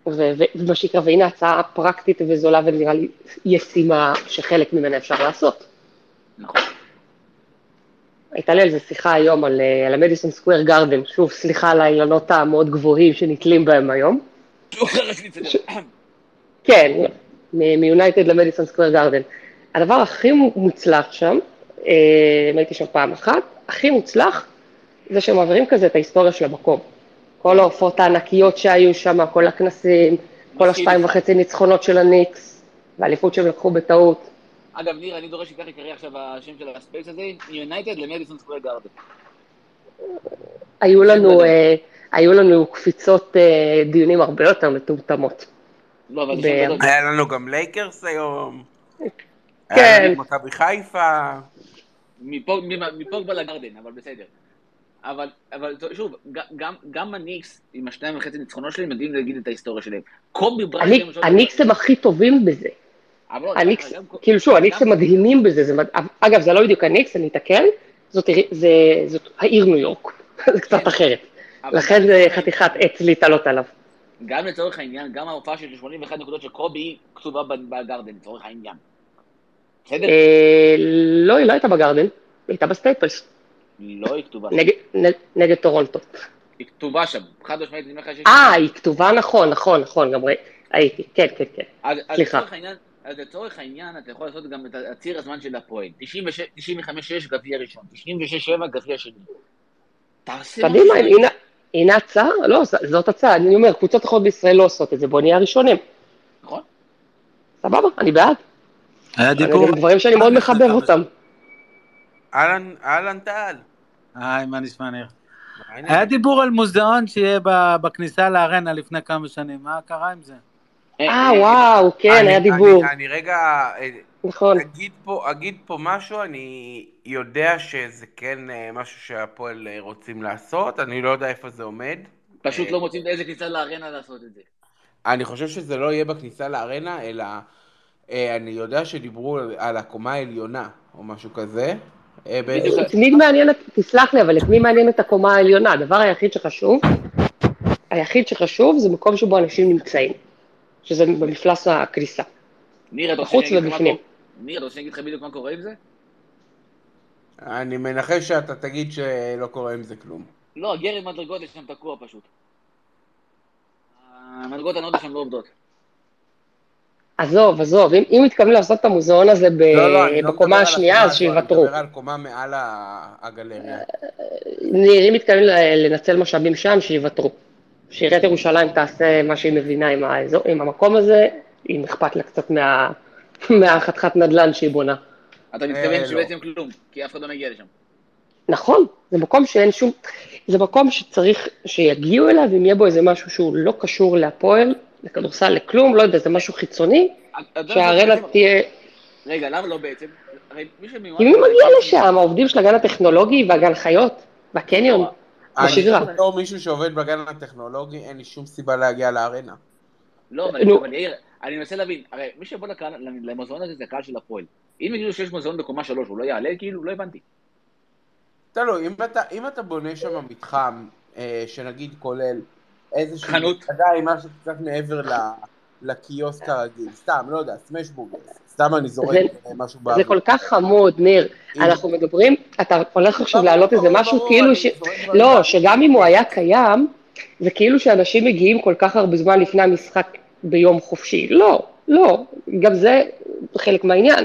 ומה שיקרה, והנה הצעה פרקטית וזולה ונראה לי ישימה שחלק ממנה אפשר לעשות. נכון. הייתה לי על זה שיחה היום על המדיסון סקוויר גארדן, שוב, סליחה על האילנות המאוד גבוהים שנתלים בהם היום. כן, מיונייטד למדיסון סקוויר גארדן. הדבר הכי מוצלח שם, הייתי שם פעם אחת, הכי מוצלח זה שהם מעבירים כזה את ההיסטוריה של המקום. כל ההופעות הענקיות שהיו שם, כל הכנסים, כל 2.5 ניצחונות של הניקס, והאליפות שהם לקחו בטעות. אגב, ניר, אני דורש שכך יקרה עכשיו השם של הספייס הזה, יונייטד למדיסון סקוויר גארדן. היו לנו קפיצות דיונים הרבה יותר מטומטמות. לא, אבל זה שם גדול. היה לנו גם לייקרס היום. כן. היה לנו מכבי חיפה. מפוגבה לגארדן, אבל בסדר. אבל שוב, גם הניקס עם 2.5 ניצחונות שלהם יודעים להגיד את ההיסטוריה שלהם. קובי בריינט... הניקס הם הכי טובים בזה. כאילו שוב, הניקס הם מדהימים בזה. אגב, זה לא בדיוק הניקס, אני אתקן, זאת העיר ניו יורק. זה קצת אחרת. לכן זה חתיכת עץ להתעלות עליו. גם לצורך העניין, גם ההופעה של 81 נקודות של קובי כתובה בגארדן, לצורך העניין. בסדר? לא, היא לא הייתה בגארדן, היא הייתה בסטייפלס. לא, היא כתובה. נגד טורונטו. היא כתובה שם, חד משמעית, אני אומר לך שיש... היא כתובה נכון, גם הייתי, כן. סליחה. אז לצורך העניין, אתה יכול לעשות גם את הציר הזמן של הפועל. 95-6 גביע ראשון, 96-7 גביע שני. קדימה, הנה הצעה? לא, זאת הצעה, אני אומר, קבוצות אחרות בישראל לא עושות את זה, בוא נהיה ראשונים. נכון. סבבה, אני בעד. היה דיבור... זה דברים שאני מאוד מחבב אותם. אהלן טל. מה נשמע ניר? היה דיבור על מוזיאון שיהיה בכניסה לארנה לפני כמה שנים, מה קרה עם זה? וואו, כן, היה דיבור. אני רגע נכון. אגיד פה משהו, אני יודע שזה כן משהו שהפועל רוצים לעשות, אני לא יודע איפה זה עומד. פשוט לא מוצאים איזה כניסה לארנה לעשות את זה. אני חושב שזה לא יהיה בכניסה לארנה, אלא אני יודע שדיברו על הקומה העליונה או משהו כזה. את מי מעניינת, תסלח לי, אבל את מי מעניינת הקומה העליונה? הדבר היחיד שחשוב זה מקום שבו אנשים נמצאים, שזה במפלס הכניסה. בחוץ ובפנים. ניר, אתה רוצה להגיד לך בדיוק מה קורה עם זה? אני מנחש שאתה תגיד שלא קורה עם זה כלום. לא, גרם מדרגות יש שם תקוע פשוט. המדרגות הנודות שם לא עובדות. עזוב, אם מתכוונים לעשות את המוזיאון הזה בקומה השנייה, אז שיוותרו. אני מדבר על קומה מעל הגלריה. אם מתכוונים לנצל משאבים שם, שיוותרו. שעיריית ירושלים תעשה מה שהיא מבינה עם המקום הזה, אם אכפת לה קצת מהחתיכת נדל"ן שהיא בונה. אתה מתכוון שבעצם כלום, כי אף אחד לא מגיע לשם. נכון, זה מקום שאין שום, זה מקום שצריך שיגיעו אליו, אם יהיה בו איזה משהו שהוא לא קשור להפועל, לכדורסל, לכלום, לא יודע, זה משהו חיצוני, שהארנה תהיה... רגע, למה לא בעצם? כי מי מגיע לשם? העובדים של הגן הטכנולוגי והגן חיות, והקניון, בשגרה. אני לא מישהו שעובד בגן הטכנולוגי, אין לי שום סיבה להגיע לארנה. לא, אבל יאיר, אני מנסה להבין, הרי מי שבוא למוזיאון הזה זה הקהל של הפועל. אם יגידו שיש מוזיאון בקומה 3, הוא לא יעלה, כאילו, לא הבנתי. תלוי, אם אתה בונה שם מתחם, שנגיד כולל איזושהי חנות, עדיין משהו קצת מעבר לקיוסק הרגיל, סתם, לא יודע, סמש בורגרס, סתם אני זורק משהו באוויר. זה כל כך חמוד, ניר, אנחנו מדברים, אתה הולך עכשיו להעלות איזה משהו כאילו לא, שגם אם הוא היה קיים, זה כאילו שאנשים מגיעים כל כך הרבה זמן לפני המשחק ביום חופשי, לא, גם זה חלק מהעניין.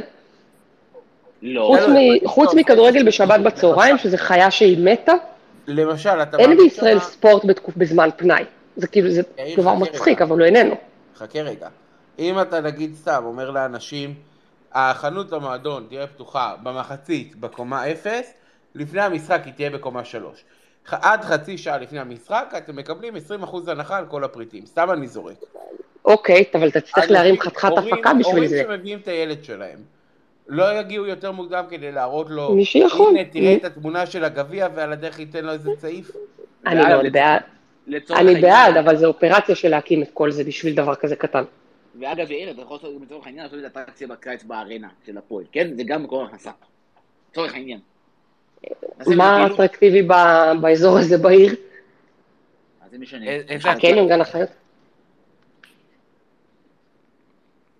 חוץ מכדורגל בשבת בצהריים, שזה חיה שהיא מתה, למשל, אין בישראל ספורט בזמן פנאי. זה כאילו, זה דבר מצחיק, אבל הוא איננו. חכה רגע. אם אתה נגיד סתם אומר לאנשים, החנות המועדון תהיה פתוחה במחצית בקומה 0, לפני המשחק היא תהיה בקומה 3. עד חצי שעה לפני המשחק אתם מקבלים 20% הנחה על כל הפריטים. סתם אני זורק. אוקיי, אבל אתה צריך להרים חתיכת הפקה בשביל זה. הורים שמביאים את הילד שלהם. לא יגיעו יותר מוקדם כדי להראות לו, מי שיכול. הנה תראה את התמונה של הגביע ועל הדרך ייתן לו איזה צעיף. אני מאוד בעד. אני בעד, אבל זה אופרציה של להקים את כל זה בשביל דבר כזה קטן. ואגב, יאיר, אתה יכול לעשות בצורך העניין, לעשות את האטרקציה בקיץ בארנה של הפועל, כן? זה גם מקור הכנסה. בצורך העניין. מה אטרקטיבי באזור הזה בעיר? אז זה משנה. הקניון גן החיות?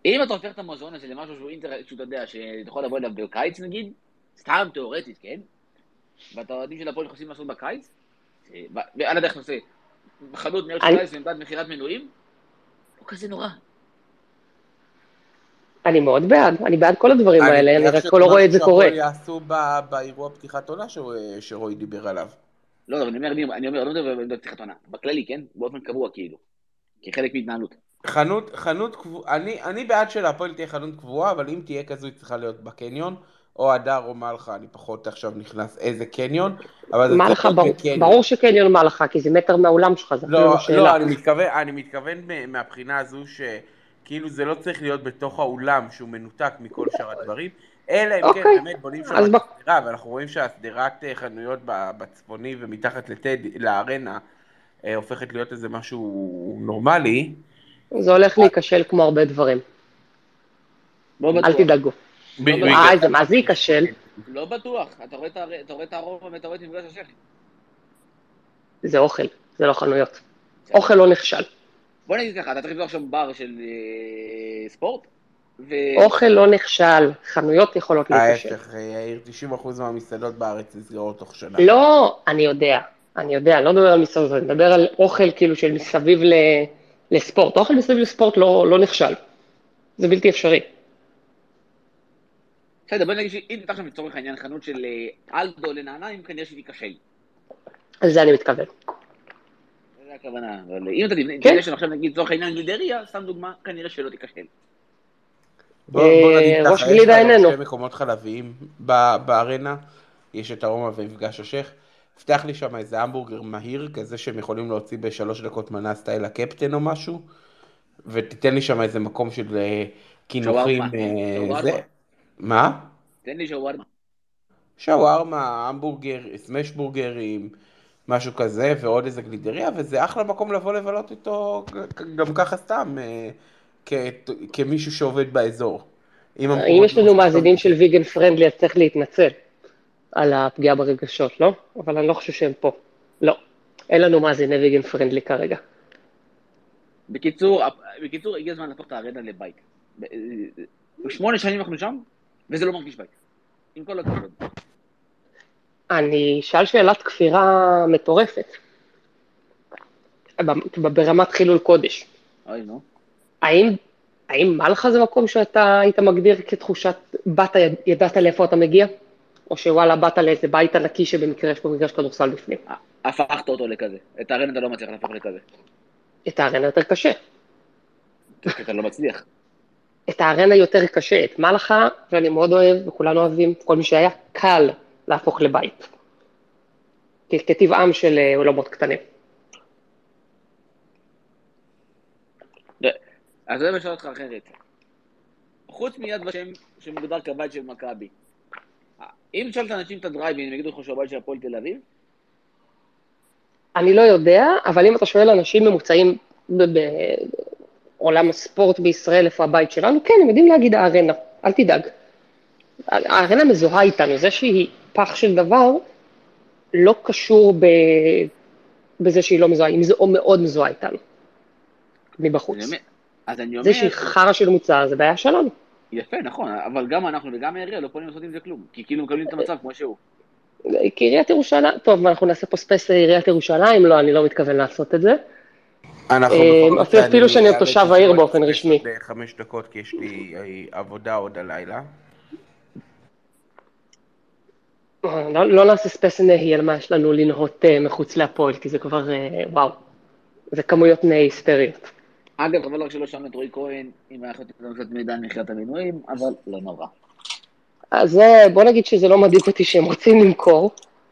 אם אתה הופך את המוזיאון הזה למשהו שהוא אתה יודע, שאתה יכול לבוא אליו בקיץ נגיד, סתם תיאורטית, כן? ואתה יודעים של הפועל נכנסים לעשות בקיץ, ועל הדרך נושא, חנות מרצ'נדייז ועמדת מכירת מנויים, לא כזה נורא. אני מאוד בעד, אני בעד כל הדברים האלה, אני רק לא רואה את זה קורה. אני חושב שהפועל יעשו באירוע פתיחת עונה שרועי דיבר עליו. לא, אני אומר, לא מדבר בפתיחת עונה, בכללי, כן? באופן קבוע כאילו, כחלק מהתנהלות. חנות קבועה, אני בעד שלהפועל תהיה חנות קבועה, אבל אם תהיה כזו היא צריכה להיות בקניון, או הדר או מלכה, אני פחות עכשיו נכנס איזה קניון, אבל זה צריך להיות בקניון. ברור שקניון מלכה, כי זה מטר מהאולם שלך, זה אפילו שאלה. לא, אני מתכוון מהבחינה הזו שכאילו זה לא צריך להיות בתוך האולם שהוא מנותק מכל שאר הדברים, אלא אם כן באמת בונים שם הסדרה, ואנחנו רואים שהסדרת חנויות בצפוני ומתחת לארנה הופכת להיות איזה משהו נורמלי. זה הולך להיכשל כמו הרבה דברים. אל תדאגו. זה מה זה ייכשל? לא בטוח, אתה רואה את הרוב ואתה רואה את מפגש השייח. זה אוכל, זה לא חנויות. אוכל לא נכשל. בוא נגיד ככה, אתה צריך לבדוק עכשיו בר של ספורט? אוכל לא נכשל, חנויות יכולות להיכשל. ההפך, יאיר, 90% מהמסעדות בארץ נסגרות תוך שנה. לא, אני יודע, אני לא מדבר על מסעדות, אני מדבר על אוכל כאילו של מסביב לספורט. אוכל מסביב לספורט לא נכשל. זה בלתי אפשרי. בסדר, בוא נגיד שאם תפתח שם לצורך העניין חנות של אלדו לנעניים, כנראה שהיא תיכשל. על זה אני מתכוון. זה הכוונה, אבל אם אתה תדע שעכשיו נגיד לצורך העניין גלידריה, סתם דוגמה, כנראה שלא תיכשל. בוא נגיד ראש ככה, גלידה יש איננו. שתי מקומות חלביים בארנה, יש את ארומה ומפגש השייח, פתח לי שם איזה המבורגר מהיר, כזה שהם יכולים להוציא ב3 דקות מנה סטייל הקפטן או משהו, ותתן לי שם איזה מקום של כינוחים. שווארמה. מה? תן לי שווארמה. שווארמה, המבורגר, סמש בורגרים, משהו כזה, ועוד איזה גלידריה, וזה אחלה מקום לבוא לבלות איתו, גם ככה סתם, כמישהו שעובד באזור. אם יש לנו מאזינים של ויגן פרנדלי, אז צריך להתנצל על הפגיעה ברגשות, לא? אבל אני לא חושב שהם פה. לא. אין לנו מאזיני ויגן פרנדלי כרגע. בקיצור, הגיע הזמן להפוך את הארנה לבית. 8 שנים אנחנו שם, וזה לא מרגיש בית. עם כל הכבוד. אני שאל שאלת כפירה מטורפת. ברמת חילול קודש. אוי, נו. האם מלכה זה מקום שאתה היית מגדיר כתחושת ידעת לאיפה אתה מגיע? או שוואלה באת לאיזה בית ענקי שבמקרה יש פה מגרש כדורסל בפנים? הפכת אותו לכזה. את הארנה אתה לא מצליח להפוך לכזה. את הארנה יותר קשה. אתה לא מצליח. את הארנה יותר קשה. את מלכה, שאני מאוד אוהב וכולנו אוהבים, כל מי שהיה קל להפוך לבית. כטבעם של עולמות קטנים. אז אני משאל אותך אחרת. חוץ מיד ושם שמוגדר כבית של מכבי, אם תשאל את האנשים את הדרייבים, הם יגידו לך שהוא הבית של הפועל תל אביב? אני לא יודע, אבל אם אתה שואל אנשים ממוצעים בעולם הספורט בישראל, איפה הבית שלנו, כן, הם יודעים להגיד הארנה, אל תדאג. הארנה מזוהה איתנו, זה שהיא פח של דבר, לא קשור בזה שהיא לא מזוהה, היא מאוד מזוהה איתנו, מבחוץ. זה שהיא חרה של מוצר, זה בעיה שלנו. יפה, נכון, אבל גם אנחנו וגם העירייה לא פונים לעשות עם זה כלום, כי כאילו מקבלים את המצב כמו שהוא. כי עיריית ירושלים, טוב, אנחנו נעשה פה ספייס לעיריית ירושלים, לא, אני לא מתכוון לעשות את זה. אפילו שאני תושב העיר באופן רשמי. 5 דקות, כי יש לי עבודה עוד הלילה. לא נעשה ספייס נהי על מה יש לנו לנהות מחוץ להפועל, כי זה כבר, וואו, זה כמויות נהי היסטריות. אגב, אבל רק שלא שם את רועי כהן, אם היה חוטף לנו קצת מידע על מכירת המינויים, אבל לא נורא. אז בוא נגיד שזה לא מדהים אותי שהם רוצים למכור,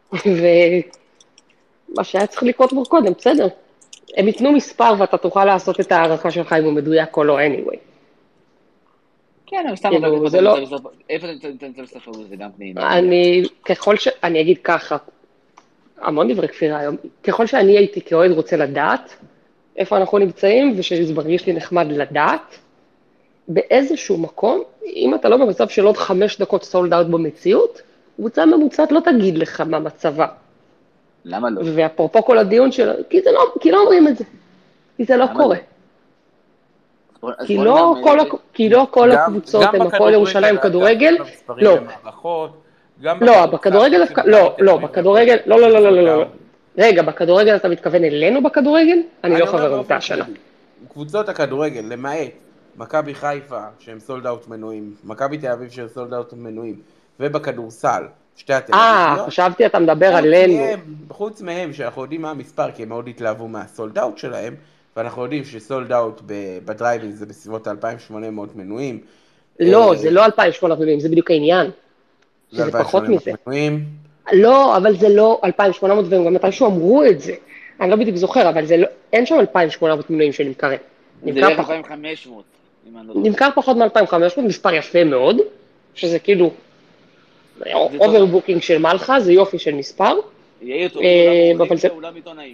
ומה שהיה צריך לקרות כבר קודם, בסדר. הם ייתנו מספר ואתה תוכל לעשות את הערכה שלך אם הוא מדויק או לא, anyway. כן, אבל סתם, איפה אתה נמצא בספר זה גם פנים? אני אגיד ככה, המון דברי כפירה היום, ככל שאני הייתי כאוהד רוצה לדעת, איפה אנחנו נמצאים, ושזה מרגיש לי נחמד לדעת, באיזשהו מקום, אם אתה לא במצב של עוד 5 דקות סולד אאוט במציאות, קבוצה ממוצעת לא תגיד לך מה מצבה. למה לא? ואפרופו כל הדיון שלו, כי לא אומרים את זה, כי זה לא קורה. כי לא כל הקבוצות הם הפועל ירושלים כדורגל, לא. לא, בכדורגל, לא, בכדורגל, לא. רגע, בכדורגל אתה מתכוון אלינו בכדורגל? אני לא חבר עמותה השנה. קבוצות הכדורגל, למעט מכבי חיפה שהם סולד אאוט מנויים, מכבי תל אביב שהם סולד אאוט מנויים, ובכדורסל, שתי הטלוויזיות. חשבתי אתה מדבר עלינו. חוץ מהם שאנחנו יודעים מה המספר, כי הם מאוד התלהבו מהסולד אאוט שלהם, ואנחנו יודעים שסולד אאוט בדרייבין זה בסביבות 2,800 מנויים. לא, זה לא 2,800 מנויים, זה בדיוק העניין. זה 2,800 מנויים. לא, אבל זה לא 2,800, והם גם מתישהו אמרו את זה. אני לא בדיוק זוכר, אבל אין שם 2,800 מנויים שנמכרים. זה יהיה 2,500. נמכר פחות מ-2,500, מספר יפה מאוד, שזה כאילו אוברבוקינג של מלכה, זה יופי של מספר. יהיה אולם עיתונאים.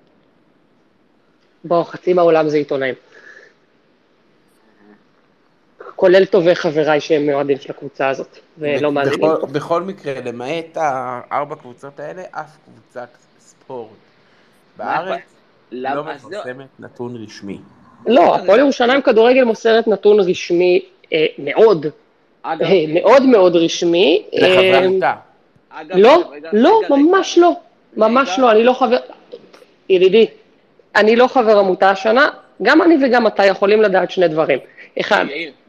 בואו, חצי מהעולם זה עיתונאים. כולל טובי חבריי שהם מיועדים של הקבוצה הזאת, ולא מאזינים. בכל מקרה, למעט הארבע קבוצות האלה, אף קבוצת ספורט בארץ לא מפרסמת נתון רשמי. לא, הפועל ירושלים כדורגל מוסרת נתון רשמי מאוד, מאוד מאוד רשמי. לחברי עמותה. לא, ממש לא. ממש לא, אני לא חבר... ידידי, אני לא חבר עמותה השנה, גם אני וגם אתה יכולים לדעת שני דברים. אחד,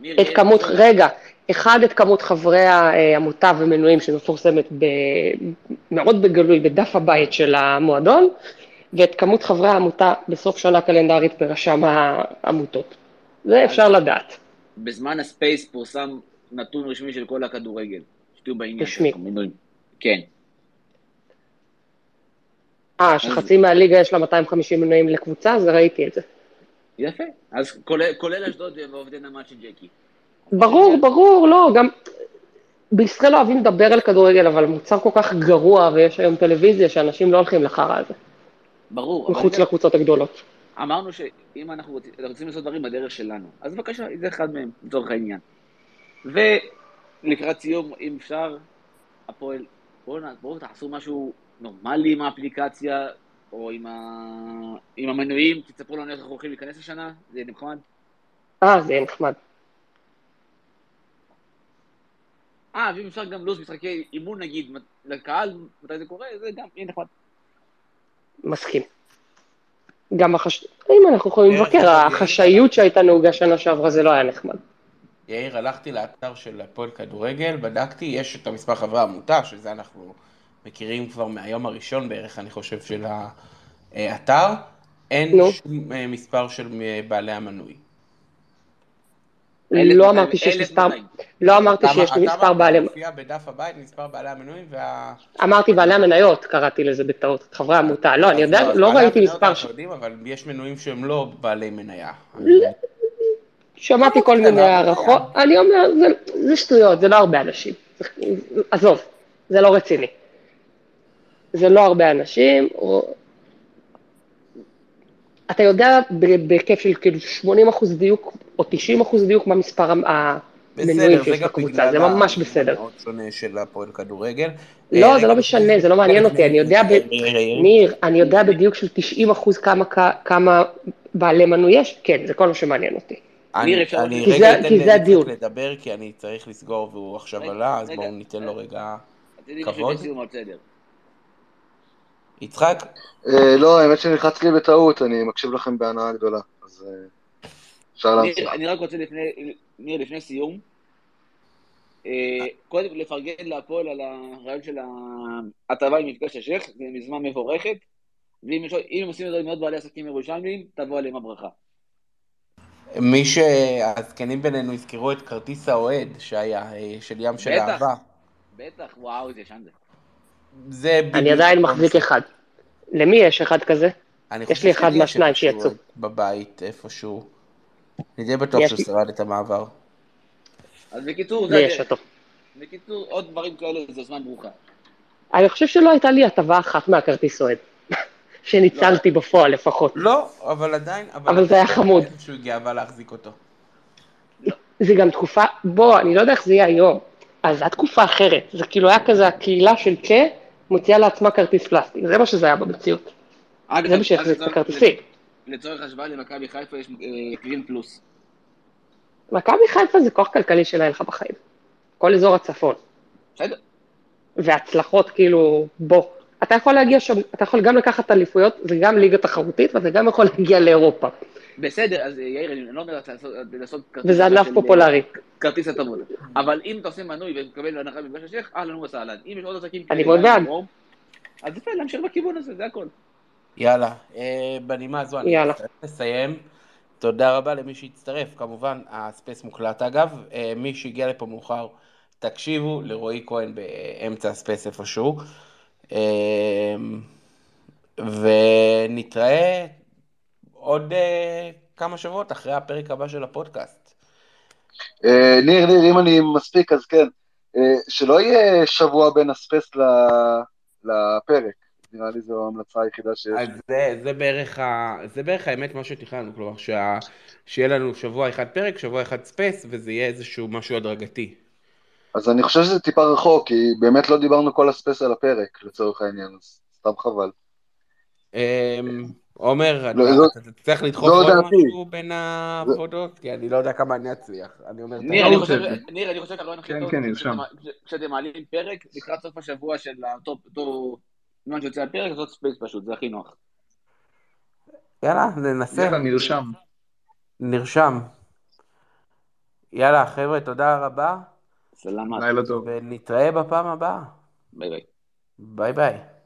את כמות חברי העמותה ומנויים שמפורסמת מאוד בגלוי בדף הבית של המועדון, ואת כמות חברי העמותה בסוף שנה קלנדרית ברשם העמותות. זה אפשר לדעת. בזמן הספייס פורסם נתון רשמי של כל הכדורגל. שתהיו בעניין. רשמי. כן. שחצי מהליגה יש לה 250 מנויים לקבוצה, אז ראיתי את זה. יפה. אז כולל אשדוד ועובדי נמל של ג'קי. ברור, לא, גם בישראל לא אוהבים לדבר על כדורגל, אבל מוצר כל כך גרוע, ויש היום טלוויזיה שאנשים לא הולכים לחרא הזה. ברור. מחוץ לקבוצות הגדולות. אמרנו שאם אנחנו רוצים לעשות דברים בדרך שלנו, אז בבקשה, זה אחד מהם, לצורך העניין. ולקראת סיום, אם אפשר, הפועל, בואו תעשו משהו נורמלי עם האפליקציה, או עם המנויים, תצפרו לנו איך אנחנו הולכים להיכנס לשנה, זה נחמד. זה יהיה נחמד. ואם אפשר גם לו"ז משחקי אימון נגיד, לקהל, מתי זה קורה, זה גם יהיה נחמד. מסכים. גם אם אנחנו יכולים לבקר, החשאיות שהייתה נהוגה שנה שעברה, זה לא היה נחמד. יאיר, הלכתי לאתר של הפועל כדורגל, בדקתי, יש את המספר חברי העמותה, שזה אנחנו מכירים כבר מהיום הראשון בערך, אני חושב, של האתר, אין שום מספר של בעלי המנוי. לא אמרתי שיש מספר, מספר בעלי... מופיע בדף הבית, מספר בעלי המנויים אמרתי בעלי המניות, קראתי לזה בטעות, חברי העמותה. לא, אני יודע, לא ראיתי מספר... אבל יש מנויים שהם לא בעלי מניה. שמעתי כל מיני הערכות, אני אומר, זה שטויות, זה לא הרבה אנשים. עזוב, זה לא רציני. זה לא הרבה אנשים, אתה יודע בהיקף של כאילו 80% דיוק או 90% דיוק במספר המנויים שיש בקבוצה, זה ממש בסדר. מאוד שונה של הפועל כדורגל. לא, זה לא משנה, זה לא מעניין אותי, אני יודע בדיוק של 90% כמה בעלי מנוי יש, כן, זה כל מה שמעניין אותי. אני רגע אתן לי לדבר, כי אני צריך לסגור והוא עכשיו עלה, אז בואו ניתן לו רגע כבוד. יצחק? לא, האמת שנלחץ לי בטעות, אני מקשיב לכם בהנאה גדולה, אז אפשר להמשיך. אני רק רוצה לפני סיום, קודם לפרגן להפועל על הרעיון של ההטבה עם מפגש השייח, זה מזמן מבורכת, ואם הם עושים את זה מאוד בעלי עסקים ירושלמיים, תבוא עליהם הברכה. מי שהזקנים בינינו הזכירו את כרטיס האוהד שהיה של ים של אהבה. בטח, וואו, זה ישן זה. אני עדיין מחזיק אחד. למי יש אחד כזה? יש לי אחד מהשניים שיצאו. בבית, איפשהו. אני די בטוח שהוא שרד את המעבר. אז בקיצור, עוד דברים כאלה, זה זמן ברוכה. אני חושב שלא הייתה לי הטבה אחת מהכרטיס אוהד. שניצלתי בפועל לפחות. לא, אבל עדיין. אבל זה היה חמוד. שהוא גאווה להחזיק אותו. זה גם תקופה, אני לא יודע איך זה יהיה היום. אז זו תקופה אחרת. זה כאילו היה כזה הקהילה של מוציאה לעצמה כרטיס פלסטיק, זה מה שזה היה במציאות. זה מה שהחזיק את הכרטיסים. לצורך השוואה למכבי חיפה יש קווין פלוס. מכבי חיפה זה כוח כלכלי שלהם לך בחיים. כל אזור הצפון. בסדר. והצלחות כאילו, בוא. אתה יכול להגיע שם, אתה יכול גם לקחת אליפויות, זה גם ליגה תחרותית, ואתה גם יכול להגיע לאירופה. בסדר, אז יאיר, אני לא אומר לעשות וזה ענף פופולרי. כרטיס הטבות. אבל אם אתה עושה מנוי ומקבל הנחה במגרש השייך, אהלן וסהלן. אם יש עוד עסקים אני מאוד בעד. אז יפה, להמשיך בכיוון הזה, זה הכל. יאללה, בנימה הזו אני יאללה. אסיים. תודה רבה למי שהצטרף, כמובן הספייס מוקלט אגב, מי שהגיע לפה מאוחר, תקשיבו לרועי כהן באמצע הספייס איפשהו, ונתראה עוד כמה שבועות אחרי הפרק הבא של הפודקאסט. ניר, אם אני מספיק, אז כן, שלא יהיה שבוע בין הספייס לפרק, נראה לי זו ההמלצה היחידה שיש. אז זה בערך האמת מה שתכננו, כלומר שיהיה לנו שבוע אחד פרק, שבוע אחד ספייס, וזה יהיה איזשהו משהו הדרגתי. אז אני חושב שזה טיפה רחוק, כי באמת לא דיברנו כל הספייס על הפרק, לצורך העניין, אז סתם חבל. עומר, אתה צריך לדחוף עוד משהו בין העבודות? כי אני לא יודע כמה אני אצליח. ניר, אני חושב שהרעיון הכי טוב, כשאתם מעלים פרק, לקראת סוף השבוע של אותו זמן שיוצא הפרק, זאת ספייס פשוט, זה הכי נוח. יאללה, ננסה. יאללה, נרשם. יאללה, חבר'ה, תודה רבה. סלמת. לילה טוב. ונתראה בפעם הבאה. ביי ביי. ביי ביי.